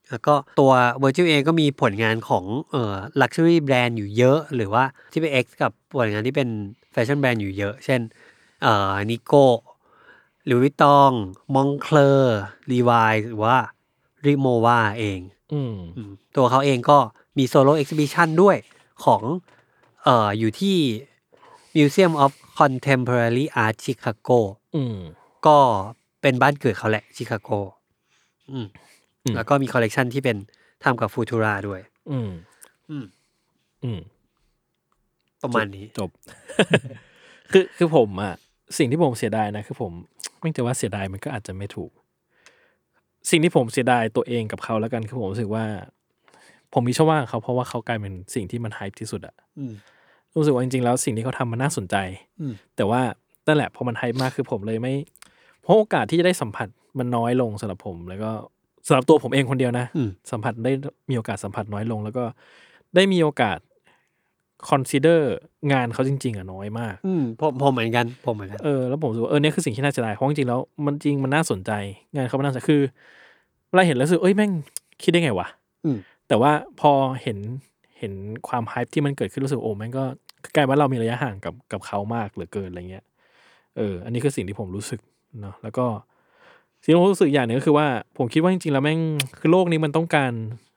E: แล้วก็ตัว Virgil เองก็มีผลงานของเอ่อ luxury brand อยู่เยอะหรือว่าที่เป็น X กับผลงานที่เป็นแฟชั่นแบรนด์อยู่เยอะเช่นเอ่อ Nico Louis Vuitton Moncler Levi's หรือว่า Rimowa เอง
F: อืม
E: ตัวเขาเองก็มีโซโล่ exhibition ด้วยของเอ่ออยู่ที่ Museum of Contemporary Art Chicago
F: อืม
E: ก็เป็นบ้านเกิดเขาแหละชิคาโกอืมแล้วก็มีคอลเลกชันที่เป็นทำกับฟูทูราด้วย
F: อืม
E: อืม
F: อืม
E: ประมาณนี้
F: จบ คือคือผมอ่ะสิ่งที่ผมเสียดายนะคือผมไม่จะว่าเสียดายมันก็อาจจะไม่ถูกสิ่งที่ผมเสียดายตัวเองกับเขาแล้วกันคือผมรู้สึกว่าผมมีช่องว่างเขาเพราะว่าเขากลายเป็นสิ่งที่มันไฮป์ที่สุดอ่ะรู้สึกว่าจริงๆแล้วสิ่งที่เขาทำมันน่าสนใจแต่ว่านั่นแหละพอมันไฮป์มากคือผมเลยไม่เพราะโอกาสที่จะได้สัมผัสมันน้อยลงสำหรับผมแล้วก็สำหรับตัวผมเองคนเดียวนะสัมผัสได้มีโอกาสสัมผัสน้อยลงแล้วก็ได้มีโอกาสconsider งานเขาจริงๆอ่ะน้อยมาก
E: อืมผมผมเหมือนกันผมเหมือนกัน
F: เออแล้วผมรู้สึกว่าเออเนี่ยคือสิ่งที่น่าเสียดายเพราะจริงๆแล้วมันจริงมันน่าสนใจงานเขามันน่าสนใจคือเวลาเห็นแล้วรู้สึกเอ้ยแม่งคิดได้ไงวะแต่ว่าพอเห็นเห็นความไฮป์ที่มันเกิดขึ้นรู้สึกโอ้แม่งก็กลายว่าเรามีระยะห่างกับกับเขามากเหลือเกินอะไรเงี้ยเอออันนี้คือสิ่งที่ผมรู้สึกเนาะแล้วก็สิ่งที่ผมรู้สึกอย่างหนึ่งก็คือว่าผมคิดว่าจริงๆแล้วแม่งคือโลกนี้มันต้องการ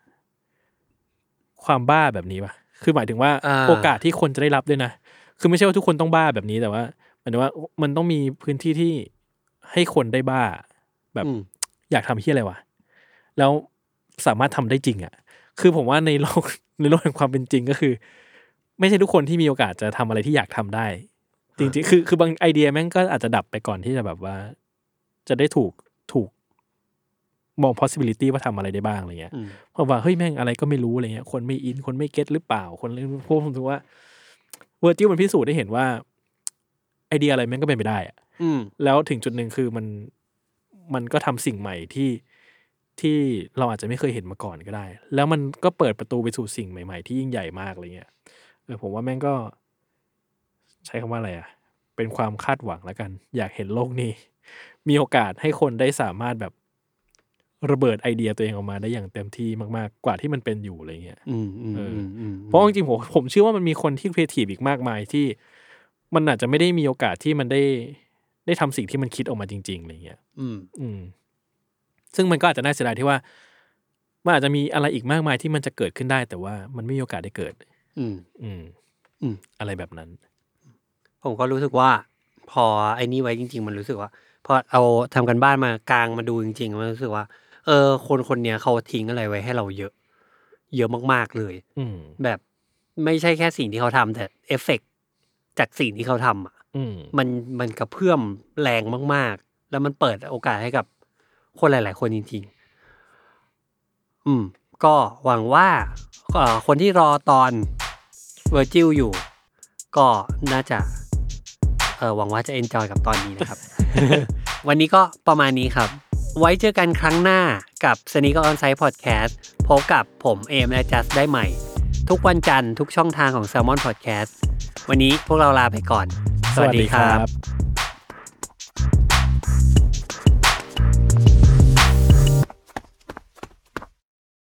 F: ความบ้าแบบนี้ป่ะคือหมายถึงว่าโอกาสที่คนจะได้รับด้วยนะคือไม่ใช่ว่าทุกคนต้องบ้าแบบนี้แต่ว่าหมายถึงว่ามันต้องมีพื้นที่ที่ให้คนได้บ้าแบบอยากทำเหี้ยอะไรวะแล้วสามารถทำได้จริงอ่ะคือผมว่าในโลกในโลกแห่งความเป็นจริงก็คือไม่ใช่ทุกคนที่มีโอกาสจะทำอะไรที่อยากทำได้จริงๆคือคือบางไอเดียแม่งก็อาจจะดับไปก่อนที่จะแบบว่าจะได้ถูกถูกมอง possibility ว่าทำอะไรได้บ้างอะไรเงี้ยเพราะว่าเฮ้ยแม่งอะไรก็ไม่รู้อะไรเงี้ยคนไม่อินคนไม่เก็ตหรือเปล่าคนพวกผมถือว่า Virgil มันพิสูจน์ได้เห็นว่าไอเดียอะไรแม่งก็เป็นไปได้อะแล้วถึงจุดนึงคือมันมันก็ทำสิ่งใหม่ที่ที่เราอาจจะไม่เคยเห็นมาก่อนก็ได้แล้วมันก็เปิดประตูไปสู่สิ่งใหม่ๆที่ยิ่งใหญ่มากอะไรเงี้ยเออผมว่าแม่งก็ใช้คำว่าอะไรอ่ะเป็นความคาดหวังแล้วกันอยากเห็นโลกนี้มีโอกาสให้คนได้สามารถแบบระเบิดไอเดียตัวเองออกมาได้อย่างเต็มที่มากๆกว่าที่มันเป็นอยู่อะไรเงี้ยเพราะจริงๆผมผมเชื่อว่ามันมีคนที่ครีเอทีฟอีกมากมายที่มันอาจจะไม่ได้มีโอกาสที่มันได้ได้ทำสิ่งที่มันคิดออกมาจริงๆอะไรเงี้ยอืมอืมซึ่งมันก็อาจจะน่าเสียดายที่ว่ามันอาจจะมีอะไรอีกมากมายที่มันจะเกิดขึ้นได้แต่ว่ามันไม่มีโอกาสได้เกิดอืมอืมอืมอะไรแบบนั้น
E: ผมก็รู้สึกว่าพอไอ้นี่ไว้จริงๆมันรู้สึกว่าพอเอาทำกันบ้านมากลางมาดูจริงๆมันรู้สึกว่าเออคนคนนี้เขาทิ้งอะไรไว้ให้เราเยอะเยอะมากๆเลยแบบไม่ใช่แค่สิ่งที่เขาทำแต่เอฟเฟกต์จากสิ่งที่เขาทำอ่ะมันมันกระเพื่อมแรงมากๆแล้วมันเปิดโอกาสให้กับคนหลายๆคนจริงๆอืมก็หวังว่าคนที่รอตอน Virgil อยู่ก็น่าจะเออหวังว่าจะเอนจอยกับตอนนี้นะครับ วันนี้ก็ประมาณนี้ครับไว้เจอกันครั้งหน้ากับ Sneaker On Site Podcast พบกับผมเอมและจัสได้ใหม่ทุกวันจันทร์ทุกช่องทางของ Salmon Podcast วันนี้พวกเราลาไปก่อนสวัสดีครับ